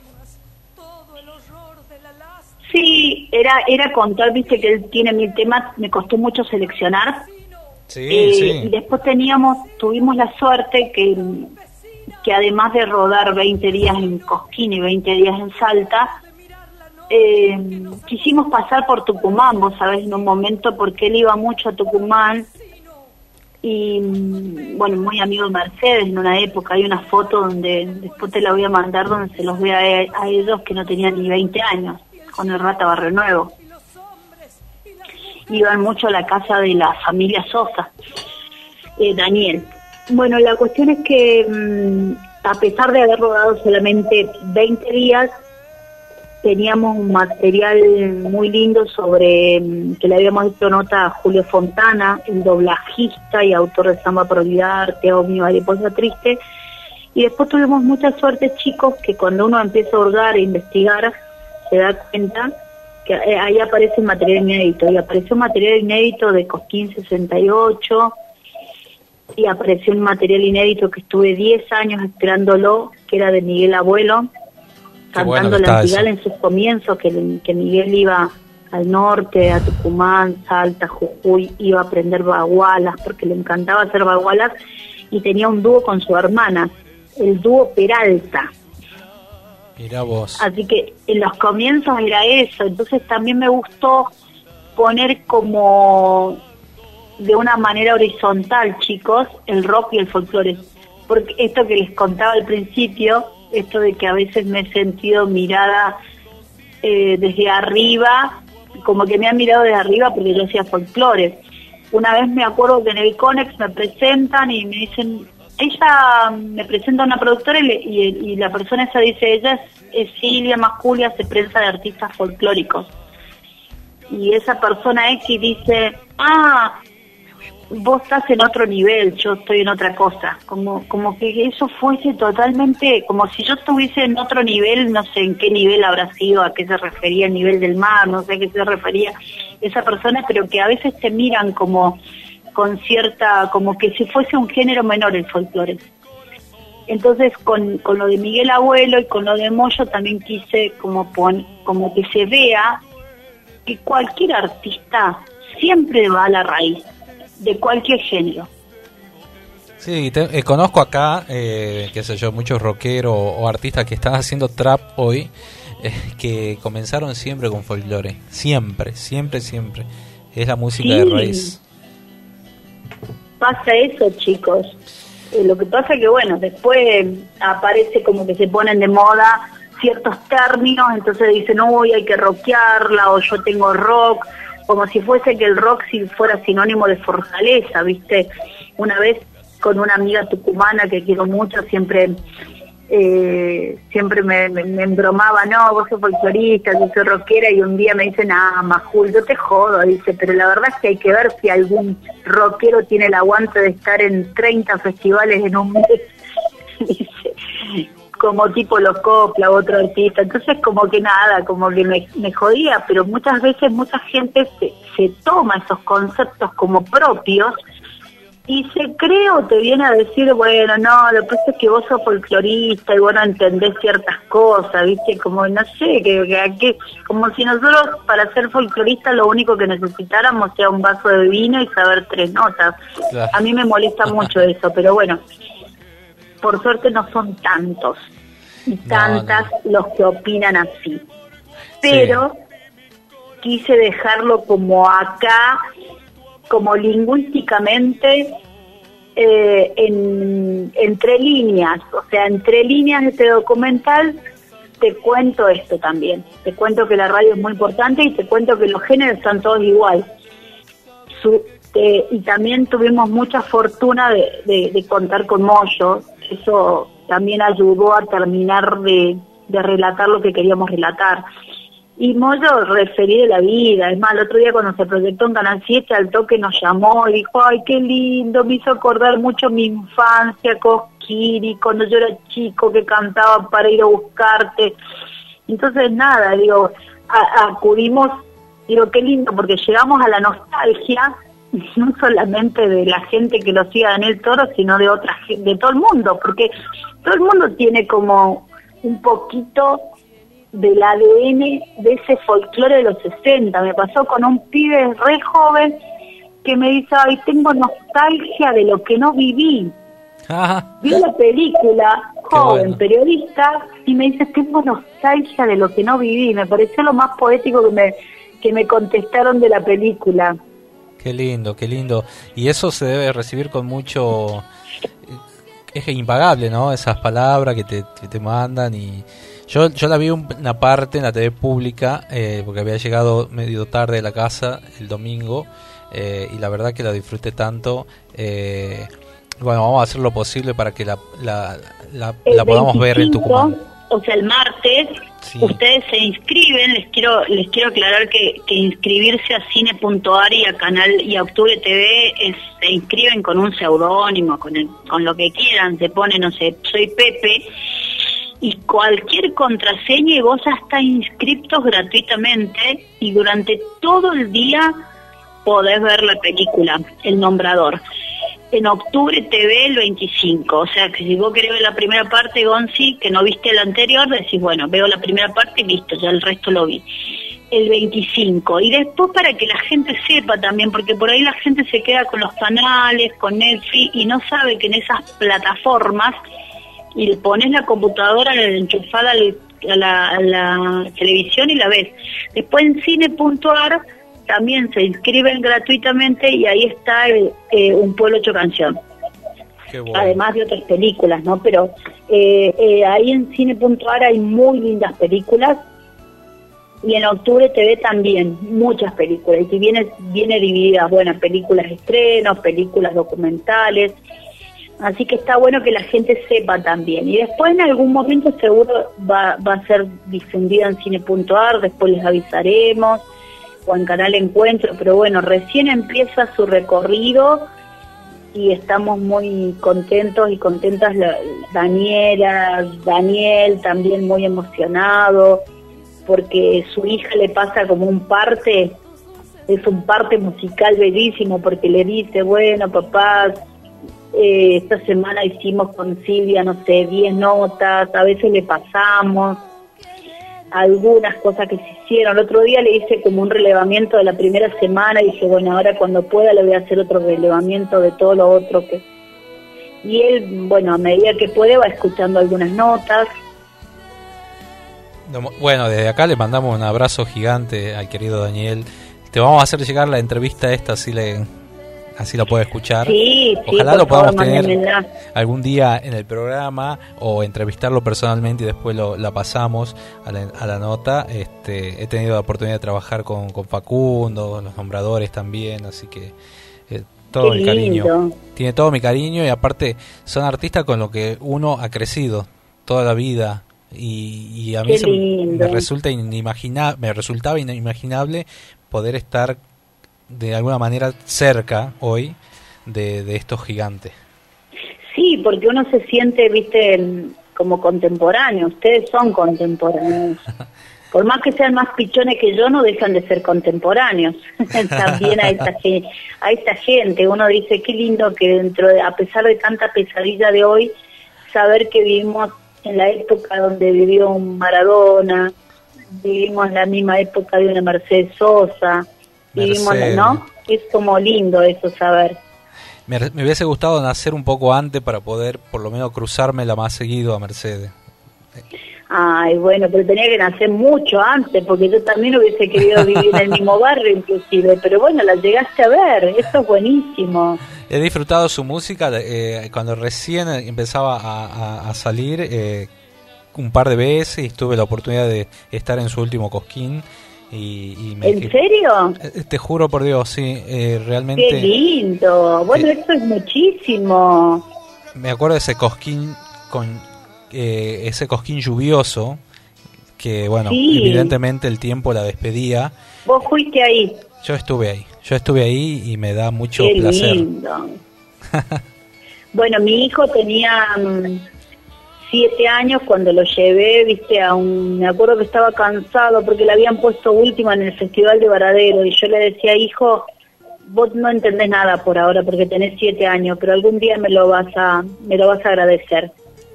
Sí, era contar, viste que él tiene 1000 temas, me costó mucho seleccionar. Sí. Y después tuvimos la suerte que además de rodar 20 días en Cosquín y 20 días en Salta, quisimos pasar por Tucumán, vos sabés, en un momento, porque él iba mucho a Tucumán, y bueno, muy amigo de Mercedes en una época. Hay una foto donde, después te la voy a mandar, donde se los ve a ellos que no tenían ni 20 años. con el Rata Barrio Nuevo. Iban mucho a la casa de la familia Sosa, Daniel. Bueno, la cuestión es que a pesar de haber rodado solamente 20 días, teníamos un material muy lindo sobre que le habíamos hecho nota a Julio Fontana, el doblajista y autor de Samba por Olvidar, Te amo mi mariposa triste. Y después tuvimos mucha suerte, chicos, que cuando uno empieza a hurgar e investigar, se da cuenta que ahí aparece material inédito. Y apareció material inédito de Cosquín 68, y apareció un material inédito que estuve 10 años esperándolo, que era de Miguel Abuelo, cantando la Antigala en sus comienzos, que Miguel iba al norte, a Tucumán, Salta, Jujuy, iba a aprender bagualas, porque le encantaba hacer bagualas, y tenía un dúo con su hermana, el dúo Peralta. Mirá vos. Así que en los comienzos era eso, entonces también me gustó poner como de una manera horizontal, chicos, el rock y el folclore, porque esto que les contaba al principio, esto de que a veces me he sentido mirada desde arriba, como que me han mirado desde arriba porque yo hacía folclore. Una vez me acuerdo que en el Conex me presentan y me dicen, ella me presenta a una productora y la persona esa dice, ella es Silvia Masculia, hace prensa de artistas folclóricos. Y esa persona X dice, vos estás en otro nivel, yo estoy en otra cosa, como que eso fuese totalmente, como si yo estuviese en otro nivel, no sé en qué nivel habrá sido, a qué se refería el nivel del mar, no sé a qué se refería esa persona, pero que a veces te miran como con cierta, como que si fuese un género menor el folclore. Entonces con lo de Miguel Abuelo y con lo de Moyo también quise como que se vea que cualquier artista siempre va a la raíz de cualquier género. Sí, conozco acá, qué sé yo, muchos rockeros o artistas que están haciendo trap hoy, que comenzaron siempre con folclore, siempre, es la música de raíz. Pasa eso, chicos. Lo que pasa que bueno, después aparece como que se ponen de moda ciertos términos, entonces dicen, uy, hay que rockearla, o yo tengo rock, como si fuese que el rock si fuera sinónimo de fortaleza, ¿viste? Una vez con una amiga tucumana que quiero mucho, siempre me embromaba, no, vos sos folclorista, yo soy rockera, y un día me dicen, Majul, yo te jodo, dice, pero la verdad es que hay que ver si algún rockero tiene el aguante de estar en 30 festivales en un mes, dice, como tipo Los Copla u otro artista. Entonces como que nada, como que me jodía, pero muchas veces mucha gente se toma esos conceptos como propios y se cree o te viene a decir, bueno, no, lo que pasa es que vos sos folclorista y vos no entendés ciertas cosas, ¿viste? Como, no sé, que como si nosotros para ser folcloristas lo único que necesitáramos sea un vaso de vino y saber 3 notas. Claro. A mí me molesta mucho eso, pero bueno, por suerte no son tantos y tantas los que opinan así. Pero quise dejarlo como acá, como lingüísticamente, entre líneas, o sea, entre líneas de este documental te cuento esto también. Te cuento que la radio es muy importante y te cuento que los géneros están todos igual. Y también tuvimos mucha fortuna de contar con Moyo. Eso también ayudó a terminar de relatar lo que queríamos relatar. Y Moyo referí de la vida. Es más, el otro día cuando se proyectó en Canal 7, al toque nos llamó y dijo, ay, qué lindo, me hizo acordar mucho mi infancia, Cosquini, cuando yo era chico que cantaba para ir a buscarte. Entonces nada, digo, acudimos, digo, qué lindo, porque llegamos a la nostalgia, no solamente de la gente que lo sigue a Daniel Toro, sino de de todo el mundo, porque todo el mundo tiene como un poquito del ADN de ese folclore de los 60. Me pasó con un pibe re joven que me dice, ay, tengo nostalgia de lo que no viví. Vio la película, joven, bueno, periodista, y me dice, tengo nostalgia de lo que no viví. Me pareció lo más poético que me contestaron de la película. Qué lindo, qué lindo. Y eso se debe recibir con mucho... Es impagable, ¿no? Esas palabras que te mandan y Yo la vi una parte en la TV pública, porque había llegado medio tarde de la casa el domingo, y la verdad que la disfruté tanto. Bueno, vamos a hacer lo posible para que la podamos ver en Tucumán. O sea, el martes, sí. Ustedes se inscriben, les quiero aclarar que inscribirse a cine.ar y a Canal y a Octubre TV se inscriben con un seudónimo, con lo que quieran, se pone, no sé, soy Pepe, y cualquier contraseña y vos hasta inscriptos gratuitamente, y durante todo el día podés ver la película, El Nombrador. En Octubre TV el 25, o sea que si vos querés ver la primera parte, Gonzi, que no viste la anterior, decís, bueno, veo la primera parte y listo, ya el resto lo vi. El 25, y después para que la gente sepa también, porque por ahí la gente se queda con los canales, con Netflix, y no sabe que en esas plataformas, y le pones la computadora enchufada a la televisión y la ves. Después en cine.ar también se inscriben gratuitamente y ahí está Un Pueblo Hecho Canción. Qué bueno. Además de otras películas, ¿no? Pero ahí en cine.ar hay muy lindas películas, y en Octubre TV también muchas películas, y viene divididas, bueno, películas estrenos, películas documentales, así que está bueno que la gente sepa también. Y después en algún momento seguro va a ser difundida en cine.ar, después les avisaremos, o en Canal Encuentro, pero bueno, recién empieza su recorrido y estamos muy contentos y contentas. Daniel también muy emocionado, porque su hija le pasa como un parte musical bellísimo, porque le dice, bueno, papá, esta semana hicimos con Silvia, no sé, 10 notas, a veces le pasamos algunas cosas que se hicieron. El otro día le hice como un relevamiento de la primera semana y dije, bueno, ahora cuando pueda le voy a hacer otro relevamiento de todo lo otro que... Y él, bueno, a medida que puede va escuchando algunas notas. Bueno, desde acá le mandamos un abrazo gigante al querido Daniel. Te vamos a hacer llegar la entrevista esta, así la puede escuchar. Sí, ojalá lo podamos tener algún día en el programa, o entrevistarlo personalmente y después la pasamos a la nota. He tenido la oportunidad de trabajar con Facundo, Los Nombradores también, así que todo el cariño. Tiene todo mi cariño, y aparte son artistas con los que uno ha crecido toda la vida, y a mí me resultaba inimaginable poder estar de alguna manera cerca hoy de estos gigantes. Sí, porque uno se siente, viste, como contemporáneo. Ustedes son contemporáneos. Por más que sean más pichones que yo, no dejan de ser contemporáneos. También a esta gente. Uno dice, qué lindo que a pesar de tanta pesadilla de hoy, saber que vivimos en la época donde vivió un Maradona, vivimos en la misma época de una Mercedes Sosa, vivimos, ¿no? Es como lindo eso, saber. Me hubiese gustado nacer un poco antes para poder por lo menos cruzármela más seguido a Mercedes. Ay, bueno, pero tenía que nacer mucho antes, porque yo también hubiese querido vivir en el mismo barrio inclusive, pero bueno, la llegaste a ver, eso es buenísimo. He disfrutado su música cuando recién empezaba a salir, un par de veces, y tuve la oportunidad de estar en su último Cosquín. ¿En serio? Te juro por Dios, sí, realmente. ¡Qué lindo! Bueno, eso es muchísimo. Me acuerdo de ese Cosquín ese Cosquín lluvioso, que bueno, sí, evidentemente el tiempo la despedía. ¿Vos fuiste ahí? Yo estuve ahí y me da mucho ¡qué placer. Lindo! Bueno, mi hijo tenía 7 años cuando lo llevé, viste, me acuerdo que estaba cansado porque le habían puesto última en el Festival de Varadero, y yo le decía, hijo, vos no entendés nada por ahora porque tenés 7 años, pero algún día me lo vas a agradecer.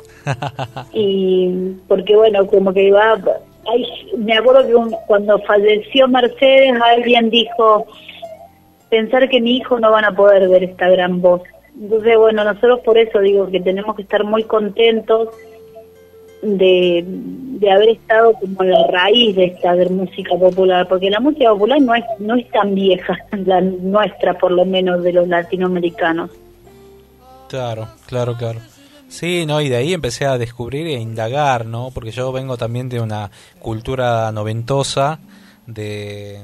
Y porque bueno, como que me acuerdo que cuando falleció Mercedes, alguien dijo, pensar que mi hijo no van a poder ver esta gran voz. Entonces, bueno, nosotros por eso digo que tenemos que estar muy contentos de haber estado como en la raíz de esta música popular, porque la música popular no es tan vieja, la nuestra por lo menos, de los latinoamericanos. Claro. Sí, no, y de ahí empecé a descubrir e indagar, ¿no? Porque yo vengo también de una cultura noventosa del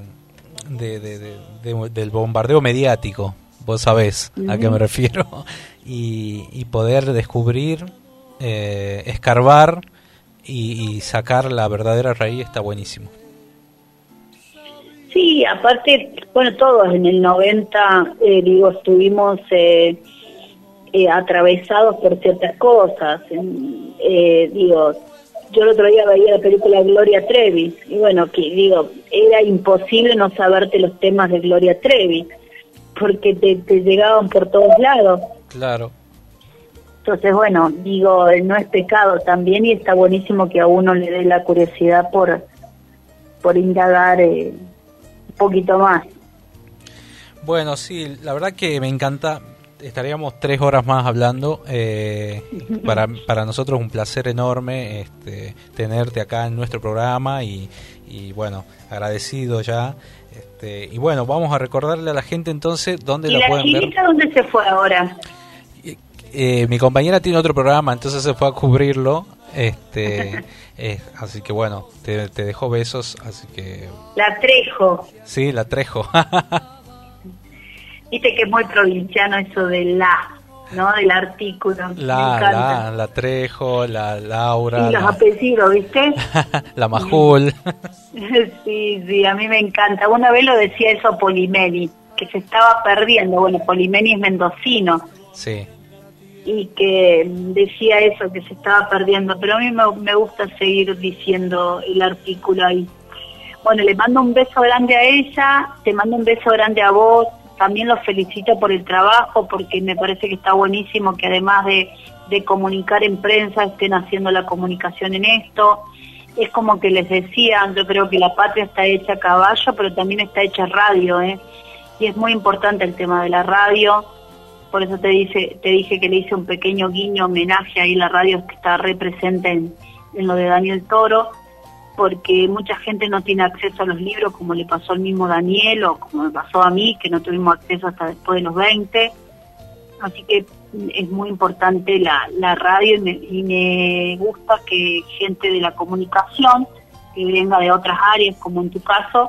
bombardeo mediático, vos sabés a qué me refiero, y poder descubrir, escarbar y sacar la verdadera raíz está buenísimo. Sí, aparte, bueno, todos en el 90, estuvimos atravesados por ciertas cosas. Yo el otro día veía la película Gloria Trevi, y bueno, era imposible no saberte los temas de Gloria Trevi, porque te llegaban por todos lados. Claro. Entonces, bueno, no es pecado también, y está buenísimo que a uno le dé la curiosidad por indagar un poquito más. Bueno, sí, la verdad que me encanta. Estaríamos 3 horas más hablando. Para nosotros un placer enorme tenerte acá en nuestro programa y bueno, agradecido ya. Y bueno, vamos a recordarle a la gente entonces dónde la pueden ver. ¿Y la Gilita dónde se fue ahora? Mi compañera tiene otro programa, entonces se fue a cubrirlo. Así que bueno, te dejo besos, así que... La Trejo. Sí, la Trejo. Viste que es muy provinciano eso de ¿no? Del artículo. La Trejo, la Laura. Y los apellidos, ¿viste? La Majul. Sí, a mí me encanta. Una vez lo decía eso Polimeni, que se estaba perdiendo. Bueno, Polimeni es mendocino. Sí. Y que decía eso, que se estaba perdiendo. Pero a mí me gusta seguir diciendo el artículo ahí. Bueno, le mando un beso grande a ella, te mando un beso grande a vos. También los felicito por el trabajo, porque me parece que está buenísimo que además de comunicar en prensa estén haciendo la comunicación en esto. Es como que les decía, yo creo que la patria está hecha a caballo, pero también está hecha radio, y es muy importante el tema de la radio. Por eso te dije que le hice un pequeño guiño, homenaje ahí a la radio que está re presente en lo de Daniel Toro, porque mucha gente no tiene acceso a los libros, como le pasó al mismo Daniel o como me pasó a mí, que no tuvimos acceso hasta después de los 20. Así que es muy importante la radio, y me gusta que gente de la comunicación, que venga de otras áreas, como en tu caso,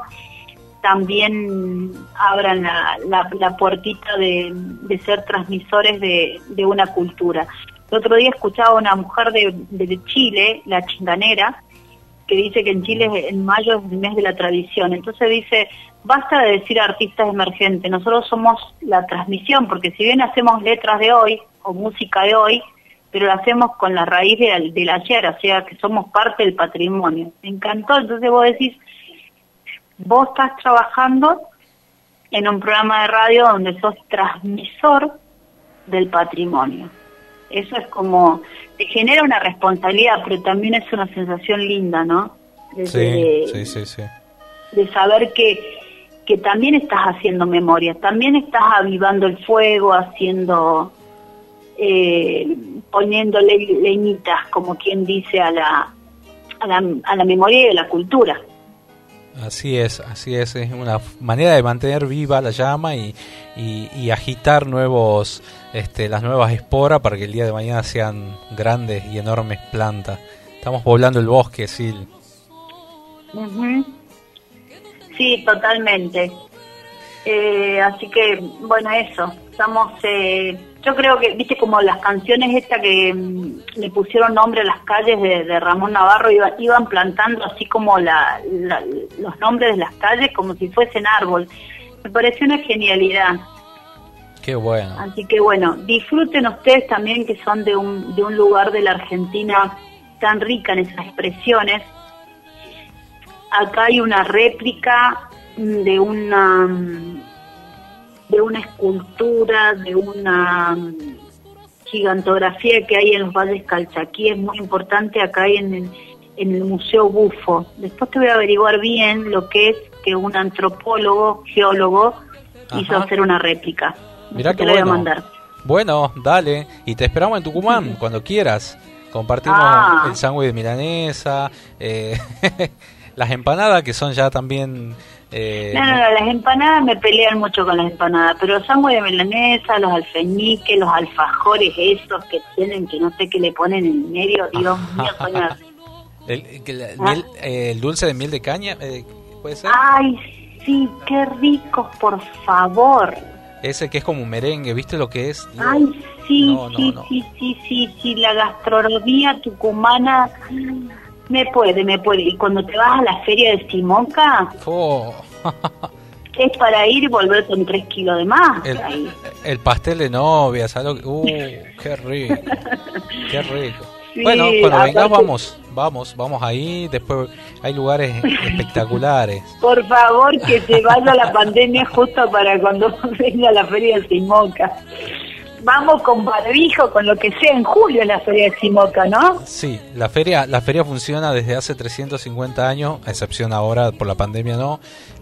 también abran la puertita de ser transmisores de una cultura. El otro día escuchaba a una mujer de Chile, la chinganera, que dice que en Chile en mayo es el mes de la tradición. Entonces dice, basta de decir artistas emergentes, nosotros somos la transmisión, porque si bien hacemos letras de hoy o música de hoy, pero lo hacemos con la raíz del ayer, o sea que somos parte del patrimonio. Me encantó. Entonces vos decís, vos estás trabajando en un programa de radio donde sos transmisor del patrimonio. Eso es como, te genera una responsabilidad, pero también es una sensación linda, ¿no? Sí. De saber que también estás haciendo memoria, también estás avivando el fuego, haciendo, poniéndole leñitas, como quien dice, a la memoria y a la cultura. Así es una manera de mantener viva la llama y agitar las nuevas esporas para que el día de mañana sean grandes y enormes plantas. Estamos poblando el bosque, Sil. Sí, totalmente. Así que, bueno, eso. Estamos, yo creo que, viste, como las canciones estas que le pusieron nombre a las calles de Ramón Navarro, iban plantando así como los nombres de las calles como si fuesen árbol. Me pareció una genialidad. Qué bueno. Así que bueno, disfruten ustedes también, que son de un lugar de la Argentina tan rica en esas expresiones. Acá hay una réplica de una escultura, de una gigantografía que hay en los valles Calchaquíes, muy importante acá hay en el Museo Bufo. Después te voy a averiguar bien lo que es que un antropólogo, geólogo, hizo hacer una réplica. Mirá que te la bueno. voy a mandar. Bueno, dale, y te esperamos en Tucumán cuando quieras. Compartimos el sándwich de milanesa, las empanadas que son ya también No, las empanadas me pelean mucho con las empanadas, pero los sándwiches de milanesa, los alfeñiques, los alfajores esos que tienen, que no sé qué le ponen en medio, Dios mío, señor. El dulce de miel de caña, ¿puede ser? Ay, sí, qué ricos, por favor. Ese que es como un merengue, ¿viste lo que es? Ay, sí, No. sí, la gastronomía tucumana me puede. Y cuando te vas a la feria de Simoca, es para ir y volver con 3 kilos de más. El pastel de novia, ¿sabes lo que? Qué rico, qué rico. Sí, bueno, cuando vengas aparte, vamos ahí, después hay lugares espectaculares. por favor, que se vaya la pandemia justo para cuando venga la feria de Simoca. Vamos con barbijo, con lo que sea en julio en la feria de Simoca, ¿no? Sí, la feria funciona desde hace 350 años, a excepción ahora por la pandemia, ¿no?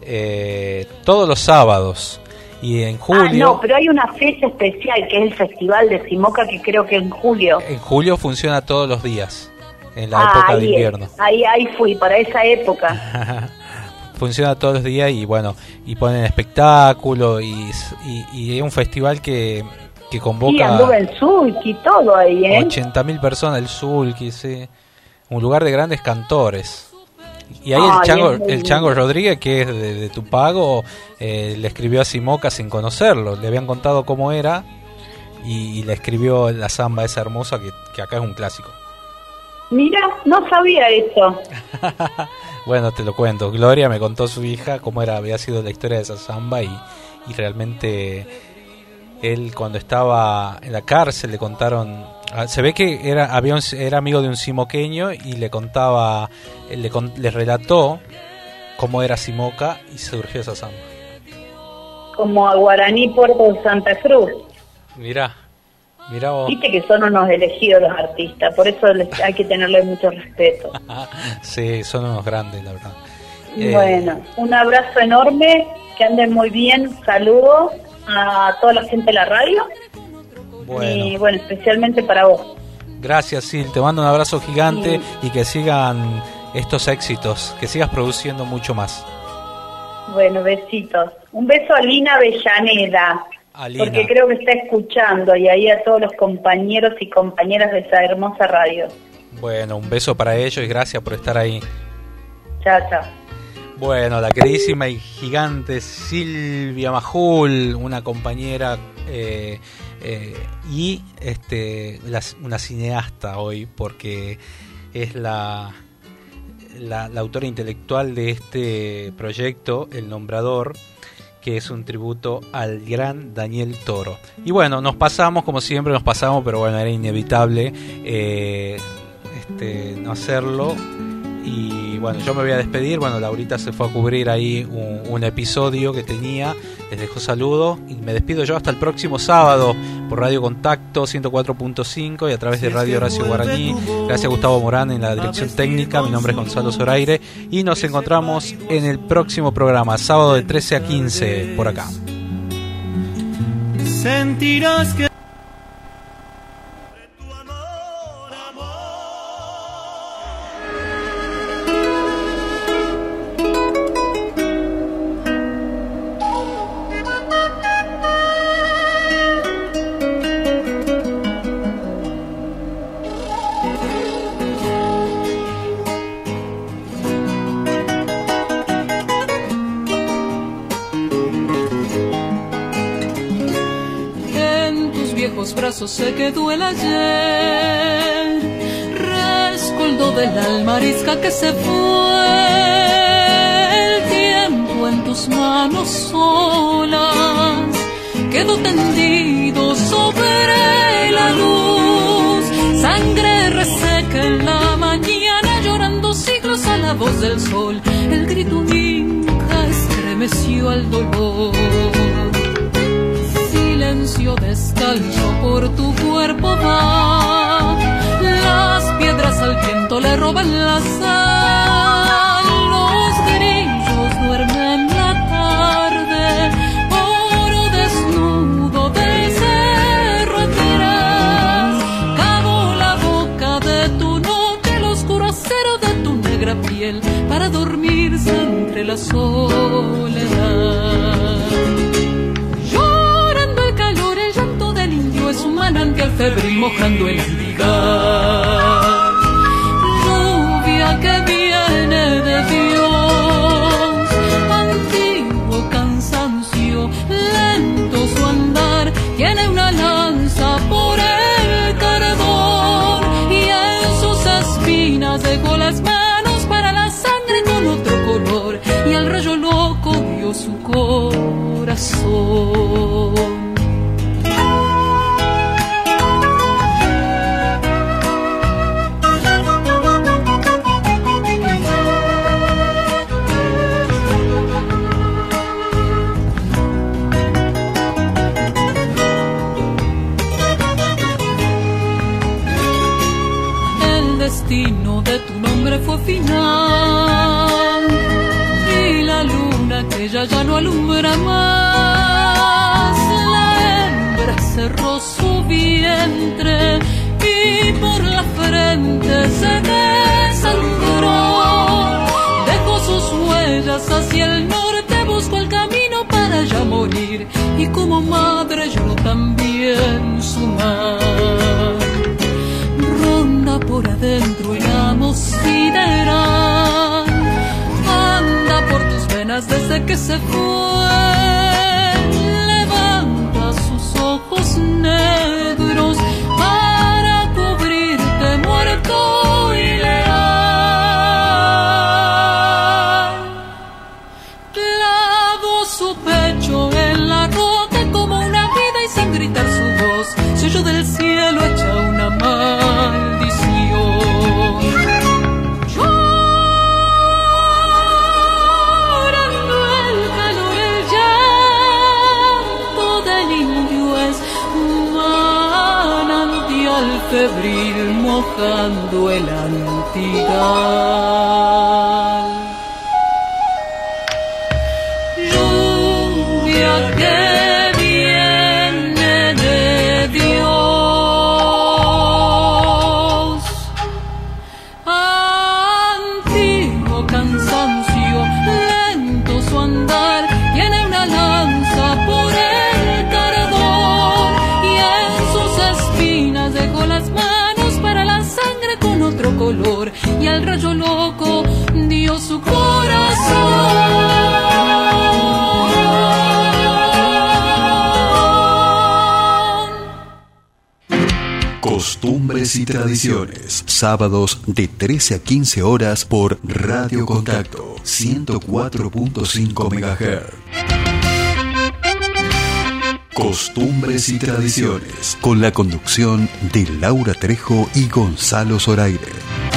Todos los sábados. Y en julio... no, pero hay una fecha especial que es el Festival de Simoca, que creo que en julio. En julio funciona todos los días, en la época de invierno. Ahí fui, para esa época. Funciona todos los días y bueno, y ponen espectáculo y es un festival que convoca... Sí, anduve en Zulki y todo ahí, 80.000 personas, el Zulki, sí. Un lugar de grandes cantores. Y ahí el Chango Rodríguez, que es de Tupago, le escribió a Simoca sin conocerlo. Le habían contado cómo era y le escribió la samba esa hermosa que acá es un clásico. Mira, no sabía eso. Bueno, te lo cuento. Gloria me contó su hija cómo había sido la historia de esa samba y realmente él cuando estaba en la cárcel le contaron... Se ve que era amigo de un simoqueño y le contaba, le relató cómo era Simoca y surgió esa samba. Como a Guaraní Puerto Santa Cruz. Mira vos. Viste que son unos elegidos los artistas, por eso hay que tenerle mucho respeto. Sí, son unos grandes, la verdad. Bueno, un abrazo enorme, que anden muy bien, saludos a toda la gente de la radio. Y bueno, especialmente para vos. Gracias, Sil, te mando un abrazo gigante y que sigan estos éxitos, que sigas produciendo mucho más. Bueno, besitos. Un beso a Lina Avellaneda, porque creo que está escuchando, y ahí a todos los compañeros y compañeras de esa hermosa radio. Bueno, un beso para ellos y gracias por estar ahí. Chao. Bueno, la queridísima y gigante Silvia Majul, una compañera y una cineasta hoy, porque es la autora intelectual de este proyecto, El Nombrador, que es un tributo al gran Daniel Toro. Y bueno, nos pasamos, pero bueno, era inevitable no hacerlo. Y bueno, yo me voy a despedir. Bueno, Laurita se fue a cubrir ahí un episodio que tenía. Les dejo saludos y me despido yo hasta el próximo sábado por Radio Contacto 104.5 y a través de Radio Horacio Guaraní. Gracias a Gustavo Morán en la dirección técnica. Mi nombre es Gonzalo Zoraire y nos encontramos en el próximo programa, sábado de 13 a 15 por acá. Sentirás que se quedó el ayer, rescoldo del alma arisca que se fue, el tiempo en tus manos solas quedó tendido sobre la luz, sangre reseca en la mañana llorando siglos a la voz del sol, el grito inca estremeció al dolor. Silencio descalzo por tu cuerpo va, las piedras al viento le roban la sal, los grillos duermen la tarde, oro desnudo del cerro atrás, cavo la boca de tu noche, el oscuro acero de tu negra piel, para dormirse entre las olas. febril mojando el andigar. Lluvia que viene de Dios, antiguo cansancio, lento su andar, tiene una lanza por el cardón y en sus espinas dejó las manos para la sangre con otro color, y al rayo loco dio su corazón. El destino de tu nombre fue final y la luna que ya no alumbra más. La hembra cerró su vientre y por la frente se desangró. Dejó sus huellas hacia el norte, buscó el camino para ya morir, y como madre lloró también su mar. Ronda por adentro el amo sideral, anda por tus venas desde que se fue. Levanta sus ojos negros para cubrirte muerto y leal. Clavó su pecho en la roca como una vida y sin gritar su voz se oyó del cielo hecha una maldición. Llorando el calor, el llanto del indio es manantial febril mojando el antigal. Lluvia que viene de Dios, antiguo cansancio, lento su andar, tiene una lanza por el cardón y en sus espinas dejó las manos para la sangre con otro color, y al rayo loco dio su corazón. Costumbres y tradiciones, sábados de 13 a 15 horas por Radio Contacto 104.5 MHz. Costumbres y tradiciones, con la conducción de Laura Trejo y Gonzalo Zoraire.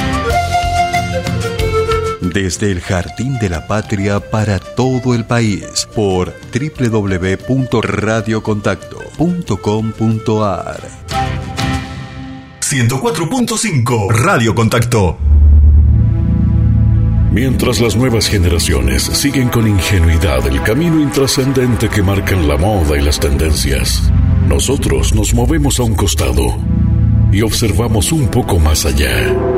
Desde el Jardín de la Patria para todo el país por www.radiocontacto.com.ar. 104.5 Radio Contacto. Mientras las nuevas generaciones siguen con ingenuidad el camino intrascendente que marcan la moda y las tendencias, nosotros nos movemos a un costado y observamos un poco más allá.